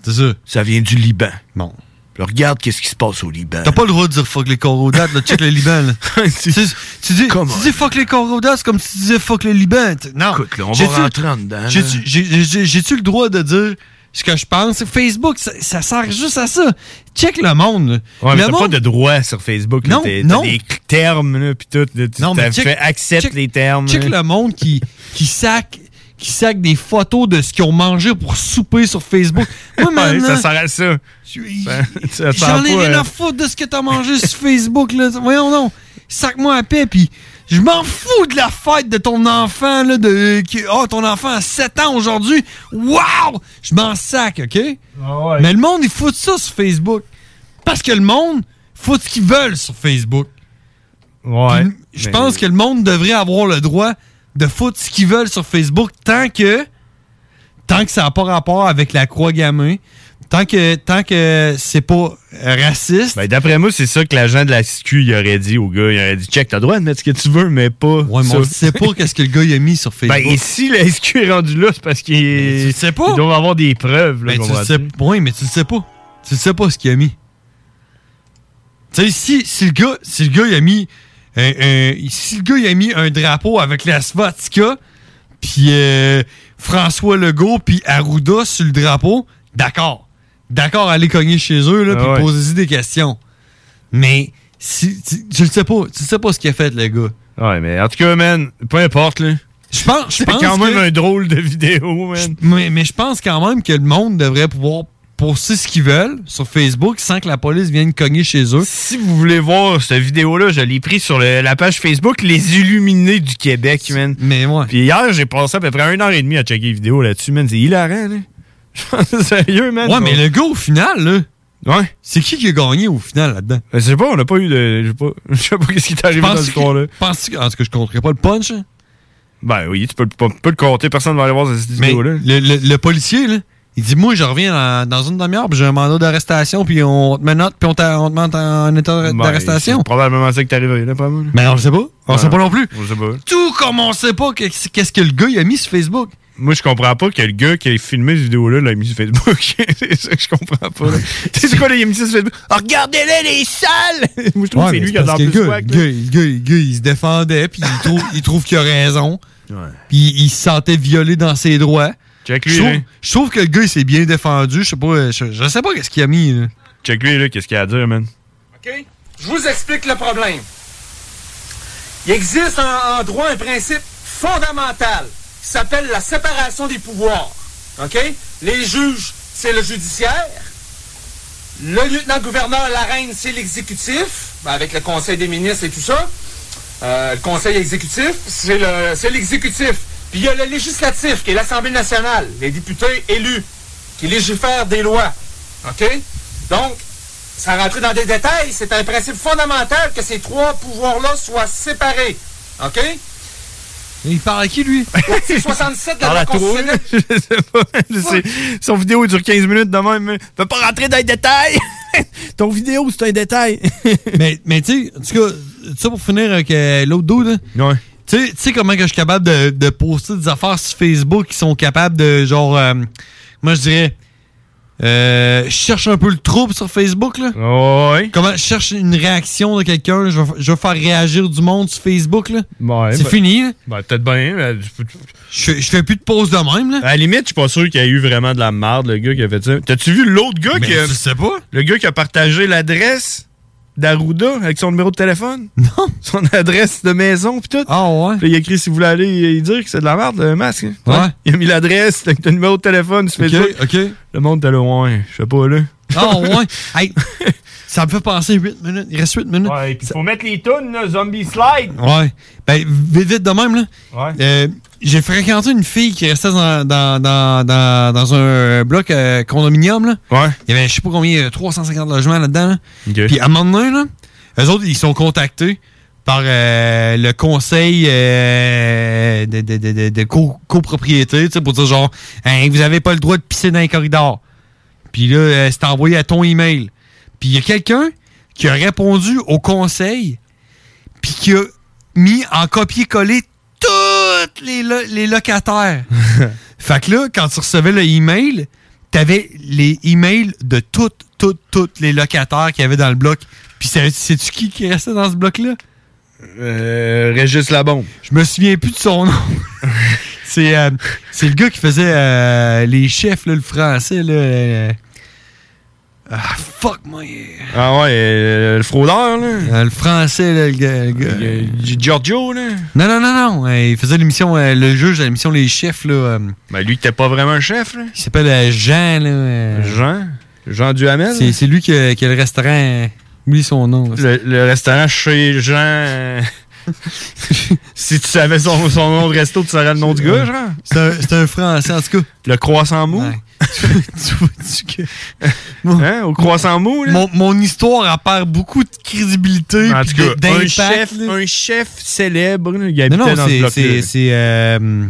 C'est ça. Ça vient du Liban. Bon. Puis regarde qu'est-ce qui se passe au Liban. T'as pas le droit de dire fuck les corps aux dates, là. Check le Liban, là. tu, tu, dis, tu dis fuck les corps aux dates, c'est comme si tu disais fuck le Liban. Non. Écoute, là, on va rentrer en dedans. J'ai-tu, j'ai, j'ai, j'ai-tu le droit de dire ce que je pense? Facebook, ça, ça sert juste à ça. Check le monde, là. Ouais, le mais t'as monde... pas de droit sur Facebook. Là. Non, t'as, non. T'as des termes, là, pis tout. Là, tu non, mais check, fait accepte check, les termes. Check là. le monde qui, qui sac... qui sac des photos de ce qu'ils ont mangé pour souper sur Facebook. Moi, man, ouais, là, ça sert à ça. ça, ça j'en ai rien à foutre de ce que t'as mangé sur Facebook. Là. Voyons donc. Sac-moi à paix, puis je m'en fous de la fête de ton enfant. Là, de, qui, oh, ton enfant a sept ans aujourd'hui. Wow! Je m'en sac, OK? Oh, ouais. Mais le monde, il fout ça sur Facebook. Parce que le monde fout ce qu'ils veulent sur Facebook. Ouais. Je mais... pense que le monde devrait avoir le droit de foutre ce qu'ils veulent sur Facebook tant que tant que ça n'a pas rapport avec la croix gammée, tant que tant que c'est pas raciste. Ben, d'après moi, c'est ça que l'agent de la S Q il aurait dit au gars. Il aurait dit check, t'as le droit de mettre ce que tu veux, mais pas. Ouais, mais on sait pas qu'est-ce que le gars il a mis sur Facebook. Ben, et si la S Q est rendu là, c'est parce qu'il tu le sais pas. Il doit avoir des preuves. Là, ben, tu le sais... Oui, mais tu le sais pas. Tu le sais pas ce qu'il a mis. Tu sais, si, si le gars, si le gars il a mis Un, un, si le gars il a mis un drapeau avec la swastika, puis euh, François Legault, puis Arruda sur le drapeau, d'accord. D'accord, aller cogner chez eux, là, ah puis ouais. poser des questions. Mais, si, tu, tu le sais pas. Tu le sais pas ce qu'il a fait, le gars. Ouais, mais en tout cas, man, peu importe, là. Je pense, je c'est pense quand même que, un drôle de vidéo, man. Mais, mais je pense quand même que le monde devrait pouvoir poster ce qu'ils veulent sur Facebook sans que la police vienne cogner chez eux. Si vous voulez voir cette vidéo-là, je l'ai pris sur le, la page Facebook Les Illuminés du Québec, man. Mais ouais. Puis hier, j'ai passé à peu près une heure et demie à checker les vidéos là-dessus, man. C'est hilarant, là. C'est sérieux, man. Ouais, mais le gars, au final, là. Ouais. C'est qui qui a gagné au final là-dedans? Je sais pas, on n'a pas eu de. Je sais pas, je sais pas qu'est-ce qui est arrivé dans l'histoire-là. Penses-tu en tout cas, je compterais pas le punch? Hein? Ben oui, tu peux, peux, peux le compter, personne ne va aller voir cette vidéo-là. Le, le, le policier, là. Il dit, moi, je reviens dans, dans une demi-heure, puis j'ai un mandat d'arrestation, puis on te met note, puis on, on te met en état ben, d'arrestation. C'est probablement ça que t'es arrivé, là, pas mal. Mais on le sait pas. On le sait pas non plus. On le sait pas. Tout comme on sait pas qu'est-ce que le gars il a mis sur Facebook. Moi, je comprends pas que le gars qui a filmé cette vidéo-là l'a mis sur Facebook. C'est ça que je comprends pas. Tu sais quoi, là, il a mis ça sur Facebook? Oh, regardez-les, les salles! Moi, je trouve ouais, que c'est lui qui a dans le plus swag. Le gars, le gars, le gars, il se défendait, puis il trouve, il trouve qu'il a raison. Ouais. Puis il se sentait violé dans ses droits. Check lui, je, trouve, hein. je trouve que le gars, il s'est bien défendu. Je sais pas, je, je sais pas qu'est-ce qu'il a mis. Là. Check lui, là, qu'est-ce qu'il a à dire, man. OK? Je vous explique le problème. Il existe en, en droit un principe fondamental qui s'appelle la séparation des pouvoirs. OK? Les juges, c'est le judiciaire. Le lieutenant-gouverneur, la reine, c'est l'exécutif, ben avec le conseil des ministres et tout ça. Euh, le conseil exécutif, c'est le, c'est l'exécutif. Puis il y a le législatif, qui est l'Assemblée nationale, les députés élus, qui légifèrent des lois. OK? Donc, sans rentrer dans des détails, c'est un principe fondamental que ces trois pouvoirs-là soient séparés. OK? Il parle à qui, lui? C'est soixante-sept de la loi constitutionnelle. Je sais pas. Son vidéo dure quinze minutes de même. Ne peut pas rentrer dans les détails. Ton vidéo, c'est un détail. mais, mais tu sais, en tout cas, ça pour finir avec euh, l'autre dude, là. Ouais. Tu sais comment que je suis capable de, de poster des affaires sur Facebook qui sont capables de, genre, euh, moi je dirais, euh, je cherche un peu le trouble sur Facebook, là. Ouais. Comment je cherche une réaction de quelqu'un, je, je vais faire réagir du monde sur Facebook, là. Ouais, c'est ben, fini, là. Ben, peut-être bien. Ben, je, je fais plus de pause de même, là. À la limite, je suis pas sûr qu'il y a eu vraiment de la merde, le gars qui a fait ça. T'as-tu vu l'autre gars Mais qui a. Je sais pas. Le gars qui a partagé l'adresse d'Arruda avec son numéro de téléphone? Non. Son adresse de maison pis tout? Ah ouais? Puis il a écrit si vous voulez aller dire que c'est de la merde, le masque. Hein? Ouais. Il a mis l'adresse avec ton numéro de téléphone sur okay, Facebook. OK. Le monde était là, ouais, je sais pas, là. Ah ouais? Hey, ça me fait penser huit minutes. Il reste huit minutes. Ouais, pis ça... faut mettre les tunes, là, Zombie Slide. Ouais. Ben, vite, vite de même, là. Ouais. Euh, j'ai fréquenté une fille qui restait dans, dans, dans, dans, dans un bloc euh, condominium, là. Ouais. Il y avait, je sais pas combien, trois cent cinquante logements là-dedans, là. Okay. Puis à un moment donné, là, eux autres, ils sont contactés par euh, le conseil euh, de, de, de, de, de co- copropriété, tu sais, pour dire genre, hein, vous avez pas le droit de pisser dans les corridors. Puis là, euh, c'est envoyé à ton email. Puis il y a quelqu'un qui a répondu au conseil, puis qui a mis en copier-coller tous les, lo- les locataires. Fait que là, quand tu recevais le email, t'avais les emails de toutes, toutes, toutes les locataires qu'il y avait dans le bloc. Puis sais-tu qui qui restait dans ce bloc-là? Euh, Régis Labombe. Je me souviens plus de son nom. c'est, euh, c'est le gars qui faisait euh, les chefs, là, le français. Là, euh, ah, fuck, moi. Ah ouais, euh, le fraudeur, là. Euh, le français, là, le gars. Le gars euh, Giorgio, là. Non, non, non, non. Euh, il faisait l'émission, euh, le juge de l'émission Les Chefs, là. Euh, ben, lui, t'es pas vraiment un chef, là. Il s'appelle euh, Jean, là. Euh, Jean? Jean Duhamel? C'est, c'est lui qui a, qui a le restaurant. Euh, oublie son nom. Le, le restaurant chez Jean. Euh, si tu savais son, son nom de resto, tu saurais le nom du gars, genre? C'est un, c'est un français, en tout cas. Le croissant mou? Ouais. tu vois-tu que. Hein, au croissant mou, là? Mon, mon histoire, elle perd beaucoup de crédibilité. En tout cas, d'impact, un chef, là. un chef célèbre, là, il habitait non, non, dans c'est, ce bloc-là. c'est, c'est, euh...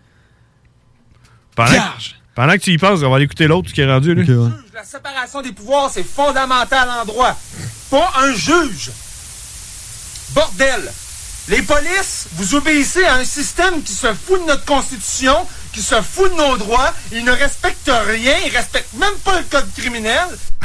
Pendant, que, pendant que tu y penses, on va aller écouter l'autre qui est rendu, là. Okay, ouais. La séparation des pouvoirs, c'est fondamental en droit. Pas un juge. Bordel. Les polices, vous obéissez à un système qui se fout de notre Constitution, qui se fout de nos droits. Ils ne respectent rien. Ils respectent même pas le code criminel.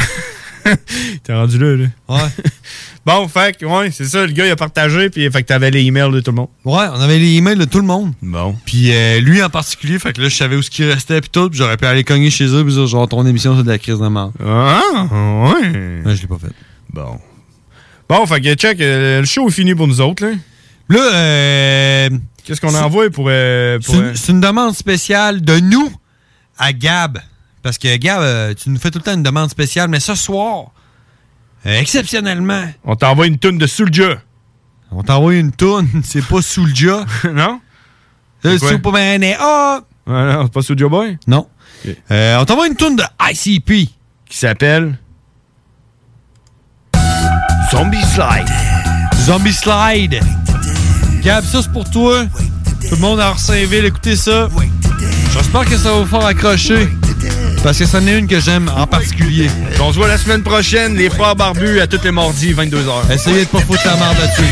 T'es rendu là, là. Ouais. Bon, fait que, ouais, c'est ça, le gars, il a partagé, puis fait que t'avais les emails de tout le monde. Ouais, on avait les emails de tout le monde. Bon. Puis euh, lui en particulier, fait que là, je savais où ce qui restait, puis tout, puis j'aurais pu aller cogner chez eux, puis dire, genre, ton émission, c'est de la crise de mort. Ah, ouais. Ouais, je l'ai pas fait. Bon. Bon, fait que, check, euh, le show est fini pour nous autres, là. Là, euh... Qu'est-ce qu'on envoie pour... Euh, pour c'est, euh... c'est une demande spéciale de nous à Gab. Parce que, Gab, euh, tu nous fais tout le temps une demande spéciale, mais ce soir, euh, exceptionnellement... On t'envoie une toune de Soulja. On t'envoie une toune, c'est pas Soulja. Non? C'est Superman et ah! Ah non, c'est pas Soulja Boy? Non. Okay. Euh, on t'envoie une toune de I C P. Qui s'appelle... Zombie Slide. Zombie Slide. Gab, ça c'est pour toi. Tout le monde à Orsainville, écoutez ça. J'espère que ça va vous faire accrocher. Parce que c'en est une que j'aime en particulier. On se voit la semaine prochaine, les frères barbus, à tous les mardis, vingt-deux heures. Essayez de pas foutre la merde là-dessus.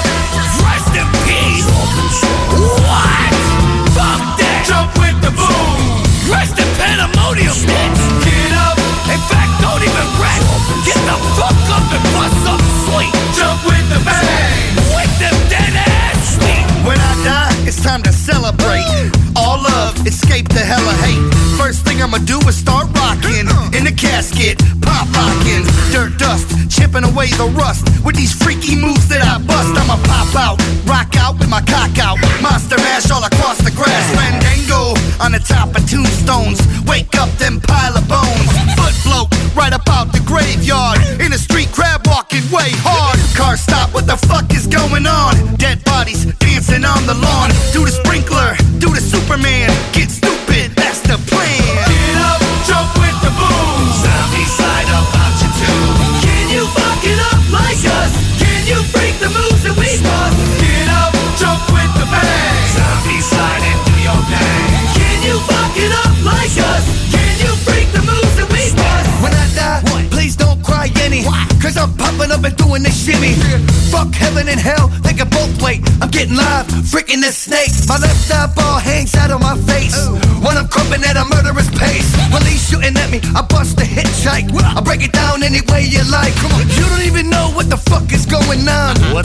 When I die, it's time to celebrate. All love, escape the hell of hate. First thing I'ma do is start rocking. In the casket, pop locking. Dirt dust, chipping away the rust. With these freaky moves that I bust, I'ma pop out, rock out with my cock out. Monster mash all across the grass. Fandango on the top of tombstones. Wake up them pile of bones. Foot float right up out the graveyard. In the street, crab walking way hard. Car stop, what the fuck is going on? Dead bodies dancing on the lawn. Do the sprinkler, do the Superman. Get stupid, that's the plan. Get up, jump with the boom. Zombie slide up out you too. Can you fuck it up like us? Can you freak the moves that we bust? Get up, jump with the bang. Zombie slide and do your thing. Can you fuck it up like us? Can you freak the moves that we bust? When I die, what? Please don't cry any. Why? Cause I'm popping up and doing this shimmy. Fuck heaven and hell, they can both wait. I'm getting live, freaking this snake. My left eyeball hangs out on my face. Ooh. When I'm crumping at a murderous pace. Police shooting at me, I bust a hitchhike. I break it down any way you like. Come on, you don't even know what the fuck is going on. What?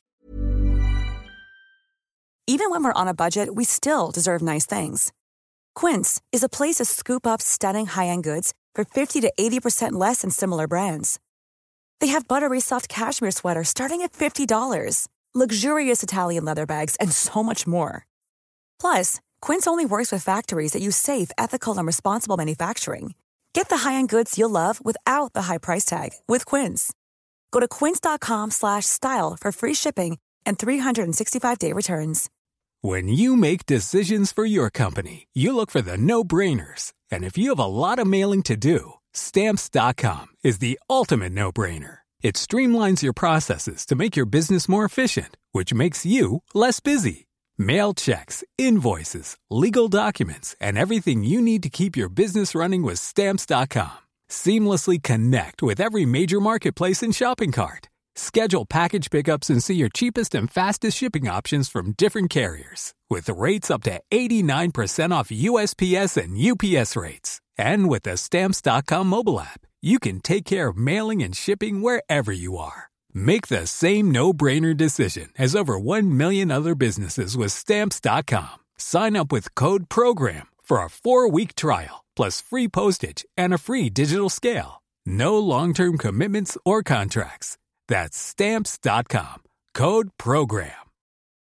Even when we're on a budget, we still deserve nice things. Quince is a place to scoop up stunning high-end goods for fifty to eighty percent less than similar brands. They have buttery soft cashmere sweaters starting at fifty dollars, luxurious Italian leather bags, and so much more. Plus, Quince only works with factories that use safe, ethical, and responsible manufacturing. Get the high-end goods you'll love without the high price tag with Quince. Go to quince.com slash style for free shipping and three sixty-five day returns. When you make decisions for your company, you look for the no-brainers. And if you have a lot of mailing to do, Stamps dot com is the ultimate no-brainer. It streamlines your processes to make your business more efficient, which makes you less busy. Mail checks, invoices, legal documents, and everything you need to keep your business running with Stamps dot com. Seamlessly connect with every major marketplace and shopping cart. Schedule package pickups and see your cheapest and fastest shipping options from different carriers. with rates up to eighty-nine percent off U S P S and U P S rates. And with the Stamps dot com mobile app, you can take care of mailing and shipping wherever you are. Make the same no-brainer decision as over one million other businesses with Stamps dot com. Sign up with code PROGRAM for a four-week trial, plus free postage and a free digital scale. No long-term commitments or contracts. That's Stamps dot com. Code PROGRAM.